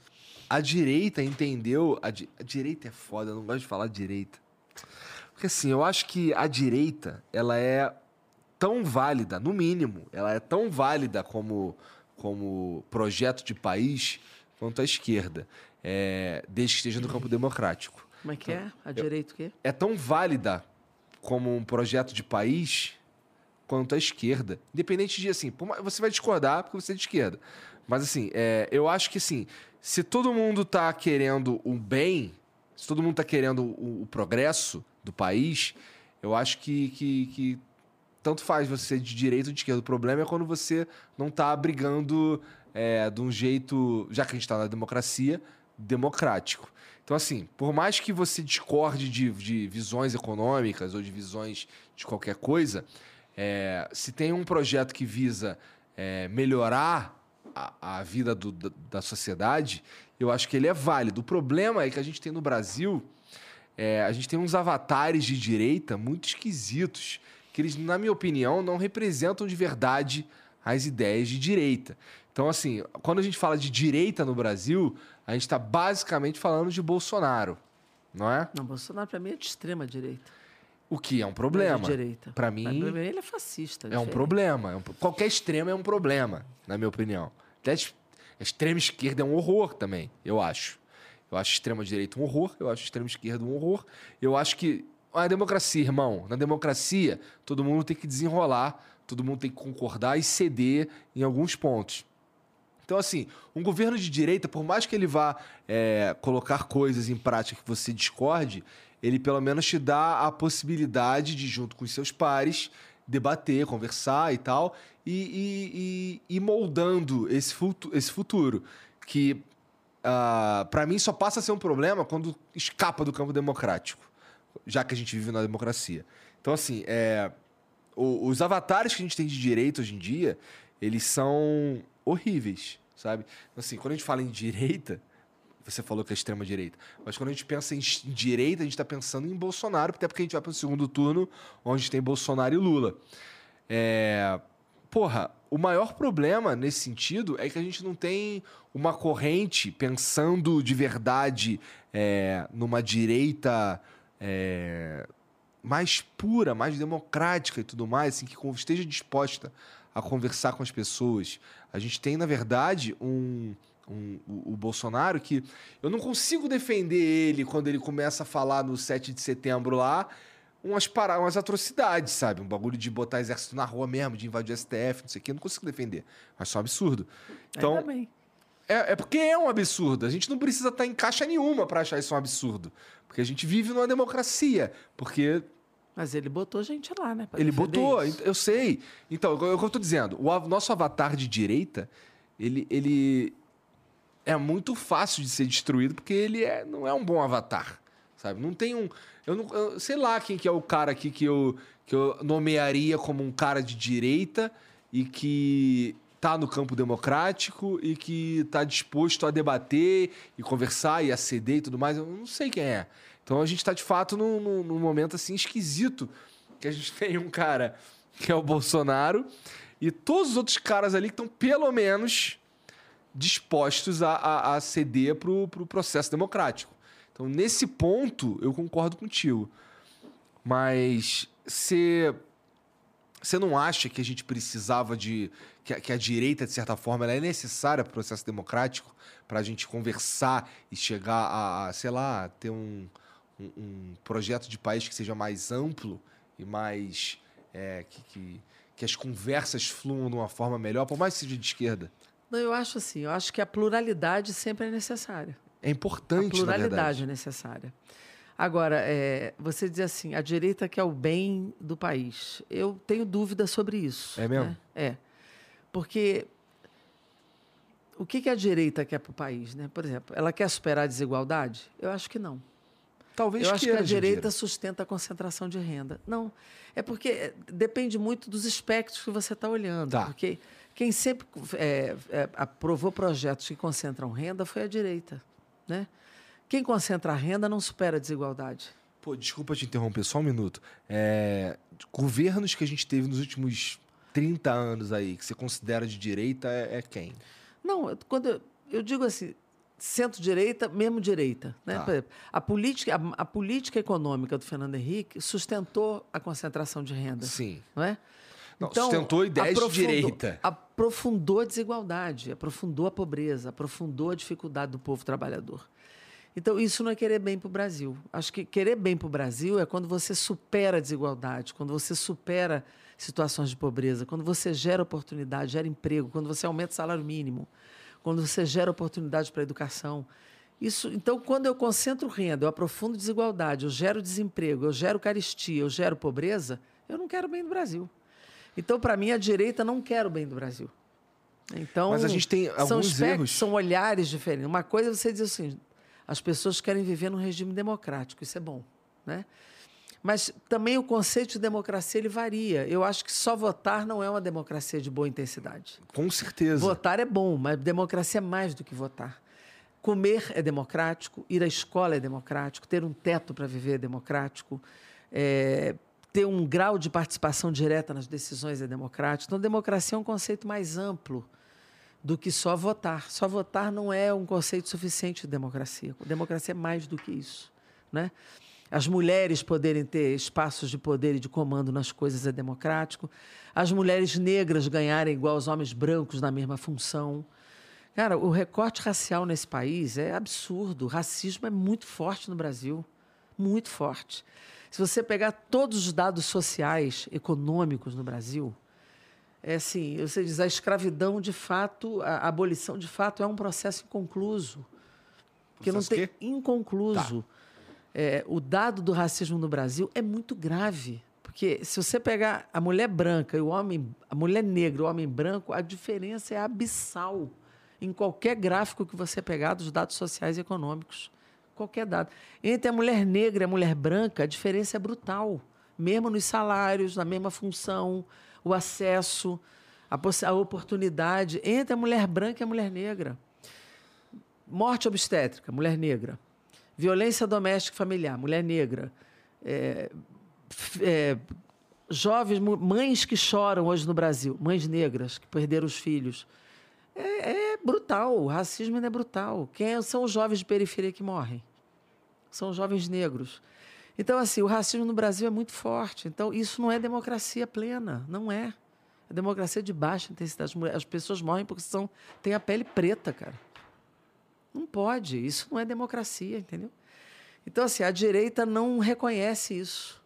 A direita entendeu. A, di- a direita é foda, eu não gosto de falar direita. Porque assim, eu acho que a direita, ela é tão válida, no mínimo, ela é tão válida como, como projeto de país quanto a esquerda, é, desde que esteja no campo democrático. Como é que é? A direita o quê? É tão válida como um projeto de país quanto a esquerda. Independente de, assim, por mais- você vai discordar porque você é de esquerda. Mas, assim, é, eu acho que, assim, se todo mundo tá querendo o bem, se todo mundo tá querendo o, o progresso do país, eu acho que, que, que tanto faz você ser de direita ou de esquerda. O problema é quando você não tá brigando é, de um jeito, já que a gente tá na democracia, democrático. Então, assim, por mais que você discorde de, de visões econômicas ou de visões de qualquer coisa, é, se tem um projeto que visa é, melhorar a, a vida do- da, da sociedade, eu acho que ele é válido. O problema é que a gente tem no Brasil, é, a gente tem uns avatares de direita muito esquisitos, que eles, na minha opinião, não representam de verdade as ideias de direita. Então, assim, quando a gente fala de direita no Brasil, a gente está basicamente falando de Bolsonaro, não é? Não, Bolsonaro, para mim, é de extrema direita. O que é um Não é problema. de direita. Para Mas, mim, pra mim, ele é fascista. é um diferente. problema. É um pro- qualquer extremo é um problema, na minha opinião. Até a es- a extrema esquerda é um horror também, eu acho. Eu acho extrema direita um horror, eu acho extrema esquerda um horror. Eu acho que a democracia, irmão, na democracia, todo mundo tem que desenrolar, todo mundo tem que concordar e ceder em alguns pontos. Então, assim, um governo de direita, por mais que ele vá é, colocar coisas em prática que você discorde, ele pelo menos te dá a possibilidade de, junto com os seus pares, debater, conversar e tal, e, e, e, e moldando esse, futu esse futuro, que, uh, para mim, só passa a ser um problema quando escapa do campo democrático, já que a gente vive na democracia. Então, assim, é, o, os avatares que a gente tem de direita hoje em dia, eles são horríveis, sabe? Assim, quando a gente fala em direita, você falou que é extrema-direita, mas quando a gente pensa em direita, a gente está pensando em Bolsonaro, até porque a gente vai para o segundo turno, onde tem Bolsonaro e Lula. É... Porra, o maior problema nesse sentido é que a gente não tem uma corrente pensando de verdade é, numa direita é, mais pura, mais democrática e tudo mais, assim, que esteja disposta a conversar com as pessoas. A gente tem, na verdade, um... Um, o, o Bolsonaro, que eu não consigo defender ele quando ele começa a falar no sete de setembro lá umas, para, umas atrocidades, sabe? Um bagulho de botar exército na rua mesmo, de invadir o S T F, não sei o quê. Eu não consigo defender. Mas é um absurdo. Então, é, é porque é um absurdo. A gente não precisa estar em caixa nenhuma para achar isso um absurdo. Porque a gente vive numa democracia. Porque... Mas ele botou gente lá, né? Ele botou, isso. Eu sei. Então, é o que eu estou dizendo. O nosso avatar de direita, ele... ele é muito fácil de ser destruído porque ele é, não é um bom avatar, sabe? Não tem um... Eu, não, eu sei lá quem que é o cara aqui que eu, que eu nomearia como um cara de direita e que tá no campo democrático e que tá disposto a debater e conversar e aceder e tudo mais. Eu não sei quem é. Então a gente tá, de fato, num, num, num momento assim esquisito que a gente tem um cara que é o Bolsonaro e todos os outros caras ali que estão, pelo menos... dispostos a, a, a ceder para o pro processo democrático. Então, nesse ponto, eu concordo contigo. Mas você não acha que a gente precisava de... Que a, que a direita, de certa forma, ela é necessária para o processo democrático para a gente conversar e chegar a, a sei lá, ter um, um, um projeto de país que seja mais amplo e mais... É, que, que, que as conversas fluam de uma forma melhor, por mais que seja de esquerda? Não, eu acho assim, eu acho que a pluralidade sempre é necessária. É importante, a pluralidade na verdade. é necessária. Agora, é, você diz assim, a direita quer o bem do país. Eu tenho dúvida sobre isso. É mesmo? Né? É. Porque o que, que a direita quer para o país? Né? Por exemplo, ela quer superar a desigualdade? Eu acho que não. Talvez Eu acho que a direita Jandira. sustenta a concentração de renda. Não, é porque depende muito dos espectros que você está olhando. Tá. Porque quem sempre é, é, aprovou projetos que concentram renda foi a direita. Né? Quem concentra a renda não supera a desigualdade. Pô, desculpa te interromper, só um minuto. É, governos que a gente teve nos últimos trinta anos aí, que você considera de direita, é, é quem? Não, quando eu, eu digo assim... centro-direita, mesmo direita. Né? Tá. Por exemplo, a, política, a, a política econômica do Fernando Henrique sustentou a concentração de renda. Sim. Não é? Não, sustentou ideias de direita. Aprofundou a desigualdade, aprofundou a pobreza, aprofundou a dificuldade do povo trabalhador. Então, isso não é querer bem para o Brasil. Acho que querer bem para o Brasil é quando você supera a desigualdade, quando você supera situações de pobreza, quando você gera oportunidade, gera emprego, quando você aumenta o salário mínimo, quando você gera oportunidade para a educação. Isso, então, quando eu concentro renda, eu aprofundo desigualdade, eu gero desemprego, eu gero carestia, eu gero pobreza, eu não quero bem do Brasil. Então, para mim, a direita não quer o bem do Brasil. Então, mas a gente tem alguns são aspectos, erros. São olhares diferentes. Uma coisa é você dizer assim, as pessoas querem viver num regime democrático, isso é bom, né? Mas também o conceito de democracia ele varia. Eu acho que só votar não é uma democracia de boa intensidade. Com certeza. Votar é bom, mas democracia é mais do que votar. Comer é democrático, ir à escola é democrático, ter um teto para viver é democrático, é, ter um grau de participação direta nas decisões é democrático. Então, democracia é um conceito mais amplo do que só votar. Só votar não é um conceito suficiente de democracia. Democracia é mais do que isso, né? As mulheres poderem ter espaços de poder e de comando nas coisas é democrático. As mulheres negras ganharem igual aos homens brancos na mesma função. Cara, o recorte racial nesse país é absurdo. O racismo é muito forte no Brasil. Muito forte. Se você pegar todos os dados sociais, econômicos no Brasil, É assim, você diz, a escravidão, de fato, a a abolição, de fato, é um processo inconcluso. Porque não Processo tem quê? inconcluso. É, o dado do racismo no Brasil é muito grave. Porque se você pegar a mulher branca e o homem, a mulher negra e o homem branco, a diferença é abissal em qualquer gráfico que você pegar dos dados sociais e econômicos. Qualquer dado. Entre a mulher negra e a mulher branca, a diferença é brutal. Mesmo nos salários, na mesma função, o acesso, a, poss- a oportunidade entre a mulher branca e a mulher negra. Morte obstétrica, mulher negra. Violência doméstica e familiar, mulher negra. É, f- é, jovens, mu- mães que choram hoje no Brasil, mães negras que perderam os filhos. É, é brutal, o racismo ainda é brutal. Quem são os jovens de periferia que morrem? São os jovens negros. Então, assim, o racismo no Brasil é muito forte. Então, isso não é democracia plena, não é. É democracia de baixa intensidade. As pessoas morrem porque são, têm a pele preta, cara. Não pode, isso não é democracia, entendeu? Então, assim, a direita não reconhece isso.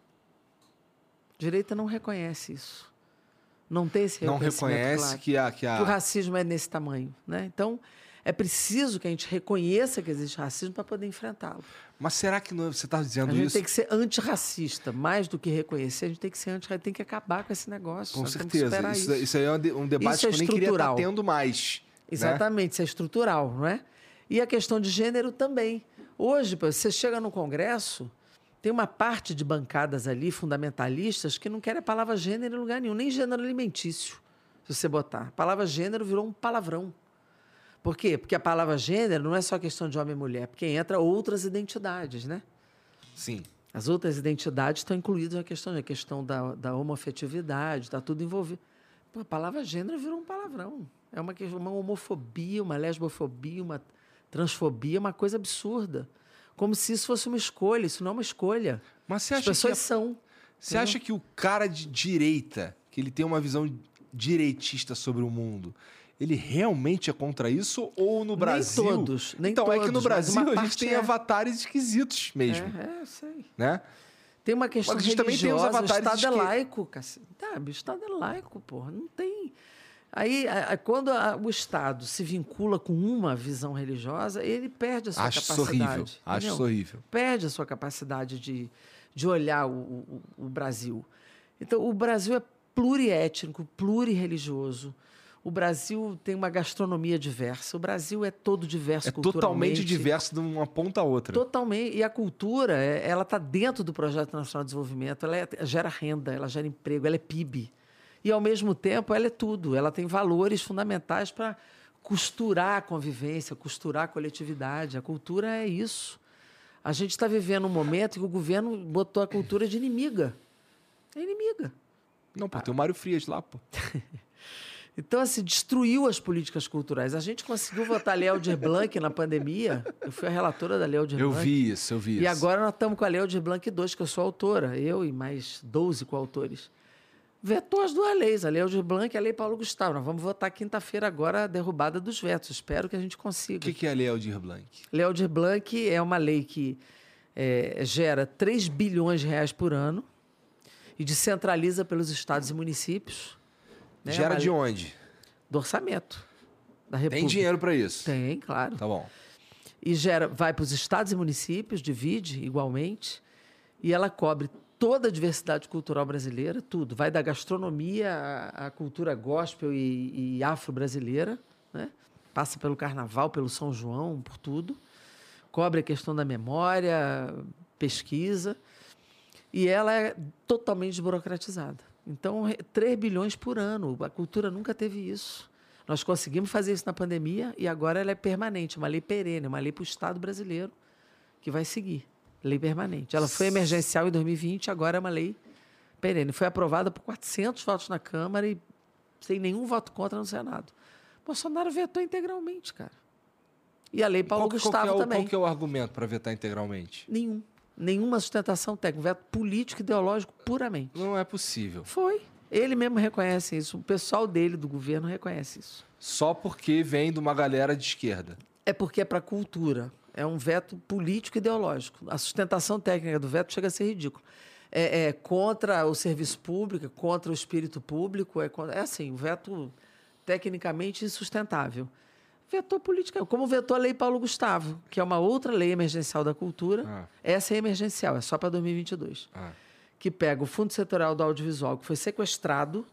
A direita não reconhece isso. Não tem esse Não reconhecimento reconhece claro, que a... Que a... que o racismo é nesse tamanho, né? Então, é preciso que a gente reconheça que existe racismo para poder enfrentá-lo. Mas será que não, você está A dizendo gente isso? tem que ser antirracista, mais do que reconhecer, a gente tem que ser antirracista, tem que acabar com esse negócio. Com nós temos que certeza. superar Isso, isso. isso aí é um, de- um debate Isso é que eu nem queria estar estrutural. tendo mais. né? Exatamente, isso é estrutural, não é? E a questão de gênero também. Hoje, pô, você chega no Congresso, tem uma parte de bancadas ali, fundamentalistas, que não querem a palavra gênero em lugar nenhum, nem gênero alimentício, se você botar. A palavra gênero virou um palavrão. Por quê? Porque a palavra gênero não é só questão de homem e mulher, porque entra outras identidades, né? Sim. As outras identidades estão incluídas na questão, na questão da, da homoafetividade, está tudo envolvido. Pô, a palavra gênero virou um palavrão. É uma, questão- uma homofobia, uma lesbofobia, uma transfobia, uma coisa absurda. Como se isso fosse uma escolha. Isso não é uma escolha. Mas você As acha pessoas que... são. Você acha que o cara de direita, que ele tem uma visão direitista sobre o mundo, ele realmente é contra isso? Ou no Brasil... Nem todos, nem então, todos. é que no mas Brasil uma a gente parte tem é. avatares esquisitos mesmo, É, é, eu sei. né? Tem uma questão Mas a gente também tem os religiosa, avatares o Estado de é que- laico, cacete. Sabe, o Estado é laico, porra. Não tem... Aí, a- a- quando a- o Estado se vincula com uma visão religiosa, ele perde a sua Acho isso capacidade. horrível. Acho entendeu? isso horrível. Perde a sua capacidade de, de olhar o, o, o Brasil. Então, o Brasil é pluriétnico, plurirreligioso. O Brasil tem uma gastronomia diversa. O Brasil é todo diverso É culturalmente. totalmente diverso de uma ponta a outra. Totalmente. E a cultura, é- ela está dentro do Projeto Nacional de Desenvolvimento. Ela é- gera renda, ela gera emprego, ela é P I B. E, ao mesmo tempo, ela é tudo. Ela tem valores fundamentais para costurar a convivência, costurar a coletividade. A cultura é isso. A gente está vivendo um momento em que o governo botou a cultura de inimiga. É inimiga. Não, pô, tem o Mário Frias lá, pô. Então, assim, destruiu as políticas culturais. A gente conseguiu votar a Lei Aldir Blanc na pandemia. Eu fui a relatora da Lei Aldir Eu Blanc. vi isso, eu vi isso. E agora nós estamos com a Lei Aldir Blanc dois, que eu sou autora, eu e mais doze coautores. Vetou as duas leis, a Lei Aldir Blanc e a Lei Paulo Gustavo. Nós vamos votar quinta-feira agora a derrubada dos vetos. Espero que a gente O consiga. que, que é a Lei Aldir Blanc? Lei Aldir Blanc é uma lei que é, gera três bilhões de reais por ano e descentraliza pelos estados e municípios. né? Gera Uma de lei- onde? Do orçamento da Tem República. dinheiro pra isso? Tem, claro. Tá bom. E gera, vai para os estados e municípios, divide igualmente, e ela cobre toda a diversidade cultural brasileira, tudo. Vai da gastronomia à, à cultura gospel e, e afro-brasileira, né? Passa pelo carnaval, pelo São João, por tudo. Cobre a questão da memória, pesquisa, e ela é totalmente desburocratizada. Então, re- três bilhões por ano. A cultura nunca teve isso. Nós conseguimos fazer isso na pandemia e agora ela é permanente, uma lei perene, uma lei para o Estado brasileiro que vai seguir. Lei permanente. Ela foi emergencial em dois mil e vinte, agora é uma lei perene. Foi aprovada por quatrocentos votos na Câmara e sem nenhum voto contra no Senado. Bolsonaro vetou integralmente, cara. E a lei Paulo qual, que- qual Gustavo que é o, também. Qual que é o argumento para vetar integralmente? Nenhum. Nenhuma sustentação técnica. Veto político e ideológico puramente. Não é possível. Foi. Ele mesmo reconhece isso. O pessoal dele, do governo, reconhece isso. Só porque vem de uma galera de esquerda. É porque é para a cultura. É um veto político e ideológico. A sustentação técnica do veto chega a ser ridículo. é, é contra o serviço público, é contra o espírito público, é, contra, é assim, o veto tecnicamente insustentável. Vetou política, como vetou a Lei Paulo Gustavo, que é uma outra lei emergencial da cultura. Ah. Essa é emergencial, é só para dois mil e vinte e dois. Ah. Que pega o Fundo Setorial do Audiovisual, que foi sequestrado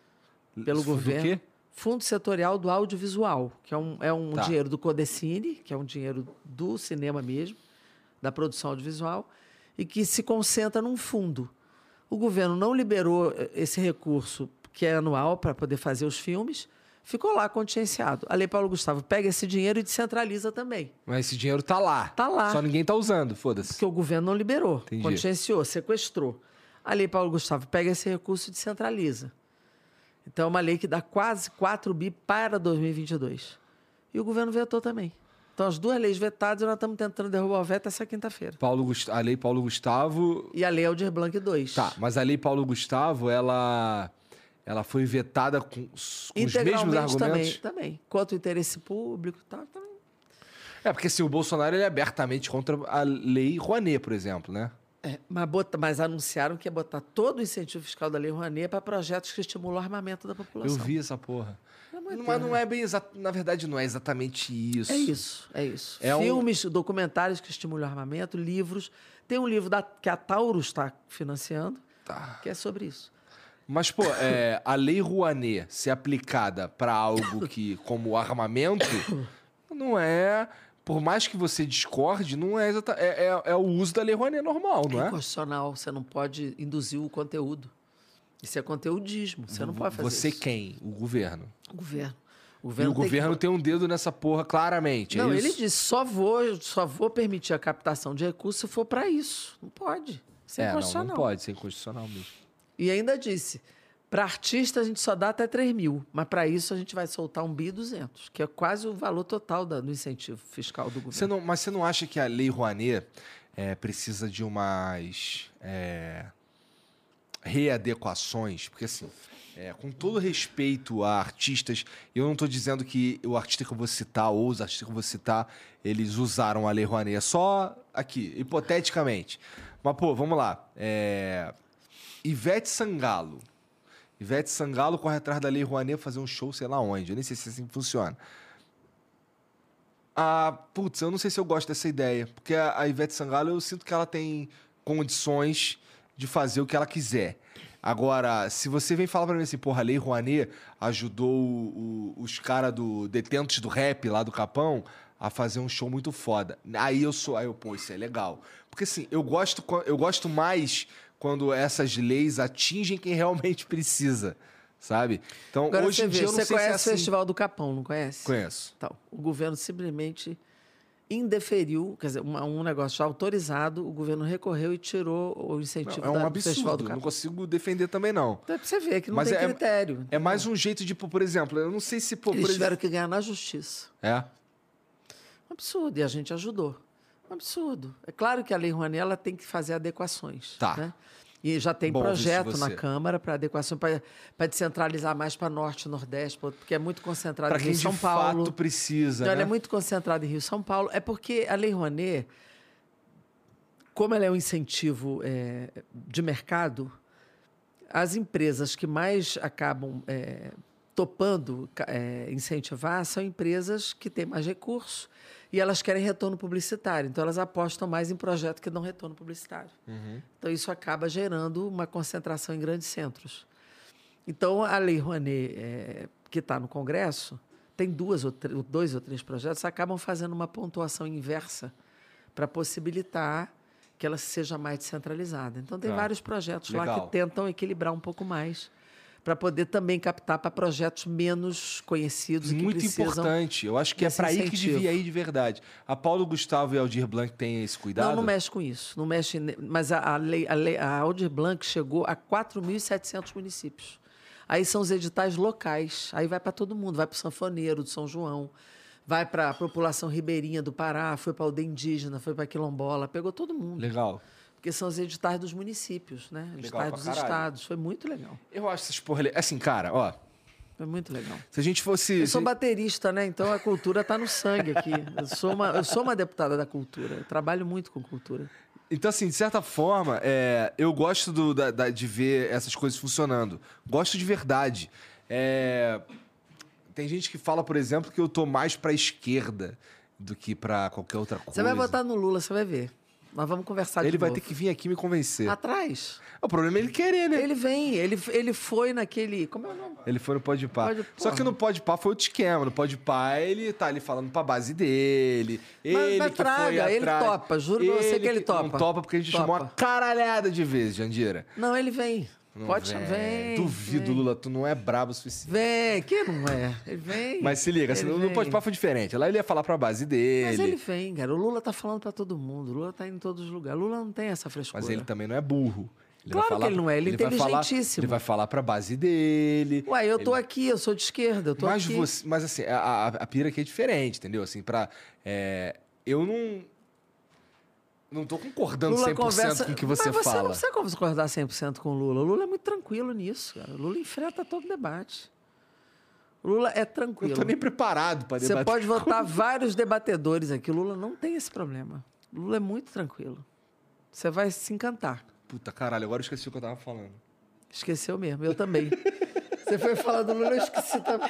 pelo Fundo governo. o quê? Fundo Setorial do Audiovisual, que é um, é um Tá. dinheiro do Codecine, que é um dinheiro do cinema mesmo, da produção audiovisual, e que se concentra num fundo. O governo não liberou esse recurso, que é anual, para poder fazer os filmes, ficou lá contingenciado. A Lei Paulo Gustavo pega esse dinheiro e descentraliza também. Mas esse dinheiro tá lá. Tá lá. Só ninguém tá usando, foda-se. Porque o governo não liberou, Entendi. contingenciou, sequestrou. A Lei Paulo Gustavo pega esse recurso e descentraliza. Então, é uma lei que dá quase quatro bi para dois mil e vinte e dois. E o governo vetou também. Então, as duas leis vetadas, nós estamos tentando derrubar o veto essa quinta-feira. Paulo Gust... A lei Paulo Gustavo... E a Lei Aldir Blanc dois. Tá, mas a lei Paulo Gustavo, ela... Ela foi vetada com, com os mesmos Integralmente argumentos? também, também. Contra o interesse público e tal, também. É, porque assim, o Bolsonaro ele é abertamente contra a lei Rouanet, por exemplo, né? É, mas, bota, mas anunciaram que ia botar todo o incentivo fiscal da Lei Rouanet para projetos que estimulam o armamento da população. Eu vi essa porra. É muito Mas não bom. é bem exato. Na verdade, não é exatamente isso. É isso, é isso. É um- Filmes, documentários que estimulam o armamento, livros. Tem um livro da, que a Taurus está financiando, Tá. que é sobre isso. Mas, pô, é, a lei Rouanet ser aplicada para algo que, como armamento, não é. Por mais que você discorde, não é exata, é, é, é o uso da lei Rouanet normal, não É é? inconstitucional, você não pode induzir o conteúdo. Isso é conteudismo, você não pode fazer Você isso. quem? O governo. O governo. O E governo, o tem governo que... tem um dedo nessa porra, claramente. Não, é ele isso? disse, só vou, só vou permitir a captação de recursos se for para isso. Não pode. Isso é, É, não, inconstitucional. não pode ser inconstitucional mesmo. E ainda disse, para artista a gente só dá até três mil, mas para isso a gente vai soltar um bi e duzentos, que é quase o valor total da- do incentivo fiscal do governo. Você não, mas você não acha que a lei Rouanet é, precisa de umas é, readequações? Porque, assim, é, com todo respeito a artistas, eu não estou dizendo que o artista que eu vou citar ou os artistas que eu vou citar, eles usaram a lei Rouanet. É só aqui, hipoteticamente. Mas, pô, vamos lá. É, Ivete Sangalo. Ivete Sangalo corre atrás da lei Rouanet pra fazer um show, sei lá onde. Eu nem sei se assim funciona. Ah, putz, eu não sei se eu gosto dessa ideia. Porque a, a Ivete Sangalo, eu sinto que ela tem condições de fazer o que ela quiser. Agora, se você vem falar pra mim assim, porra, a lei Rouanet ajudou o- o- os caras do Detentos do Rap lá do Capão a fazer um show muito foda. Aí eu sou, aí eu, pô, isso é legal. Porque assim, eu gosto, quan- eu gosto mais quando essas leis atingem quem realmente precisa, sabe? Então, Agora hoje você em vê, dia eu não você sei se é conhece o assim. Festival do Capão, não conhece? Conheço. Então, o governo simplesmente indeferiu, quer dizer, uma- um negócio já autorizado, o governo recorreu e tirou o incentivo Não, é um da- do Festival absurdo, do não Capão. consigo defender também não. Então, é pra você ver que não Mas tem é- critério. É mais um jeito de, pô, por exemplo, eu não sei se... Pô, Eles por tiveram exemplo... que ganhar na justiça. É? Um absurdo, e a gente ajudou. Um absurdo. É claro que a Lei Rouanet ela tem que fazer adequações. Tá. Né? E já tem Bom ouvir isso de projeto na você. Câmara para adequação, para descentralizar mais para Norte e Nordeste, porque é muito concentrado Pra em quem Rio de São Paulo. fato precisa, Então, né? ela é muito concentrada em Rio e São Paulo. É porque a Lei Rouanet, como ela é um incentivo é, de mercado, as empresas que mais acabam é, topando ca- é, incentivar são empresas que têm mais recursos e elas querem retorno publicitário. Então, elas apostam mais em projetos que dão retorno publicitário. Então, isso acaba gerando uma concentração em grandes centros. Então, a Lei Rouanet, é, que está no Congresso, tem duas ou tr- dois ou três projetos, acabam fazendo uma pontuação inversa para possibilitar que ela seja mais descentralizada. Então, tem Tá. vários projetos lá Legal. que tentam equilibrar um pouco mais, para poder também captar para projetos menos conhecidos e que Muito precisam... importante. Eu acho que é desse pra aí que incentivo. devia ir de verdade. A Paulo Gustavo e a Aldir Blanc têm esse cuidado? Não, não mexe com isso. Não mexe, ne- mas a, a, lei, a, lei, a Aldir Blanc chegou a quatro mil e setecentos municípios. Aí são os editais locais. Aí vai para todo mundo. Vai para o sanfoneiro do São João, vai para a população ribeirinha do Pará, foi para a aldeia indígena, foi para a quilombola, pegou todo mundo. Legal. Porque são os editais dos municípios, né? Editais pra dos caralho. estados. Foi muito legal. Eu acho essas porra... le- Assim, cara, ó... Foi muito legal. Se a gente fosse... Eu sou se- baterista, né? Então a cultura está no sangue aqui. Eu sou, uma, eu sou uma deputada da cultura. Eu trabalho muito com cultura. Então, assim, de certa forma, é, eu gosto do- da- da- de ver essas coisas funcionando. Gosto de verdade. É, tem gente que fala, por exemplo, que eu tô mais pra esquerda do que pra qualquer outra coisa. Você vai votar no Lula, você vai ver. Nós vamos conversar de Ele vai novo. ter que vir aqui me convencer. Atrás. O problema é ele querer, né? Ele, Ele vem, ele, ele foi naquele... Como é o nome? foi no Podpah. Pode- Só que no Podpah foi outro esquema. No Podpah ele tá ali falando pra base dele. Ele mas que traga, foi ele atrás. topa, juro pra você que ele topa. Não topa porque a gente Topa. chamou uma caralhada de vezes, Jandira. Não, ele vem. Não Pode vem. chamar. Vem. Duvido, vem. Lula, tu não é brabo o suficiente. Vem, que não é. Ele vem. Mas se liga, assim, Ele no vem. Podpah foi diferente. Lá ele ia falar pra base dele. Mas ele vem, cara. O Lula tá falando pra todo mundo. O Lula tá indo em todos os lugares. O Lula não tem essa frescura. Mas ele também não é burro. Ele Claro vai falar que ele não é, ele é vai falar- inteligentíssimo. Ele vai falar pra base dele. Ué, eu tô aqui, eu sou de esquerda, eu tô Mas, aqui. você, mas assim, a, a, a pira aqui é diferente, entendeu? Assim, pra... é, eu não... Não tô concordando Lula cem por cento conversa... com o que você, Mas você fala. não precisa concordar cem por cento com o Lula. O Lula é muito tranquilo nisso, cara. O Lula enfrenta todo debate. O Lula é tranquilo. Eu tô nem preparado pra Você debater. pode votar vários debatedores aqui. O Lula não tem esse problema. O Lula é muito tranquilo. Você vai se encantar. Puta, caralho, agora eu esqueci o que eu tava falando. Esqueceu mesmo, eu também. Você foi falar do Lula, eu esqueci também.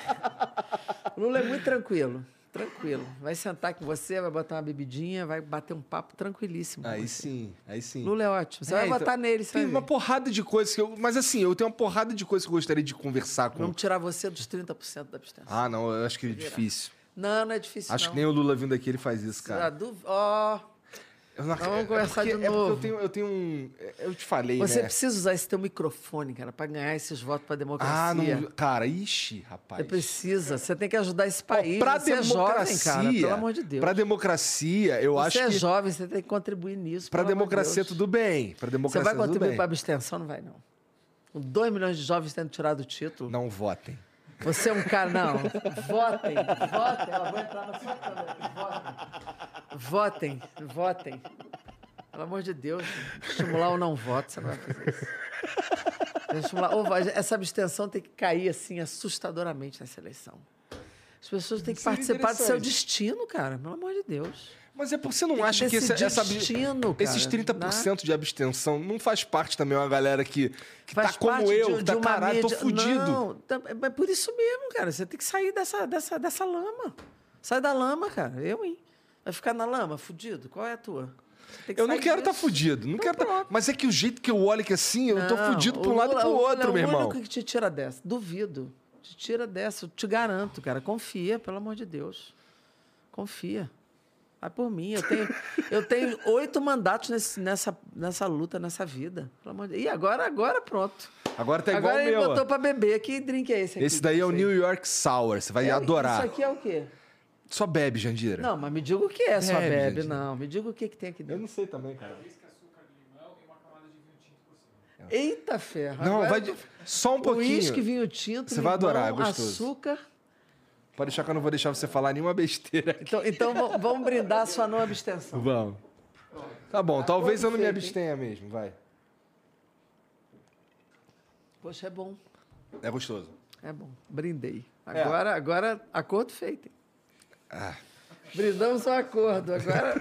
O Lula é muito tranquilo. Tranquilo. Vai sentar com você, vai botar uma bebidinha, vai bater um papo tranquilíssimo. com Aí você. sim, aí sim. Lula é ótimo. Você É, vai então, votar nele, você Tem vai uma ver. porrada de coisas que eu... Mas assim, eu tenho uma porrada de coisas que eu gostaria de conversar com... Vamos tirar você dos trinta por cento da abstenção. Ah, não, eu acho que é difícil. Não, não é difícil, Acho não. que nem o Lula vindo aqui, ele faz isso, Ah, cara. du- Ó, Eu não... Vamos é conversar porque- de É porque eu novo. tenho, eu tenho um... Eu te falei, você né? precisa usar esse teu microfone, cara, pra ganhar esses votos pra democracia. Ah, não... Cara, ixi, rapaz. Você precisa, você tem que ajudar esse Ó, país. pra você é jovem, cara, pelo amor de Deus. Pra democracia, eu você acho é que... jovem, você tem que contribuir nisso. Pra pelo amor de democracia, Deus. tudo bem. Pra Você democracia, vai tudo contribuir bem. para a abstenção? Não vai, não. Com dois milhões de jovens tendo tirado o título. Não votem. Você é um cara. Não. Votem. Votem. Ela vai entrar na sua câmera. Votem. Votem. Votem. Pelo amor de Deus. Estimular o não voto, você não vai fazer isso. Estimular, ou vai- essa abstenção tem que cair assim assustadoramente nessa eleição. As pessoas têm que Seria participar do seu interessante. destino, cara. Pelo amor de Deus. Mas é porque você não Tem que acha que esse, decidir essa, destino, cara, esses trinta por cento de abstenção não faz parte também uma galera que, que tá Faz como parte eu, de, que de tá uma caralho, tô mídia- fudido. Não, tá- é por isso mesmo, cara. Você tem que sair dessa, dessa, dessa lama. Sai da lama, cara. Eu, hein? Vai ficar na lama, fudido? Qual é a tua? Você tem que Eu não sair quero estar disso. fudido. Não Então quero tá... pronto. Mas é que o jeito que eu olho que assim, eu tô Não, fudido o pra um lado e Lula- pro o Lula outro, é meu o irmão. único que te tira dessa. Duvido. Te tira dessa. Eu te garanto, cara. Confia, pelo amor de Deus. Confia. Vai por mim. Eu tenho, eu tenho oito mandatos nesse- nessa, nessa luta, nessa vida. Pelo amor de... E agora, agora pronto. Agora tá igual agora o ele meu. botou pra beber. Que drink é esse aqui? Esse daí é o Sei. New York Sour. Você vai É, adorar. Isso aqui é o quê? Só bebe, Jandira. Não, mas me diga o que é só Bebe, bebe, gente. não. Me diga o que, que tem aqui Eu dentro. não sei também, cara. Eita ferro. Não, Agora vai de... só um pouquinho. Uísque, vinho tinto, Você vai adorar, é limão, gostoso. açúcar. Pode deixar que eu não vou deixar você falar nenhuma besteira. Então, então v- vamos brindar a sua não abstenção. Vamos. Tá bom, talvez eu não me Perfeito, hein? abstenha mesmo, vai. Poxa, é bom. É gostoso. É bom. Brindei. É. Agora, agora acordo feito. hein? Ah. Brindamos um acordo. Agora.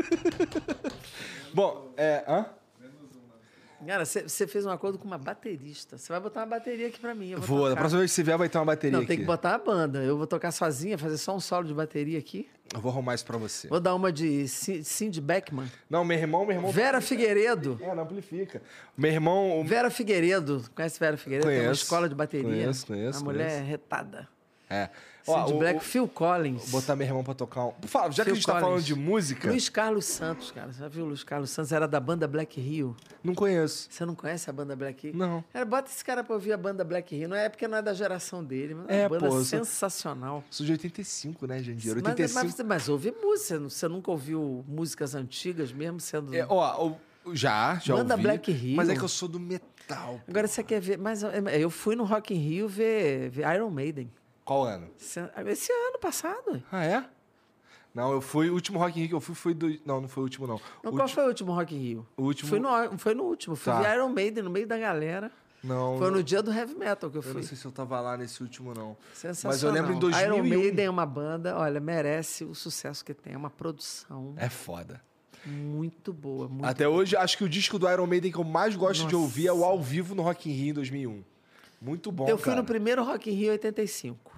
Bom, é... Hã? Cara, você fez um acordo com uma baterista. Você vai botar uma bateria aqui pra mim. Eu vou Vou, da tocar. próxima vez que você vier vai ter uma bateria Não, aqui. tem que botar a banda. Eu vou tocar sozinha, fazer só um solo de bateria aqui. Eu vou arrumar isso pra você. Vou dar uma de Ci- Cindy Beckman. Não, meu irmão, meu irmão... Vera Figueiredo. É, não amplifica. Meu irmão... o- Vera Figueiredo. Conhece Vera Figueiredo? Tem uma Conheço. escola de bateria. Conheço, conheço, A mulher conheço. retada. É. Cindy o- Black, o- Phil Collins. Botar meu irmão pra tocar um... Fala, já que a Phil gente tá Collins. falando de música... Luiz Carlos Santos, cara. Você já viu o Luiz Carlos Santos? Era da banda Black Rio. Não conheço. Você não conhece a banda Black Rio? Não. Cara, bota esse cara pra ouvir a banda Black Rio. Não é porque não é da geração dele, mas é É, uma banda pô, eu sou- sensacional. Sou de oitenta e cinco, né, Jandir? Mas, oitenta e cinco... mas, mas ouve música. Você nunca ouviu músicas antigas, mesmo sendo... É, ó, o- já, já Banda ouvi. Black Rio. Mas é que eu sou do metal. pô. Agora você quer ver... Mas é, eu fui no Rock in Rio ver, ver Iron Maiden. Qual ano? Esse, esse ano passado. Ah, é? Não, eu fui... O último Rock in Rio que eu fui foi do... Não, não foi o último, não. Não, o qual ulti- foi o último Rock in Rio? O último... Foi no, foi no último. Fui Tá. ver Iron Maiden no meio da galera. Não, Foi no dia do Heavy Metal que eu eu fui. não sei se eu tava lá nesse último, não. Sensacional. Mas eu lembro em dois mil e um. Iron Maiden é uma banda, olha, merece o sucesso que tem. É uma produção. É foda. Muito boa, muito Até boa. hoje, acho que o disco do Iron Maiden que eu mais gosto de Nossa. ouvir é o Ao Vivo no Rock in Rio em dois mil e um. Muito bom, Eu fui cara. no primeiro Rock in Rio em oitenta e cinco.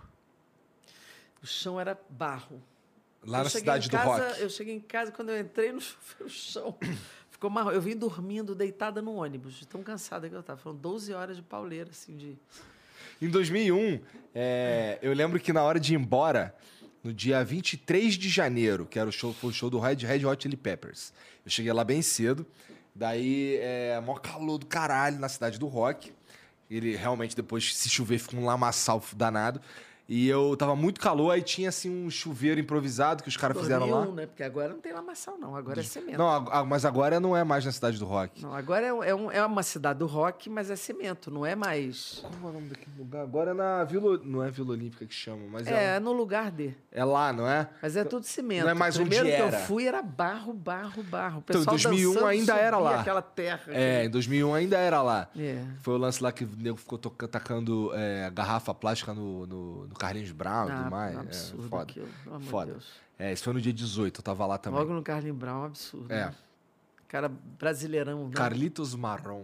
O chão era barro. Lá Eu na cheguei cidade em do casa- rock. Eu cheguei em casa, quando eu entrei no chuveiro, o chão ficou marrom. Eu vim dormindo, deitada no ônibus, de tão cansada que eu estava. Foram doze horas de pauleira, assim, de... Em dois mil e um, é, eu lembro que na hora de ir embora, no dia vinte e três de janeiro, que era o show, foi o show do Red, Red Hot Chili Peppers. Eu cheguei lá bem cedo, daí é maior calor do caralho na cidade do rock. Ele realmente depois, se chover, fica um lamaçal danado. E eu tava muito calor, aí tinha assim um chuveiro improvisado que os caras fizeram lá. Dormiam, né? Porque agora não tem lamaçal, não. Agora é cimento. Não, a- a- mas agora não é mais na cidade do rock. Não, agora é, um- é, um- é uma cidade do rock, mas é cimento, não é mais... Como é o nome daquele lugar? Agora é na Vila... Não é Vila Olímpica que chama, mas é... É, no lugar de. É lá, não é? Mas é tudo cimento. Não é mais o Primeiro onde que era. eu fui era barro, barro, barro. O Então, em pessoal dois mil e um dançando, ainda era subia lá. aquela terra. É, em dois mil e um ainda era lá. É. Foi o lance lá que o nego ficou toca- tacando é, garrafa plástica no, no, no Carlinhos Brown e Ah, tudo mais. um É, absurdo foda. aquilo, pelo amor de Foda. Deus. É, isso foi no dia dezoito, eu tava lá também. Logo no Carlinhos Brown, um absurdo. É. né? Cara brasileirão. Né? Carlitos Marrom.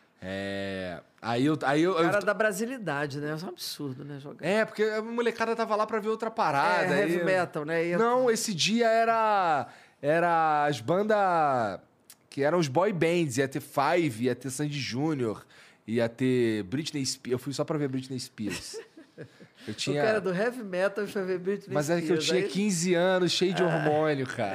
É. Aí eu. Aí eu, eu- Cara da brasilidade, né? É um absurdo, né? Jogar. É, porque a molecada tava lá pra ver outra parada. É, heavy aí- metal, né? E- Não, esse dia era. Era as bandas que eram os boy bands. Ia ter Five, ia ter Sandy Júnior, ia ter Britney Spears. Eu fui só pra ver Britney Spears. Eu O tinha. cara do heavy metal foi ver Britney Mas é que eu Spears, tinha aí- quinze anos, cheio de hormônio, cara.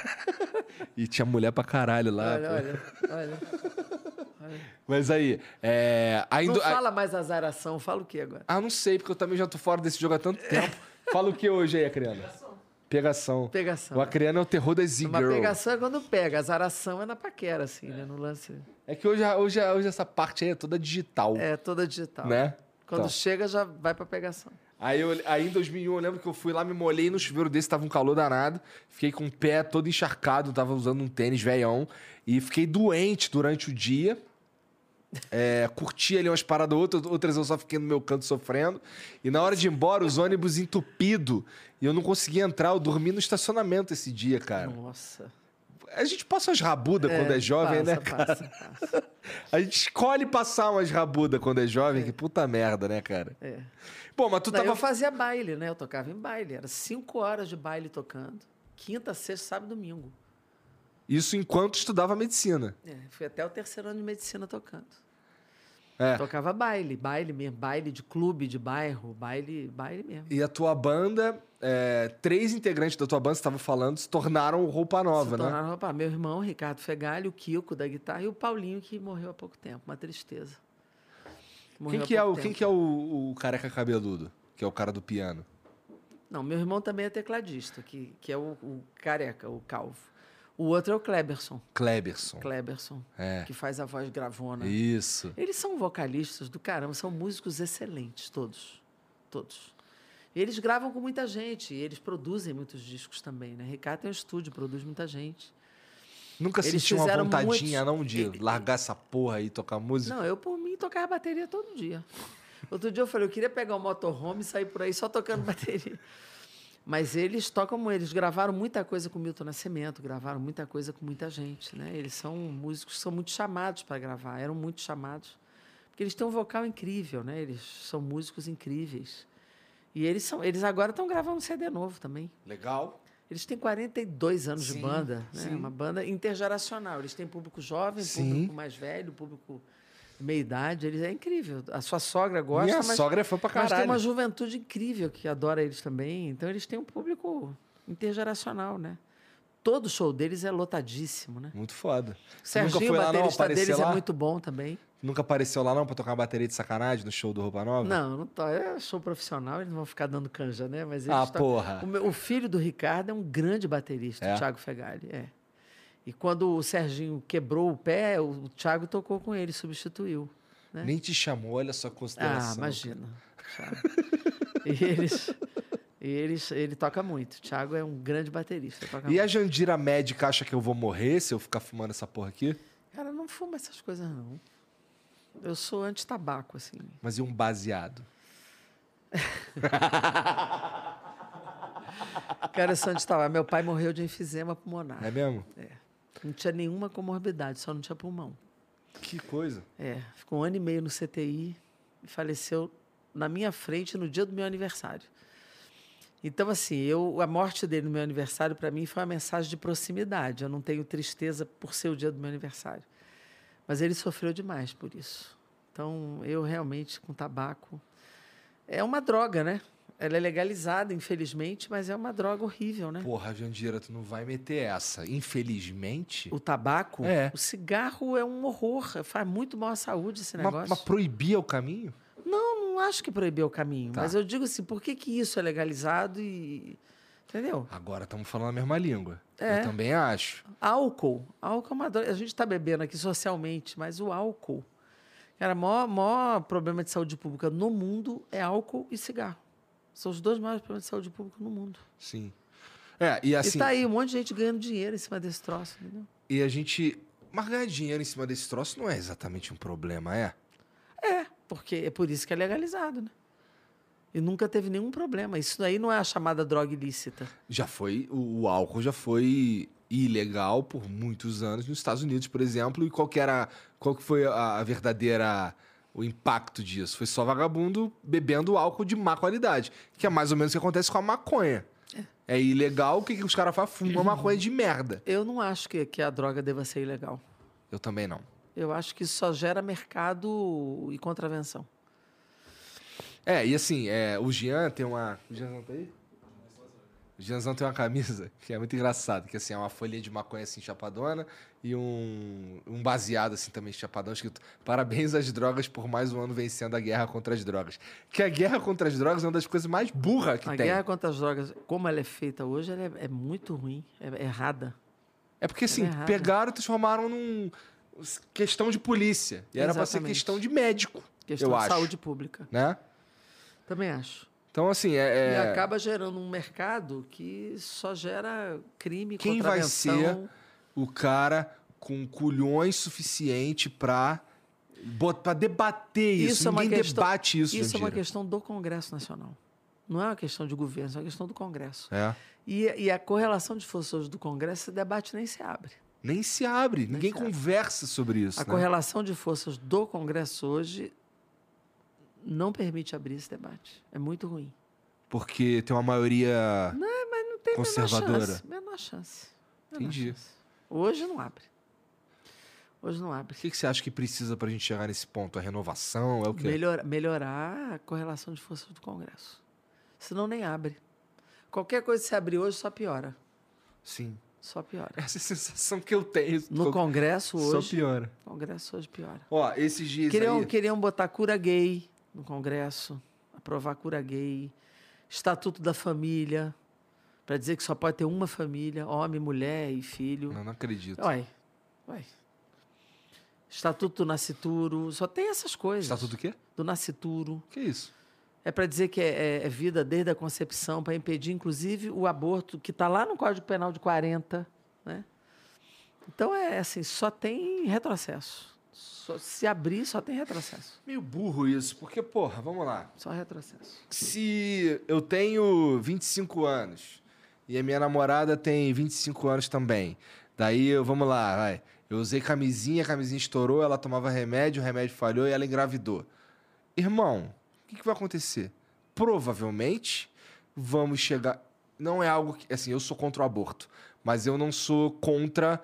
E tinha mulher pra caralho lá. Olha, pô. olha, olha. olha. Mas aí, é. Ainda... Não fala mais azaração, fala o que agora? Ah, não sei, porque eu também já tô fora desse jogo há tanto tempo. Fala o que hoje aí, Acriana? Pegação. Pegação. O Acriana é o terror das Uma Z-Girl. pegação é quando pega, azaração é na paquera, assim, né? No lance. É que hoje, hoje, hoje essa parte aí é toda digital, É toda digital. né? Quando Então. chega, já vai pra pegação. Aí, eu, aí em dois mil e um eu lembro que eu fui lá, me molhei no chuveiro desse, tava um calor danado. Fiquei com o pé todo encharcado, tava usando um tênis velhão. E fiquei doente durante o dia. É, curti ali umas paradas, outras, outras eu só fiquei no meu canto sofrendo. E na hora de ir embora, os ônibus entupidos. E eu não conseguia entrar, eu dormi no estacionamento esse dia, cara. Nossa. A gente passa umas rabudas quando é jovem, passa, né, cara? Passa, passa. A gente escolhe passar umas rabudas quando é jovem, que puta merda, né, cara? É. Bom, mas tu Não, tava... eu fazia baile, né? Eu tocava em baile. Era cinco horas de baile tocando. Quinta, sexta, sábado e domingo. Isso enquanto estudava medicina. É, fui até o terceiro ano de medicina tocando. É. Tocava baile, baile mesmo. Baile de clube, de bairro. Baile, baile mesmo. E a tua banda, é, três integrantes da tua banda, você estava falando, se tornaram Roupa Nova, Se né? tornaram roupa. Meu irmão, Ricardo Fegali, o Kiko da guitarra e o Paulinho, que morreu há pouco tempo. Uma tristeza. Morreu Quem há que é, pouco o, quem tempo. que é o, o careca cabeludo? Que é o cara do piano. Não, meu irmão também é tecladista, que, que é o, o careca, o calvo. O outro é o Kleberson. Kleberson. Kleberson, É. que faz a voz gravona. Isso. Eles são vocalistas do caramba, são músicos excelentes, todos. Todos. Eles gravam com muita gente, e eles produzem muitos discos também, né? Ricardo tem um estúdio, produz muita gente. Nunca Eles senti uma fizeram vontadinha, muitos- não, de Ele- largar essa porra aí e tocar música? Não, eu por mim tocava bateria todo dia. Outro dia eu falei, eu queria pegar um motorhome e sair por aí só tocando bateria. Mas eles tocam, eles gravaram muita coisa com Milton Nascimento, gravaram muita coisa com muita gente, né? Eles são músicos que são muito chamados para gravar, eram muito chamados. Porque eles têm um vocal incrível, né? Eles são músicos incríveis. E eles, são, eles agora estão gravando um C D novo também. Legal. Eles têm quarenta e dois anos Sim, de banda, né? sim. Uma banda intergeracional. Eles têm público jovem, Sim. público mais velho, público de meia idade. Eles é incrível. A sua sogra gosta, Minha mas, sogra é fã pra mas tem caralho. uma juventude incrível que adora eles também. Então eles têm um público intergeracional, né? Todo show deles é lotadíssimo, né? Muito foda. O Você nunca Serginho, foi o lá, não, baterista aparecer deles lá? é muito bom também. Nunca apareceu lá, não, pra tocar uma bateria de sacanagem no show do Roupa Nova? Não, não tô. É show profissional, eles não vão ficar dando canja, né? Mas eles Ah, tocam. porra. O, meu- o filho do Ricardo é um grande baterista, É? o Thiago Fegali. É. E quando o Serginho quebrou o pé, o, o Thiago tocou com ele, substituiu. Né? Nem te chamou, olha só a consideração. Ah, imagina. Thiago. e eles, e eles, ele toca muito. O Thiago é um grande baterista. Toca E muito. a Jandira médica acha que eu vou morrer se eu ficar fumando essa porra aqui? Cara, não fuma essas coisas, não. Eu sou anti-tabaco, assim. Mas e um baseado? Cara, eu sou anti-tabaco. Meu pai morreu de enfisema pulmonar. É mesmo? É. Não tinha nenhuma comorbidade, só não tinha pulmão. Que coisa. É, ficou um ano e meio no C T I e faleceu na minha frente no dia do meu aniversário. Então, assim, eu, a morte dele no meu aniversário, para mim, foi uma mensagem de proximidade. Eu não tenho tristeza por ser o dia do meu aniversário. Mas ele sofreu demais por isso. Então, eu realmente, com tabaco... É uma droga, né? Ela é legalizada, infelizmente, mas é uma droga horrível, né? Porra, Jandira, tu não vai meter essa. Infelizmente... O tabaco, É. o cigarro é um horror. Faz muito mal à saúde esse Mas, negócio. mas proibir é o caminho? Não, não acho que proibir o caminho. Tá. Mas eu digo assim, por que, que isso é legalizado e... Entendeu? Agora estamos falando a mesma língua. É. Eu também acho. Álcool. Álcool é uma droga. A gente está bebendo aqui socialmente, mas o álcool... Cara, o maior, maior problema de saúde pública no mundo é álcool e cigarro. São os dois maiores problemas de saúde pública no mundo. Sim. É, e assim... E tá aí um monte de gente ganhando dinheiro em cima desse troço, entendeu? E a gente... Mas ganhar dinheiro em cima desse troço não é exatamente um problema, é? É, porque é por isso que é legalizado, né? E nunca teve nenhum problema. Isso daí não é a chamada droga ilícita. Já foi... O, o álcool já foi ilegal por muitos anos nos Estados Unidos, por exemplo. E qual que era... Qual que foi a, a verdadeira... O impacto disso? Foi só vagabundo bebendo álcool de má qualidade. Que é mais ou menos o que acontece com a maconha. É, é ilegal, o que, que os caras fazem? Fumam maconha de merda. Eu não acho que, que a droga deva ser ilegal. Eu também não. Eu acho que isso só gera mercado e contravenção. É, e assim, é, o Jean tem uma... O Jeanzão tá aí? O Jeanzão tem uma camisa que é muito engraçada, que assim, é uma folhinha de maconha assim, chapadona, e um, um baseado assim também chapadão, escrito parabéns às drogas por mais um ano vencendo a guerra contra as drogas. Que a guerra contra as drogas é uma das coisas mais burras que A tem. guerra contra as drogas, como ela é feita hoje, ela é, é muito ruim, é errada. É porque assim, é errada. pegaram e transformaram num... questão de polícia. E era pra ser Exatamente. questão de médico, Questão eu de acho. saúde pública. Né? Também acho. Então, assim, é... E é- acaba gerando um mercado que só gera crime, Quem vai contravenção. ser o cara com culhões suficiente pra, bot- pra debater isso? é uma Ninguém questão- debate isso, Isso é uma Jandira. questão do Congresso Nacional. Não é uma questão de governo, é uma questão do Congresso. É. E, e a correlação de forças hoje do Congresso, esse debate nem se abre. Nem se abre. Ninguém se abre. conversa sobre isso. A né? correlação de forças do Congresso hoje não permite abrir esse debate. É muito ruim. Porque tem uma maioria Não tem conservadora. menor chance. Menor chance. Menor Entendi. chance. Hoje não abre. Hoje não O abre. que, que você acha que precisa pra gente chegar nesse ponto? A renovação? É o quê? Melhor, melhorar a correlação de forças do Congresso. Senão nem abre. Qualquer coisa que se abrir hoje só piora. Sim. Só piora. Essa é a sensação que eu tenho. No Congresso Só hoje. piora. Congresso hoje piora. Ó, esses dias Queriam, aí... queriam botar cura gay no Congresso, aprovar cura gay, Estatuto da Família, para dizer que só pode ter uma família, homem, mulher e filho. Não, não acredito. Uai, uai. Estatuto do Nascituro, só tem essas coisas. Estatuto do quê? Do Nascituro. Que isso? É para dizer que é, é- é vida desde a concepção, para impedir, inclusive, o aborto, que está lá no Código Penal de quarenta. Né? Então, é assim, só tem retrocesso. Só- se abrir, só tem retrocesso. Meio burro isso, porque, porra, vamos lá. Só retrocesso. Se eu tenho vinte e cinco anos e a minha namorada tem vinte e cinco anos também, daí, eu- vamos lá, vai. Eu usei camisinha, a camisinha estourou, ela tomava remédio, o remédio falhou e ela engravidou. Irmão, o que, que vai acontecer? Provavelmente vamos chegar... Não é algo que... Assim, eu sou contra o aborto, mas eu não sou contra...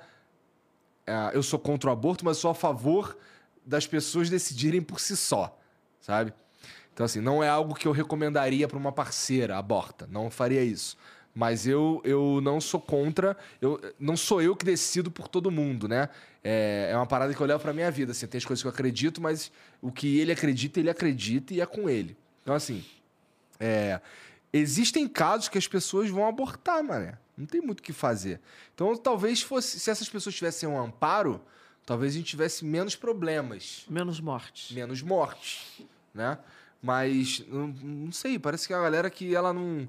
ah, eu sou contra o aborto, mas sou a favor das pessoas decidirem por si só, sabe? Então, assim, não é algo que eu recomendaria para uma parceira, aborta. Não faria isso. Mas eu, eu não sou contra... Eu, não sou eu que decido por todo mundo, né? É, é uma parada que eu levo pra minha vida. Assim, tem as coisas que eu acredito, mas o que ele acredita, ele acredita e é com ele. Então, assim... É, existem casos que as pessoas vão abortar, mané. Não tem muito o que fazer. Então, talvez fosse... Se essas pessoas tivessem um amparo, talvez a gente tivesse menos problemas. Menos mortes. Menos mortes, né? Mas, não, não sei, parece que a galera que ela não...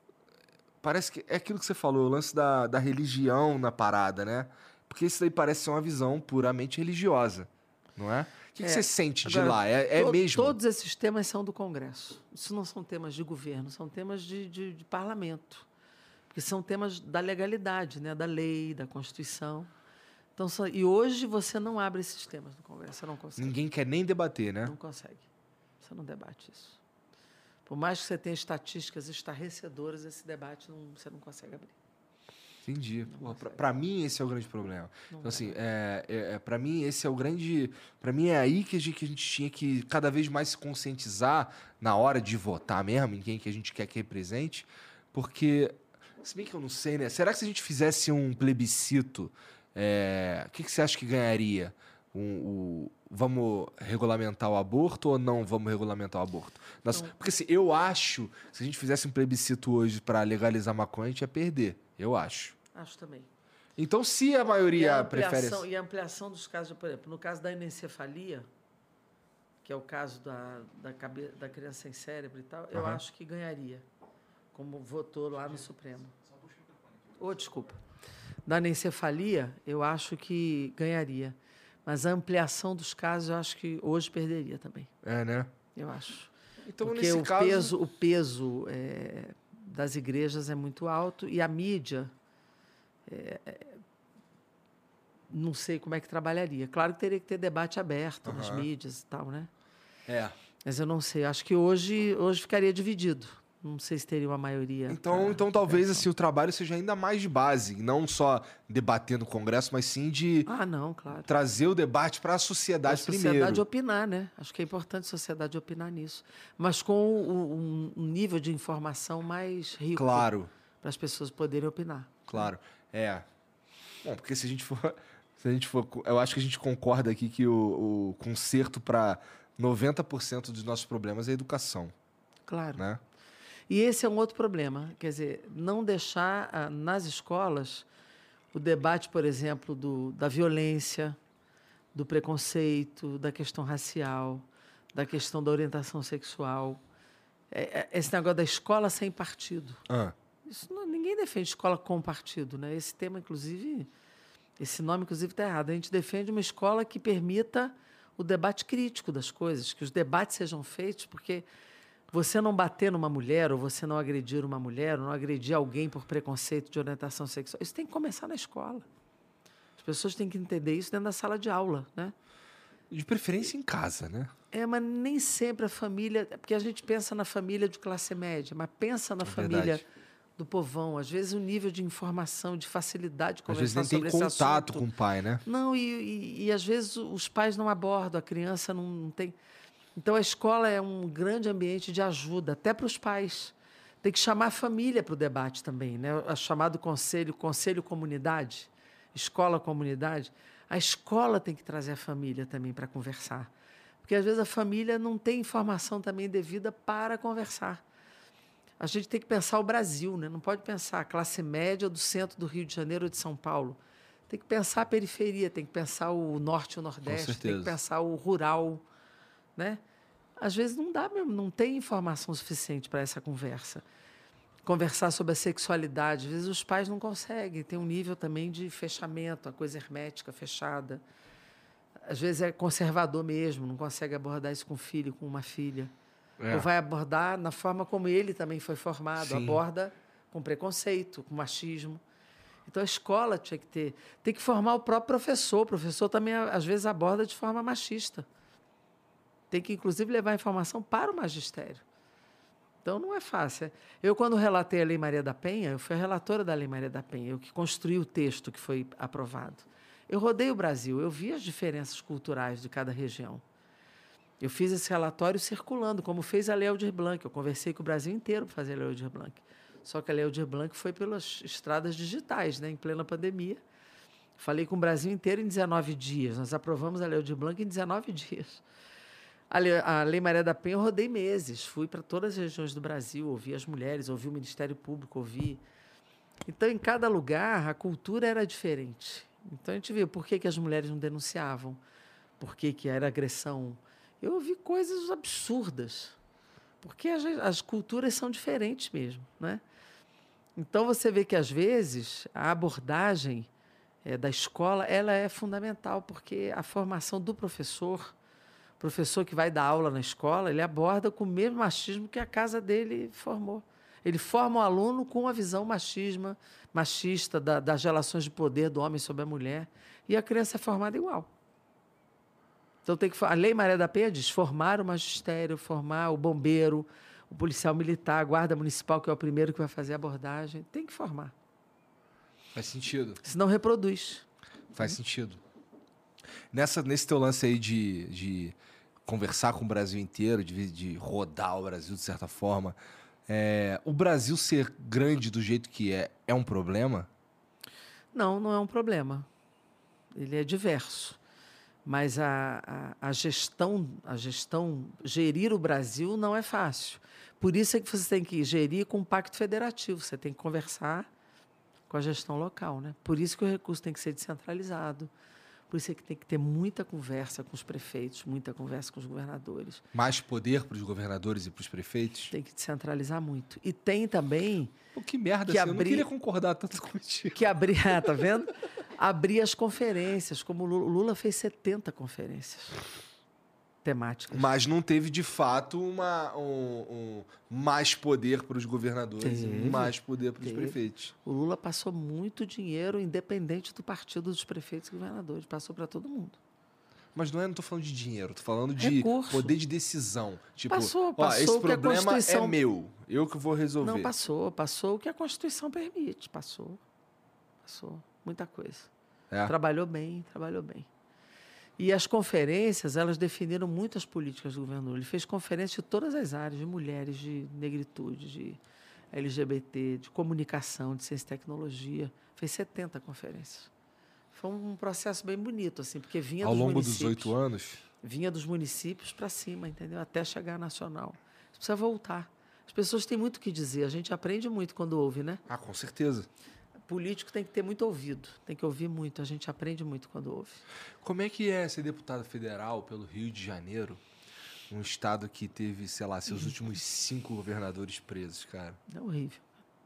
Parece que é aquilo que você falou, o lance da, da religião na parada, né? Porque isso daí parece ser uma visão puramente religiosa, não é? O que, que É. você sente de Agora, lá? É, é to- mesmo? Todos esses temas são do Congresso. Isso não são temas de governo, são temas de, de, de parlamento. Porque são temas da legalidade, né? Da lei, da Constituição. Então, só- e hoje você não abre esses temas no Congresso, você não consegue. Ninguém quer nem debater, né? Não consegue. Você não debate isso. Por mais que você tenha estatísticas estarrecedoras, esse debate não, você não consegue abrir. Entendi. Porra, pra, pra mim, esse é o grande problema. Não Então, assim, vai. é, é, é, pra mim, esse é o grande... Pra mim, é aí que a, gente, que a gente tinha que cada vez mais se conscientizar na hora de votar mesmo, em quem que a gente quer que represente, porque, se bem que eu não sei, né? Será que se a gente fizesse um plebiscito, é, o que, que você acha que ganharia? Um, o, vamos regulamentar o aborto ou não vamos regulamentar o aborto? Nós- Não. porque, assim, eu acho que se a gente fizesse um plebiscito hoje para legalizar maconha, a gente ia perder. Eu acho. Acho também. Então, se a E maioria a prefere... ampliação, e a ampliação dos casos, de, por exemplo, no caso da anencefalia, que é o caso da, da, cabe, da criança sem cérebro e tal, eu Aham. acho que ganharia, como votou lá no Supremo. Ô, desculpa. Da anencefalia, eu acho que ganharia. Mas a ampliação dos casos, eu acho que hoje perderia também. É, né? Eu acho. Então, Porque nesse o caso... peso, o peso é, das igrejas é muito alto e a mídia, é, é, não sei como é que trabalharia. Claro que teria que ter debate aberto nas Aham. mídias e tal, né? É. Mas eu não sei. Acho que hoje, hoje ficaria dividido. Não sei se teria uma maioria. Então, pra então talvez ampliação. assim, o trabalho seja ainda mais de base, não só debater no Congresso, mas sim de Ah, não, claro. trazer o debate para a A sociedade, sociedade primeiro. opinar, né? Acho que é importante a sociedade opinar nisso. Mas com o- um, um nível de informação mais rico. Claro, Para as pessoas poderem opinar. claro. É. Bom, porque se a gente for. Se a gente for. Eu acho que a gente concorda aqui que o, o conserto para noventa por cento dos nossos problemas é a educação, Claro. né? E esse é um outro problema. Quer dizer, não deixar ah, nas escolas o debate, por exemplo, do, da violência, do preconceito, da questão racial, da questão da orientação sexual. É, é, esse negócio da escola sem partido. Ah, Isso não- ninguém defende escola com partido, né? Esse tema, inclusive, esse nome, inclusive, está errado. A gente defende uma escola que permita o debate crítico das coisas, que os debates sejam feitos, porque você não bater numa mulher, ou você não agredir uma mulher, ou não agredir alguém por preconceito de orientação sexual, isso tem que começar na escola. As pessoas têm que entender isso dentro da sala de aula, né? de preferência em casa, né? É, mas nem sempre a família... Porque a gente pensa na família de classe média, mas pensa na É família verdade. do povão. Às vezes o nível de informação, de facilidade de Às vezes conversar nem tem sobre esse contato assunto. com o pai, né? Não, e, e, e às vezes os pais não abordam, a criança não, não tem... Então a escola é um grande ambiente de ajuda, até para os pais. Tem que chamar a família para o debate também, né? O chamado conselho, conselho comunidade, escola comunidade. A escola tem que trazer a família também para conversar. Porque às vezes a família não tem informação também devida para conversar. A gente tem que pensar o Brasil, né? Não pode pensar a classe média do centro do Rio de Janeiro ou de São Paulo. Tem que pensar a periferia, tem que pensar o norte e o nordeste, tem certeza. que pensar o rural, né? Às vezes não dá mesmo, não tem informação suficiente para essa conversa. Conversar sobre a sexualidade, às vezes os pais não conseguem, tem um nível também de fechamento, a coisa hermética, fechada. Às vezes é conservador mesmo, não consegue abordar isso com um filho, com uma filha. É. Ou vai abordar na forma como ele também foi formado, Sim. aborda com preconceito, com machismo. Então, a escola tinha que ter... Tem que formar o próprio professor. O professor também, às vezes, aborda de forma machista. Tem que, inclusive, levar a informação para o magistério. Então, não é fácil. Eu, quando relatei a Lei Maria da Penha, eu fui a relatora da Lei Maria da Penha, eu que construí o texto que foi aprovado. Eu rodei o Brasil, eu vi as diferenças culturais de cada região. Eu fiz esse relatório circulando, como fez a Lei Aldir Blanc. Eu conversei com o Brasil inteiro para fazer a Lei Aldir Blanc. Só que a Lei Aldir Blanc foi pelas estradas digitais, né, em plena pandemia. Falei com o Brasil inteiro em dezenove dias. Nós aprovamos a Lei Aldir Blanc em dezenove dias. A Lei, a Lei Maria da Penha eu rodei meses. Fui para todas as regiões do Brasil, ouvi as mulheres, ouvi o Ministério Público, ouvi... Então, em cada lugar, a cultura era diferente. Então, a gente viu por que, que as mulheres não denunciavam, por que, que era agressão. Eu ouvi coisas absurdas, porque as, as culturas são diferentes mesmo, né? Então, você vê que, às vezes, a abordagem é, da escola ela é fundamental, porque a formação do professor, o professor que vai dar aula na escola, ele aborda com o mesmo machismo que a casa dele formou. Ele forma o aluno com uma visão machisma, machista da, das relações de poder do homem sobre a mulher. E a criança é formada igual. Então, tem que, a Lei Maria da Penha diz formar o magistério, formar o bombeiro, o policial militar, a guarda municipal, que é o primeiro que vai fazer a abordagem. Tem que formar. Faz sentido. Senão reproduz. Faz sentido. Nessa, nesse teu lance aí de, de conversar com o Brasil inteiro, de, de rodar o Brasil de certa forma, é, o Brasil ser grande do jeito que é, é um problema? Não, não é um problema. Ele é diverso. Mas a, a, a gestão, a gestão, gerir o Brasil não é fácil. Por isso é que você tem que gerir com um pacto federativo. Você tem que conversar com a gestão local, né? Por isso que o recurso tem que ser descentralizado. Por isso é que tem que ter muita conversa com os prefeitos, muita conversa com os governadores. Mais poder para os governadores e para os prefeitos? Tem que descentralizar muito. E tem também... Pô, que merda, que assim, abrir, eu não queria concordar tanto contigo. Que abrir, ah, tá vendo? Abrir as conferências, como o Lula, o Lula fez setenta conferências temáticas. Mas não teve, de fato, uma, um, um mais poder para os governadores Teve, e mais poder para os teve. prefeitos. O Lula passou muito dinheiro, independente do partido dos prefeitos e governadores. Passou para todo mundo. Mas não é, não tô falando de dinheiro, tô falando de Recurso. poder de decisão. Tipo, Passou, ó, passou esse o que a problema Constituição- é meu, eu que vou resolver. Não, passou. Passou o que a Constituição permite. Passou. Passou. Muita coisa. É. Trabalhou bem, trabalhou bem. E as conferências, elas definiram muitas políticas do governo. Ele fez conferências de todas as áreas, de mulheres, de negritude, de L G B T, de comunicação, de ciência e tecnologia. Fez setenta conferências. Foi um processo bem bonito, assim, porque vinha Ao dos longo dos municípios. oito anos? Vinha dos municípios para cima, entendeu? Até chegar à nacional. Precisa voltar. As pessoas têm muito o que dizer. A gente aprende muito quando ouve, né? Ah, com certeza. Político tem que ter muito ouvido, tem que ouvir muito, a gente aprende muito quando ouve. Como é que é ser deputado federal pelo Rio de Janeiro, um estado que teve, sei lá, seus últimos cinco governadores presos, cara? É horrível.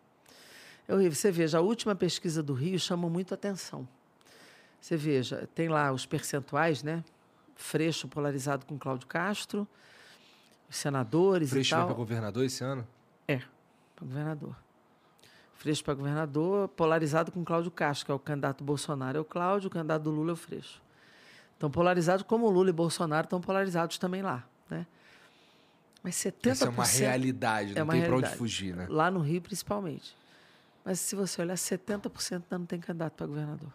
É horrível. Você veja, a última pesquisa do Rio chamou muito atenção. Você veja, tem lá os percentuais, né? Freixo polarizado com Cláudio Castro, os senadores Freixo e vai tal. para governador esse ano? É, para governador. Freixo para governador, polarizado com Cláudio Castro, que é o candidato do Bolsonaro, é o Cláudio, o candidato do Lula é o Freixo. Estão polarizados como o Lula e Bolsonaro estão polarizados também lá, né? Mas setenta por cento... Essa é uma realidade, não é uma tem para onde realidade. fugir, né? Lá no Rio, principalmente. Mas se você olhar, setenta por cento ainda não tem candidato para governador.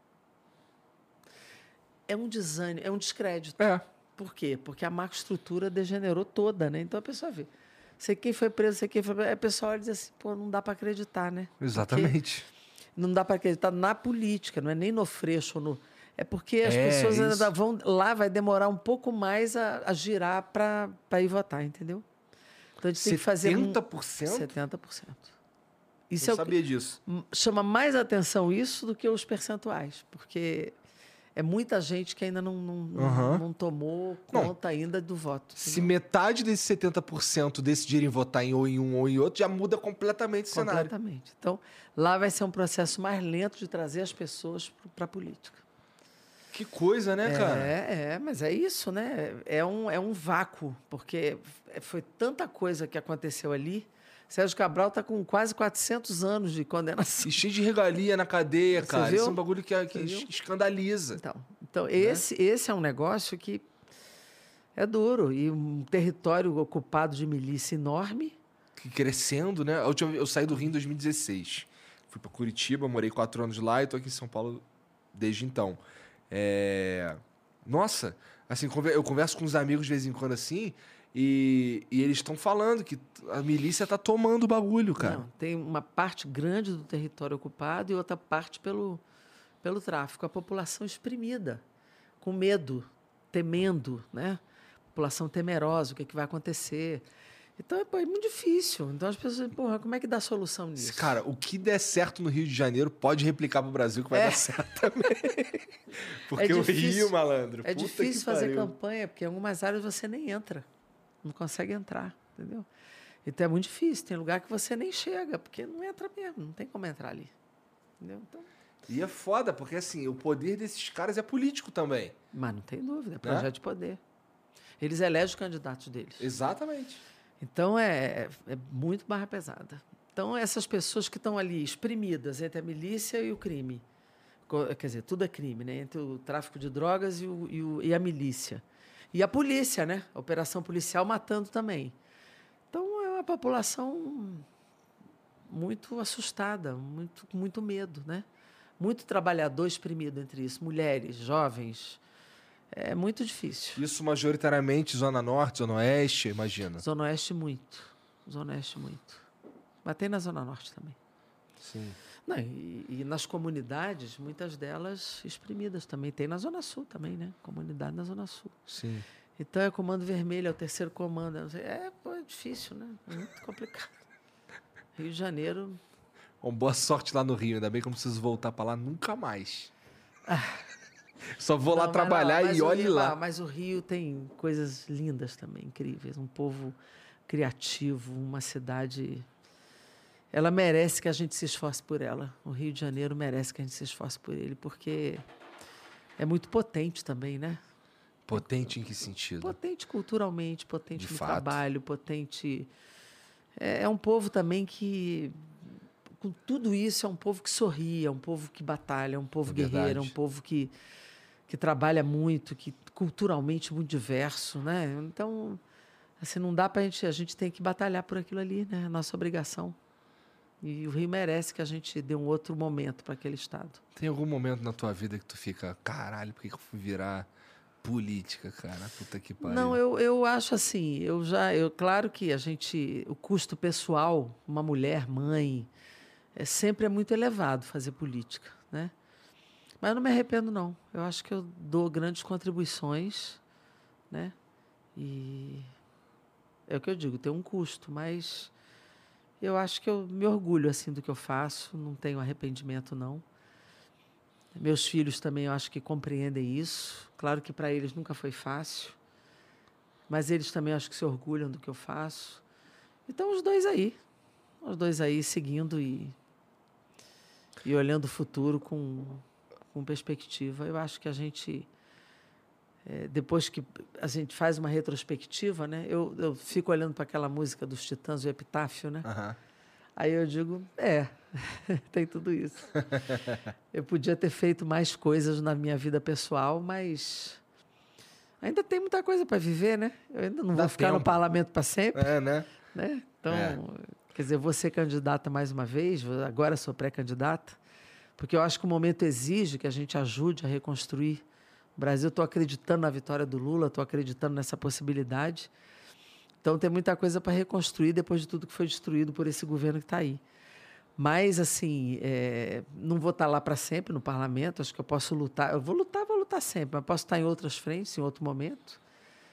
É um desânimo, é um descrédito. É. Por quê? Porque a macroestrutura degenerou toda, né? Então a pessoa vê. Sei quem foi preso, sei quem foi preso. Aí o pessoal diz assim, pô, não dá para acreditar, né? Exatamente. Porque não dá para acreditar na política, não é nem no Freixo. ou No... É porque as É, pessoas isso. ainda vão... Lá vai demorar um pouco mais a, a girar para ir votar, entendeu? Então a gente tem que fazer... um- setenta por cento? setenta por cento. Isso Não é o que- sabia disso. chama mais atenção isso do que os percentuais, porque é muita gente que ainda não, não, Aham. não tomou Não. conta ainda do voto. Se entendeu? metade desses setenta por cento decidirem votar em ou em um ou em outro, já muda completamente o cenário. Completamente. Então, lá vai ser um processo mais lento de trazer as pessoas para a política. Que coisa, né, cara? É, é, mas é isso, né? É um, é um vácuo, porque foi tanta coisa que aconteceu ali. Sérgio Cabral está com quase quatrocentos anos de condenação. E cheio de regalia na cadeia, Você cara. viu? Isso é um bagulho que, que Você viu? escandaliza. Então, então esse, esse é um negócio que é duro. E um território ocupado de milícia enorme. Que crescendo, né? A última vez- eu saí do Rio em dois mil e dezesseis. Fui pra Curitiba, morei quatro anos lá e tô aqui em São Paulo desde então. É... Nossa, assim, conver- eu converso com os amigos de vez em quando assim e, e eles estão falando que a milícia tá tomando o bagulho, cara. Não, tem uma parte grande do território ocupado e outra parte pelo, pelo tráfico. A população exprimida, com medo, temendo, né? População temerosa, o que, é que vai acontecer. Então, pô, é muito difícil. Então, as pessoas dizem, porra, como é que dá solução nisso? Cara, o que der certo no Rio de Janeiro pode replicar pro Brasil que vai É. dar certo também. Porque É o difícil- Rio, malandro. É puta difícil que fazer pariu. campanha, porque em algumas áreas você nem entra. Não consegue entrar, entendeu? Então, é muito difícil. Tem lugar que você nem chega, porque não entra mesmo. Não tem como entrar ali. Entendeu? Então... E é foda, porque assim, o poder desses caras é político também. Mas não tem dúvida, é projeto Né? de poder. Eles elegem os candidatos deles. Exatamente. Então, é, é muito barra pesada. Então, essas pessoas que estão ali espremidas entre a milícia e o crime, co- quer dizer, tudo é crime, né? Entre o tráfico de drogas e, o, e, o- e a milícia. E a polícia, né? A operação policial matando também. Então, é uma população muito assustada, muito, com muito medo, né? Muito trabalhador espremido entre isso. Mulheres, jovens. É muito difícil. Isso majoritariamente Zona Norte, Zona Oeste, imagina. Zona Oeste, muito. Zona Oeste, muito. Mas tem na Zona Norte também. Sim. Não, e, e nas comunidades, muitas delas exprimidas também. Tem na Zona Sul também, né? Comunidade na Zona Sul. Sim. Então, é Comando Vermelho, é o terceiro comando. é não sei- É, pô, é difícil, né? É muito complicado. Rio de Janeiro... Bom, boa sorte lá no Rio. Ainda bem que eu não preciso voltar pra lá nunca mais. Só vou lá Não, mas trabalhar não, mas e o olhe Rio- lá. ah, Mas o Rio tem coisas lindas também, incríveis. Um povo criativo, uma cidade... Ela merece que a gente se esforce por ela. O Rio de Janeiro merece que a gente se esforce por ele, porque é muito potente também, né? Potente em que sentido? Potente culturalmente, potente De no fato. trabalho, potente... É, é um povo também que, com tudo isso, é um povo que sorri, é um povo que batalha, é um povo É guerreiro, é um verdade. povo que, que trabalha muito, que culturalmente muito diverso, né? Então, assim, não dá para a gente... A gente tem que batalhar por aquilo ali, né? É nossa obrigação. E o Rio merece que a gente dê um outro momento para aquele estado. Tem algum momento na tua vida que tu fica, caralho, por que que eu fui virar política, cara? Puta que pariu. Não, eu, eu acho assim, eu já, eu, claro que a gente, o custo pessoal, uma mulher, mãe, é sempre é muito elevado fazer política, né? Mas eu não me arrependo, não. Eu acho que eu dou grandes contribuições, né? E é o que eu digo, tem um custo, mas eu acho que eu me orgulho assim do que eu faço, não tenho arrependimento, não. Meus filhos também, eu acho que compreendem isso. Claro que para eles nunca foi fácil, mas eles também acho que se orgulham do que eu faço. Então, os dois aí, os dois aí seguindo e, e olhando o futuro com, com perspectiva. Eu acho que a gente, é, depois que a gente faz uma retrospectiva, né? Eu, eu fico olhando para aquela música dos Titãs, o Epitáfio, né? Aham. Aí eu digo, é, tem tudo isso. Eu podia ter feito mais coisas na minha vida pessoal, mas ainda tem muita coisa para viver, né? Eu ainda não Dá vou ficar no tempo. parlamento para sempre, É, né? né? Então, É. quer dizer, vou ser candidata mais uma vez, vou- agora sou pré-candidata, porque eu acho que o momento exige que a gente ajude a reconstruir o Brasil. Estou acreditando na vitória do Lula, estou acreditando nessa possibilidade. Então, tem muita coisa para reconstruir depois de tudo que foi destruído por esse governo que está aí. Mas, assim, é, não vou estar lá para sempre no parlamento, acho que eu posso lutar. Eu vou lutar, vou lutar sempre, mas posso estar em outras frentes, em outro momento,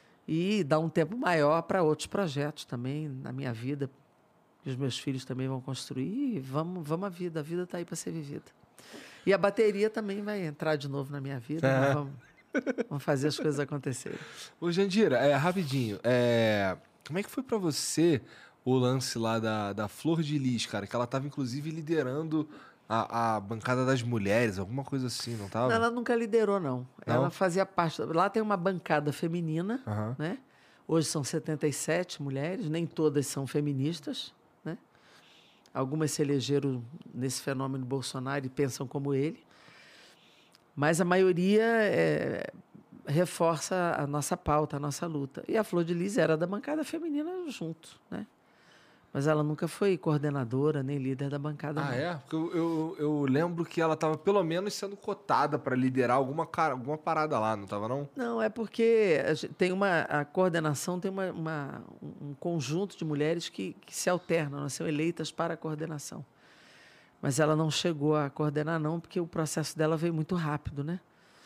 e dar um tempo maior para outros projetos também na minha vida, que os meus filhos também vão construir. E vamos, vamos à vida, a vida está aí para ser vivida. E a bateria também vai entrar de novo na minha vida, nós vamos, vamos fazer as coisas acontecerem. Ô, Jandira, é, rapidinho, é, como é que foi pra você o lance lá da, da Flor de Lis, cara? Que ela tava, inclusive, liderando a, a bancada das mulheres, alguma coisa assim, não tava? Não, ela nunca liderou, não. Não? Ela fazia parte... Lá tem uma bancada feminina, Aham. né? Hoje são setenta e sete mulheres, nem todas são feministas, né? Algumas se elegeram nesse fenômeno Bolsonaro e pensam como ele. Mas a maioria é, reforça a nossa pauta, a nossa luta. E a Flor de Lis era da bancada feminina junto, né? Mas ela nunca foi coordenadora nem líder da bancada, Ah, não. é? Porque eu, eu, eu lembro que ela tava, pelo menos, sendo cotada pra liderar alguma, cara, alguma parada lá, não tava, não? Não, é porque a gente tem uma, a coordenação tem uma, uma- um conjunto de mulheres que, que se alternam, elas são eleitas para a coordenação. Mas ela não chegou a coordenar, não, porque o processo dela veio muito rápido, né?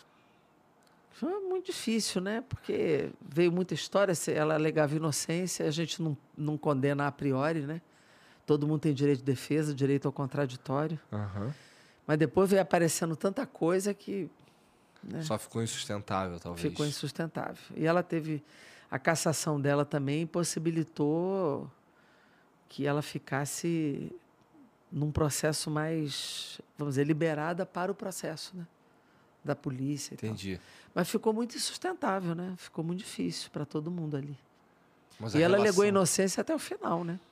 Foi muito difícil, né? Porque veio muita história, se ela alegava inocência, a gente não, não condena a priori, né? Todo mundo tem direito de defesa, direito ao contraditório. Aham. Mas depois veio aparecendo tanta coisa que Só ficou insustentável, talvez. ficou insustentável. E ela teve... A cassação dela também possibilitou que ela ficasse num processo mais, vamos dizer, liberada para o processo, né? Da polícia e tal. Entendi. Mas ficou muito insustentável, né? Ficou muito difícil para todo mundo ali. Mas E a ela relação- alegou inocência até o final, né?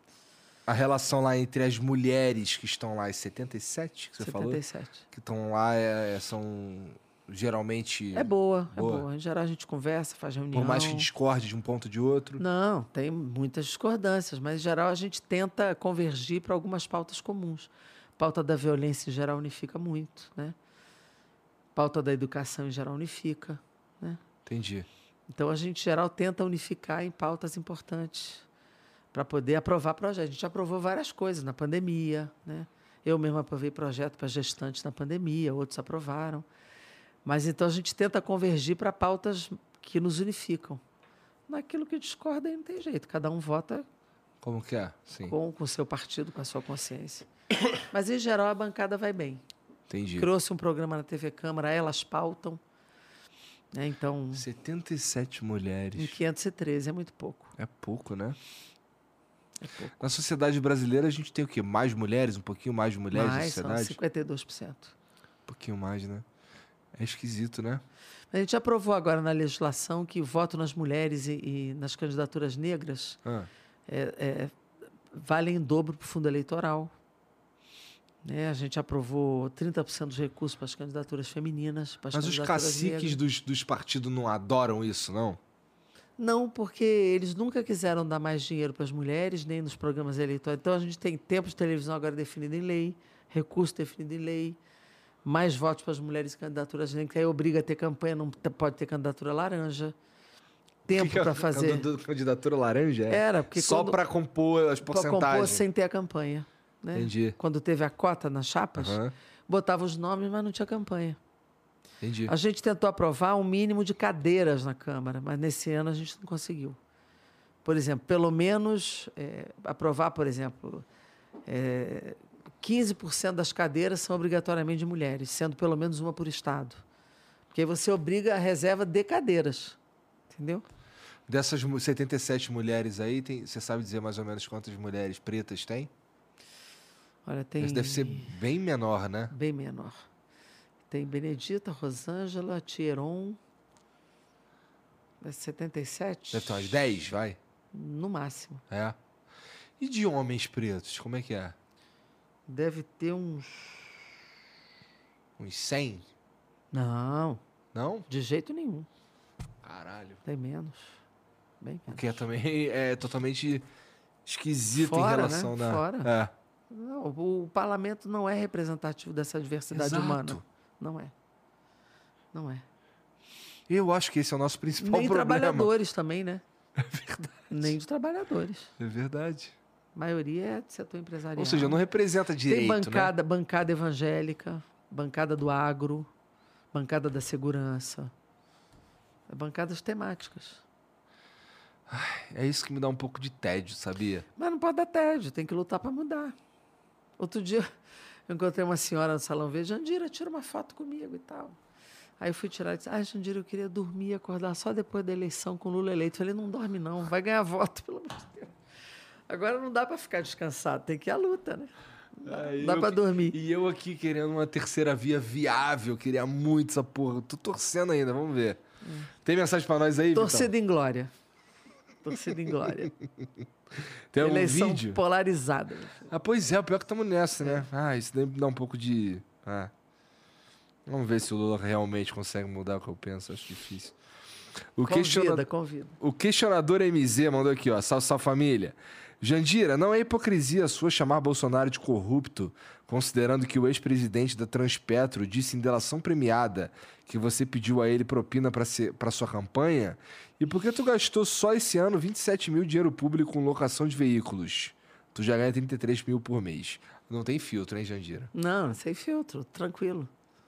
A relação lá entre as mulheres que estão lá, as setenta e sete que você falou? setenta e sete. Que estão lá, é- são geralmente... É boa, Boa. é boa. Em geral a gente conversa, faz reunião. Por mais que discorde de um ponto de outro. Não, tem muitas discordâncias, mas em geral a gente tenta convergir para algumas pautas comuns. Pauta da violência em geral unifica muito, né? Pauta da educação em geral unifica, né? Entendi. Então a gente em geral tenta unificar em pautas importantes para poder aprovar projetos. A gente aprovou várias coisas na pandemia, né? Eu mesmo aprovei projeto para gestantes na pandemia, outros aprovaram. Mas então a gente tenta convergir para pautas que nos unificam. Naquilo que discorda aí não tem jeito, cada um vota Como que é? Sim. com o seu partido, com a sua consciência. Mas, em geral, a bancada vai bem. Entendi. Criou-se um programa na T V Câmara, elas pautam. Né? Então, setenta e sete em mulheres. quinhentos e treze é muito pouco. É pouco, né? É pouco. Na sociedade brasileira a gente tem o quê? Mais mulheres? Um pouquinho mais de mulheres na Mais, são sociedade? cinquenta e dois por cento. Um pouquinho mais, né? É esquisito, né? A gente aprovou agora na legislação que o voto nas mulheres e, e nas candidaturas negras Ah, é, é, vale em dobro para o fundo eleitoral. Né? A gente aprovou trinta por cento dos recursos para as candidaturas femininas. Para as mas os candidaturas caciques negras. dos, dos partidos não adoram isso, não? Não, porque eles nunca quiseram dar mais dinheiro para as mulheres, nem nos programas eleitorais. Então, a gente tem tempo de televisão agora definido em lei, recurso definido em lei, mais votos para as mulheres em candidaturas negras, que aí obriga a ter campanha, não te- pode ter candidatura laranja. Tempo Que que é para a fazer. candid- Candidatura laranja? É? Era, porque Só quando- para compor as Para compor porcentagens. sem ter a campanha. Né? Entendi. Quando teve a cota nas chapas, Aham, botava os nomes, mas não tinha campanha. entendi. A gente tentou aprovar um mínimo de cadeiras na Câmara, mas nesse ano a gente não conseguiu. Por exemplo, pelo menos é, aprovar, por exemplo, é, quinze por cento das cadeiras são obrigatoriamente de mulheres, sendo pelo menos uma por estado. Porque aí você obriga a reserva de cadeiras. Entendeu? Dessas mu- setenta e sete mulheres aí, tem, você sabe dizer mais ou menos quantas mulheres pretas tem? Olha, tem. Esse deve ser bem menor, né? Bem menor. Tem Benedita, Rosângela, Tieron. É setenta e sete? Deve ter umas dez, vai? No máximo. É. E de homens pretos, como é que é? Deve ter uns. Uns cem? Não, Não? de jeito nenhum. Caralho. Tem menos. Bem menos. Porque é também é totalmente esquisito Fora, em relação né? da... Fora. É. Não, o parlamento não é representativo dessa diversidade Exato. humana. Não é. Não é. Eu acho que esse é o nosso principal Nem problema. trabalhadores também, né? É verdade. Nem de trabalhadores. É verdade. A maioria é do setor empresarial. Ou seja, não representa direito, Tem né? bancada, bancada evangélica, bancada do agro, bancada da segurança. É bancadas temáticas. É isso que me dá um pouco de tédio, sabia? Mas não pode dar tédio, tem que lutar para mudar. Outro dia, eu encontrei uma senhora no Salão Verde, Jandira, tira uma foto comigo e tal. Aí eu fui tirar e disse, ah, Jandira, eu queria dormir e acordar só depois da eleição com o Lula eleito. Eu falei, não dorme não, vai ganhar voto, pelo amor de Deus. Agora não dá para ficar descansado, tem que ir à luta, né? Não dá, Aí dá eu para que- dormir. E eu aqui querendo uma terceira via viável, queria muito essa porra. Tô torcendo ainda, vamos ver. Tem mensagem pra nós aí, Vitão? Torcida em glória. Torcida em glória. Tem algum Eleição vídeo? polarizada. meu filho. Ah, pois é, o pior é que estamos nessa, né? Ah, isso daí me dá um pouco de... Ah. Vamos ver se o Lula realmente consegue mudar o que eu penso, acho difícil. O, Convida, questiona... convida. o questionador M Z mandou aqui, ó. Salve, salve família. Jandira, não é hipocrisia sua chamar Bolsonaro de corrupto, considerando que o ex-presidente da Transpetro disse em delação premiada que você pediu a ele propina para sua campanha? E por que tu gastou só esse ano vinte e sete mil de dinheiro público com locação de veículos? Tu já ganha trinta e três mil por mês. Não tem filtro, hein, Jandira? Não, sem filtro, tranquilo.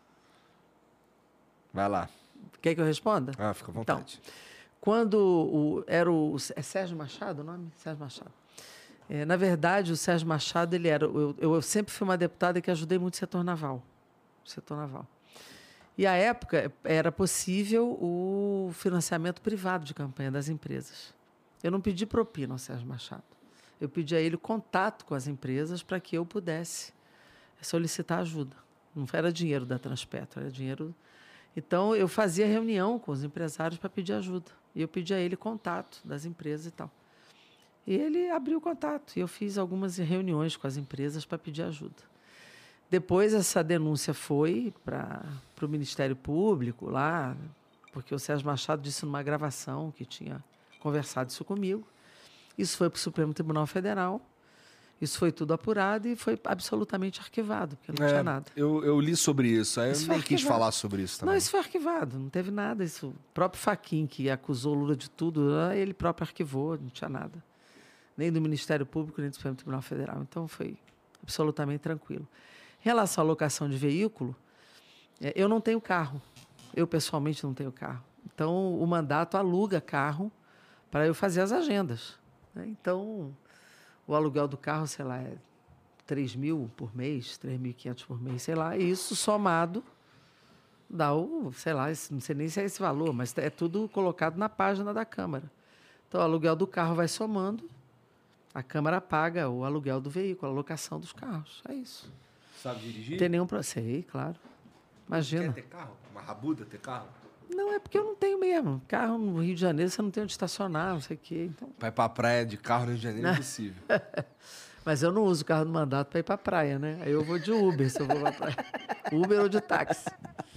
Vai lá. Quer que eu responda? Ah, fica à Então, vontade. Quando o, era o... É Sérgio Machado o nome? Sérgio Machado. É, na verdade, o Sérgio Machado, ele era... Eu, eu sempre fui uma deputada que ajudei muito o setor naval. O setor naval. E, à época, era possível o financiamento privado de campanha das empresas. Eu não pedi propina ao Sérgio Machado. Eu pedi a ele contato com as empresas para que eu pudesse solicitar ajuda. Não era dinheiro da Transpetro, era dinheiro... Então, eu fazia reunião com os empresários para pedir ajuda. E eu pedi a ele contato das empresas e tal. E ele abriu o contato. E eu fiz algumas reuniões com as empresas para pedir ajuda. Depois, essa denúncia foi para o Ministério Público, lá, porque o Sérgio Machado disse numa gravação que tinha conversado isso comigo. Isso foi para o Supremo Tribunal Federal. Isso foi tudo apurado e foi absolutamente arquivado, porque não É, tinha nada. Eu, eu li sobre isso, aí Isso eu foi nem quis arquivado. falar sobre isso também. Não, isso foi arquivado, não teve nada. Isso, o próprio Fachin, que acusou Lula de tudo, ele próprio arquivou, não tinha nada. Nem do Ministério Público, nem do Supremo Tribunal Federal. Então, foi absolutamente tranquilo. Em relação à locação de veículo, eu não tenho carro. Eu, pessoalmente, não tenho carro. Então, o mandato aluga carro para eu fazer as agendas. Então, o aluguel do carro, sei lá, é três mil por mês, três mil e quinhentos por mês, sei lá. E isso somado dá o, sei lá, não sei nem se é esse valor, mas é tudo colocado na página da Câmara. Então, o aluguel do carro vai somando, a Câmara paga o aluguel do veículo, a locação dos carros. É isso. Sabe dirigir? Não tem nenhum processo. Sei, claro. Imagina. Quer ter carro? Uma rabuda ter carro? Não, é porque eu não tenho mesmo. Carro no Rio de Janeiro, você não tem onde estacionar, não sei o quê. Então... Vai pra praia de carro no Rio de Janeiro é impossível. Mas eu não uso o carro do mandato para ir pra praia, né? Aí eu vou de Uber, se eu vou pra praia. Uber ou de táxi.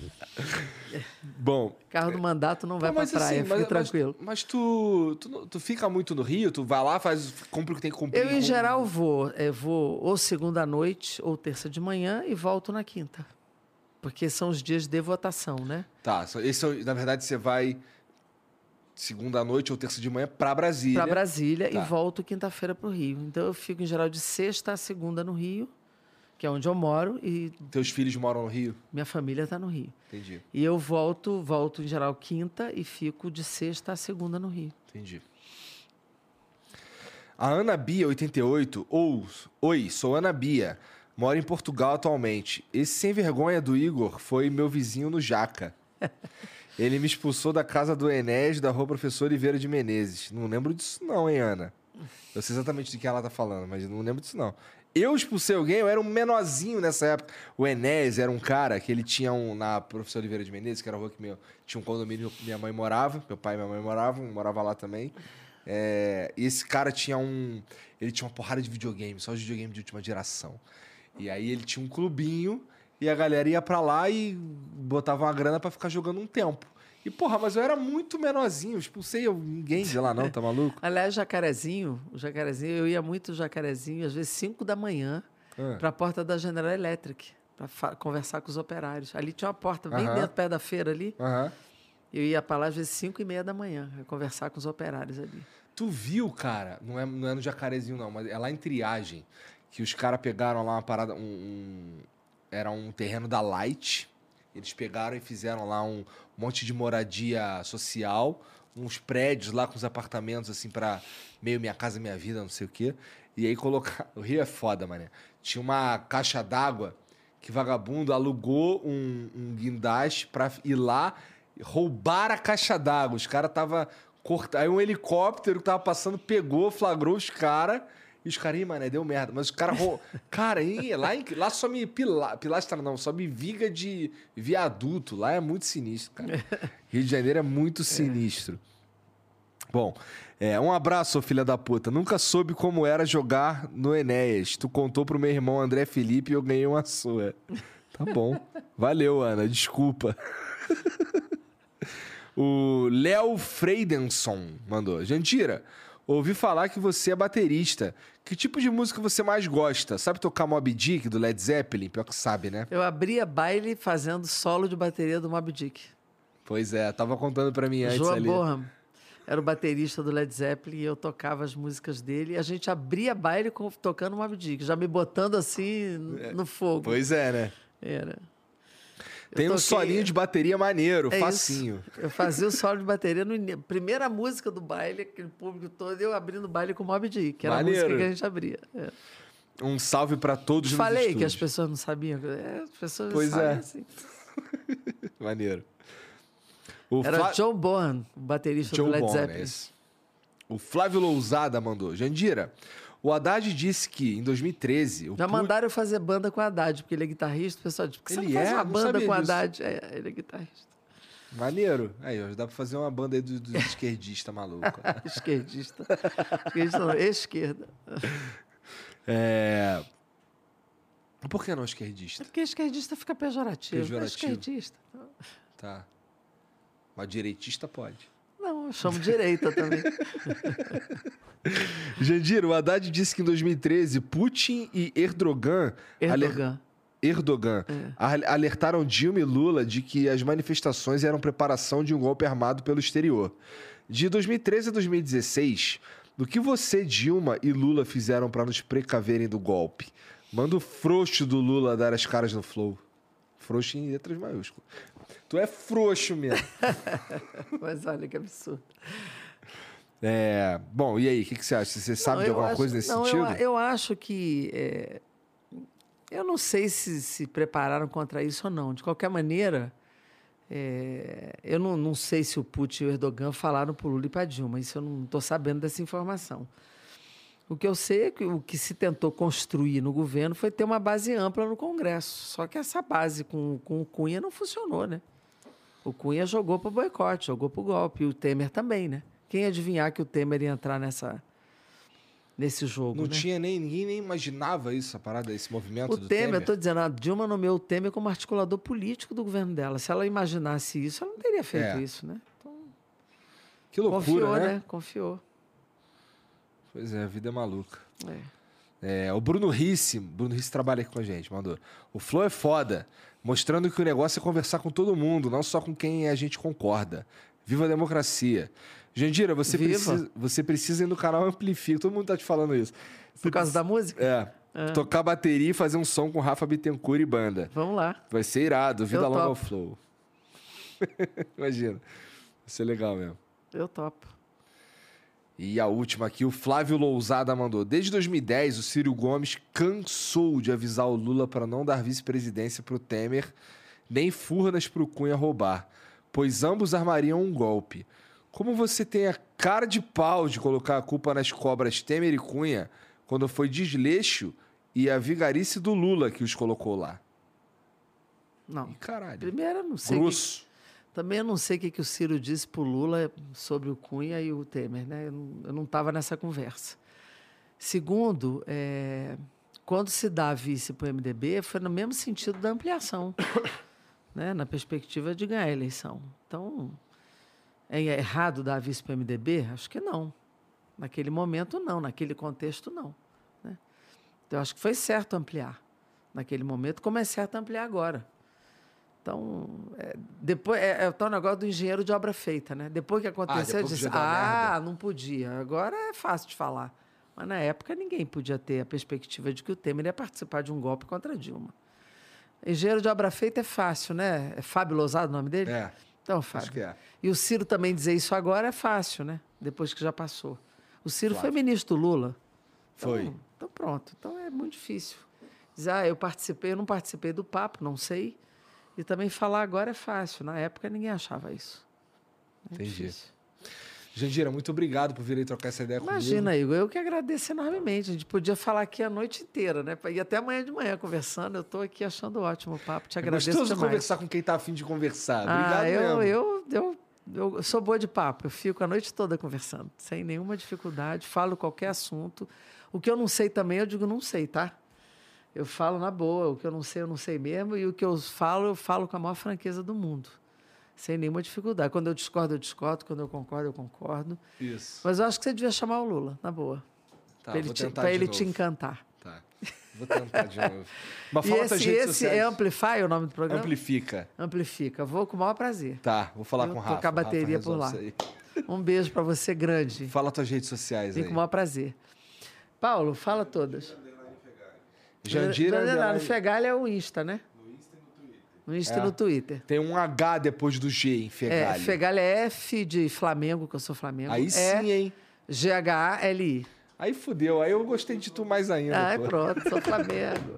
Bom... Carro do mandato não vai Não, pra mas praia, assim, fique mas, tranquilo. Mas, mas tu, tu, não- tu fica muito no Rio? Tu vai lá, faz, compra o que tem que cumprir? Eu, em com- geral, vou. Eu vou ou segunda à noite ou terça de manhã e volto na quinta. Porque são os dias de votação, né? Tá, só- esse, é o- na verdade você vai segunda à noite ou terça de manhã pra Brasília. Para Brasília Tá. e volto quinta-feira para o Rio. Então, eu fico, em geral, de sexta a segunda no Rio, que é onde eu moro, e Teus filhos moram no Rio? minha família está no Rio. Entendi, E eu volto, volto, em geral, quinta e fico de sexta a segunda no Rio. entendi. A Ana Bia, oitenta e oito, ou... Oi, sou Ana Bia. Moro em Portugal atualmente. Esse sem vergonha do Igor foi meu vizinho no Jaca. Ele me expulsou da casa do Enéas, da rua Professor Oliveira de Menezes. Não lembro disso não, hein, Ana? Eu sei exatamente de que ela tá falando, mas não lembro disso não. Eu expulsei alguém, eu era um menorzinho nessa época. O Enéas era um cara que ele tinha um... Na Professor Oliveira de Menezes, que era a rua que meu, tinha um condomínio que minha mãe morava. Meu pai e minha mãe moravam, morava lá também. É, e esse cara tinha um... Ele tinha uma porrada de videogame, só de videogame de última geração. E aí ele tinha um clubinho e a galera ia pra lá e botava uma grana pra ficar jogando um tempo. E, porra, mas eu era muito menorzinho, eu expulsei eu- ninguém de lá não, tá maluco? Aliás, Jacarezinho, o Jacarezinho, eu ia muito no Jacarezinho, às vezes cinco da manhã, Ah. para a porta da General Electric, para conversar com os operários. Ali tinha uma porta bem Aham. dentro, perto da feira ali. Aham. Eu ia para lá, às vezes, cinco e meia da manhã, conversar com os operários ali. Tu viu, cara, não é, não é no Jacarezinho não, mas é lá em Triagem, que os caras pegaram lá uma parada, um, um- era um terreno da Light, eles pegaram e fizeram lá um monte de moradia social, uns prédios lá com os apartamentos, assim, pra meio Minha Casa Minha Vida, não sei o quê, e aí colocar... O Rio é foda, mané. Tinha uma caixa d'água que vagabundo alugou um, um guindaste pra ir lá roubar a caixa d'água. Os caras tava cortando. Aí um helicóptero que tava passando pegou, flagrou os caras. E os caras, ih, mané, deu merda. Mas os caras. Rou... Cara, aí, lá, em- lá some pila... pilastra, não, some viga de viaduto. Lá é muito sinistro, cara. Rio de Janeiro é muito sinistro. Bom, é, um abraço, ô filha da puta. Nunca soube como era jogar no Enéas. Tu contou pro meu irmão André Felipe e eu ganhei uma sua. Tá bom. Valeu, Ana. Desculpa. O Léo Freidenson mandou. Jandira, ouvi falar que você é baterista. Que tipo de música você mais gosta? Sabe tocar Moby Dick, do Led Zeppelin? Pior que sabe, né? Eu abria baile fazendo solo de bateria do Moby Dick. Pois é, tava contando pra mim antes Joe ali. Bonham era o baterista do Led Zeppelin e eu tocava as músicas dele. E a gente abria baile com- tocando Moby Dick, já me botando assim no, no fogo. Pois é, né? Era. Eu Tem um toquei- solinho de bateria maneiro, É facinho. isso. Eu fazia o solo de bateria no ini- primeira música do baile, aquele público todo, eu abrindo o baile com o Moby Dick, que era Maneiro. a música que a gente abria. É. Um salve pra todos Te nos falei que as estúdios. pessoas não sabiam. É, as pessoas Pois sabem é. assim. Maneiro. O Era Flá- John Bonham, o baterista John do Led Bonham, Zeppelin. esse. O Flávio Lousada mandou. Jandira, o Haddad disse que em dois mil e treze... O Já pu- mandaram eu fazer banda com o Haddad, porque ele é guitarrista. O pessoal diz, por que você Ele não faz é? uma Não banda sabia com o disso. Haddad? É, ele é guitarrista. Maneiro. Aí, ó, dá pra fazer uma banda aí dos do esquerdistas malucos. Esquerdista. Esquerdista não, esquerda. É... Por que não esquerdista? Porque esquerdista fica pejorativo. Pejorativo. Esquerdista. Tá. Mas direitista pode. Não, eu chamo direita também. Jandir, o Haddad disse que em dois mil e treze, Putin e Erdogan... Erdogan. Erdogan É. alertaram Dilma e Lula de que as manifestações eram preparação de um golpe armado pelo exterior. De dois mil e treze a dois mil e dezesseis, o que você, Dilma e Lula fizeram para nos precaverem do golpe? Manda o frouxo do Lula dar as caras no Flow. Frouxo em letras maiúsculas. Tu é frouxo mesmo. Mas olha que absurdo. É, bom, e aí, o que, que você acha? Você sabe Não, de eu alguma acho- coisa nesse não, sentido? Eu, eu acho que... é, eu não sei se se prepararam contra isso ou não. De qualquer maneira, é, eu não, não sei se o Putin e o Erdogan falaram para o Lula e para a Dilma. Isso eu não estou sabendo dessa informação. O que eu sei é que o que se tentou construir no governo foi ter uma base ampla no Congresso. Só que essa base com, com o Cunha não funcionou, né? O Cunha jogou para o boicote, jogou para o golpe. E o Temer também, né? Quem adivinhar que o Temer ia entrar nessa, nesse jogo, Não né? tinha nem... Ninguém nem imaginava isso, a parada, esse movimento O do Temer, Temer. eu estou dizendo, a Dilma nomeou o Temer como articulador político do governo dela. Se ela imaginasse isso, ela não teria feito É. isso, né? Então, Que loucura, confiou, né? né? Confiou. Pois é, a vida é maluca. É. É, o Bruno Risse, Bruno Risse trabalha aqui com a gente, mandou. O Flow é foda, mostrando que o negócio é conversar com todo mundo, não só com quem a gente concorda. Viva a democracia. Jandira, você, Viva. precisa, você precisa ir no canal Amplifica, todo mundo tá te falando isso. Por causa da música? É, Ah. tocar bateria e fazer um som com Rafa Bittencourt e banda. Vamos lá. Vai ser irado, vida Eu longa ao topo. Flow. Imagina, vai ser legal mesmo. Eu topo. E a última aqui, o Flávio Lousada mandou. Desde dois mil e dez, o Ciro Gomes cansou de avisar o Lula para não dar vice-presidência para o Temer, nem furnas para o Cunha roubar, pois ambos armariam um golpe. Como você tem a cara de pau de colocar a culpa nas cobras Temer e Cunha, quando foi desleixo e a vigarice do Lula que os colocou lá? Não. Ih, caralho. Primeiro, eu não sei. que- Grosso. também eu não sei o que, que o Ciro disse pro Lula sobre o Cunha e o Temer, né? Eu não- eu não estava nessa conversa. Segundo, é, quando se dá vice para o M D B, foi no mesmo sentido da ampliação, né? Na perspectiva de ganhar a eleição. Então, é errado dar vice para o M D B? Acho que não. Naquele momento, não. Naquele contexto, não. Né? Então, eu acho que foi certo ampliar. Naquele momento, como é certo ampliar agora. Então, é, depois, é, é o tal negócio do engenheiro de obra feita, né? Depois que aconteceu, depois eu que disse, já deu ah, merda." não podia. Agora é fácil de falar. Mas na época ninguém podia ter a perspectiva de que o Temer ia participar de um golpe contra a Dilma. Engenheiro de obra feita é fácil, né? É Fábio Lousada o nome dele? É, Então, Fábio. acho que é. E o Ciro também dizer isso agora é fácil, né? Depois que já passou. O Ciro Claro. foi ministro do Lula. Então, Foi. Então, pronto. Então, é muito difícil. Dizer, ah, eu participei, eu não participei do papo, não sei. E também falar agora é fácil. Na época, ninguém achava isso. É Entendi. difícil. Jandira, muito obrigado por vir aí trocar essa ideia comigo. Imagina, Igor, eu que agradeço enormemente. A gente podia falar aqui a noite inteira, né? E até amanhã de manhã conversando. Eu estou aqui achando ótimo o papo. Te É agradeço gostoso demais. conversar com quem tá afim de conversar. Obrigado ah, eu, mesmo. eu, eu, eu sou boa de papo. Eu fico a noite toda conversando, sem nenhuma dificuldade. Falo qualquer assunto. O que eu não sei também, eu digo não sei, tá? Eu falo na boa. O que eu não sei, eu não sei mesmo. E o que eu falo, eu falo com a maior franqueza do mundo. Sem nenhuma dificuldade. Quando eu discordo, eu discordo. Quando eu concordo, eu concordo. Isso. Mas eu acho que você devia chamar o Lula, na boa. Tá, para ele, vou te, tentar pra de ele novo. te encantar. Tá. Vou tentar de novo. Mas E fala tuas esse, redes esse sociais. é Amplify, o nome do programa? Amplifica. Amplifica. Vou com o maior prazer. Tá, vou falar Eu com o tô Rafa. com a bateria Rafa por lá. resolve isso aí. Um beijo para você, grande. Fala tuas redes sociais Vem aí. com o maior prazer. Paulo, fala todas. Jandira No underline- Fegali é o Insta, né? No Insta e É. no Twitter. Tem um H depois do G em É, Fegali. Fegali é F de Flamengo, que eu sou Flamengo. Aí é sim, hein? G H A L I. Aí fudeu. Aí eu gostei de tu mais ainda. Ah, pô. pronto, sou Flamengo.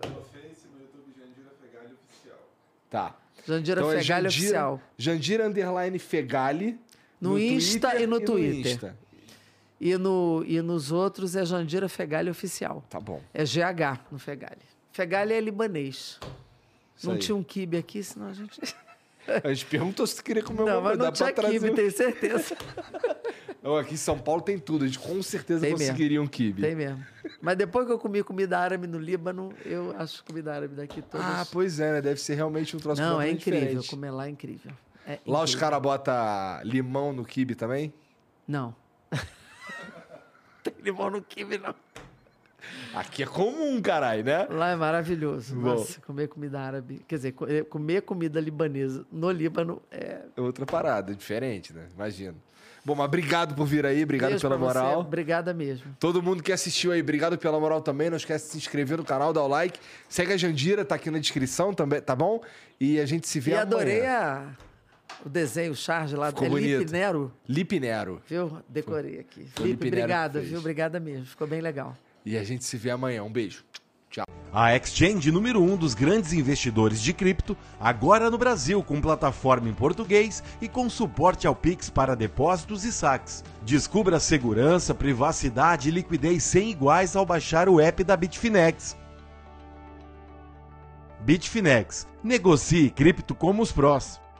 Tá. Jandira Então é Fegali Jandira- Oficial. Jandira underline Fegali. No Insta e no Twitter. Insta. E, no, e nos outros é Jandira Fegali Oficial. Tá bom. É G H no Fegali. Fegali é libanês. Isso Não aí. tinha um quibe aqui, senão a gente... A gente perguntou se tu queria comer Não, alguma mas coisa. não Dá tinha pra trazer quibe, um- tenho certeza. Não, aqui em São Paulo tem tudo. A gente com certeza Tem conseguiria um quibe. Tem mesmo. Mas depois que eu comi comida árabe no Líbano, eu acho comida árabe daqui todas... Ah, pois é, né? Deve ser realmente um troço Não, é completamente incrível. diferente. Comer lá é incrível. É Lá os incrível. caras botam limão no quibe também? Não. Tem limão no quibe, não. Aqui é comum, caralho, né? Lá é maravilhoso. Bom. Nossa, comer comida árabe. Quer dizer, co- eh, comer comida libanesa no Líbano é. É outra parada, diferente, né? Imagino. Bom, mas obrigado por vir aí, obrigado Beijo pela pra você. moral. Obrigada mesmo. Todo mundo que assistiu aí, obrigado pela moral também. Não esquece de se inscrever no canal, dar o like. Segue a Jandira, tá aqui na descrição também, tá bom? E a gente se vê E amanhã. adorei a, o desenho, o charge lá. Ficou é bonito. Lipe Nero, Lipe Nero. viu? Decorei aqui. Foi Felipe, Lipe Nero que obrigada, fez. viu? Obrigada mesmo. Ficou bem legal. E a gente se vê amanhã. Um beijo. Tchau. A Exchange, número um dos grandes investidores de cripto, agora no Brasil, com plataforma em português e com suporte ao Pix para depósitos e saques. Descubra segurança, privacidade e liquidez sem iguais ao baixar o app da Bitfinex. Bitfinex. Negocie cripto como os prós.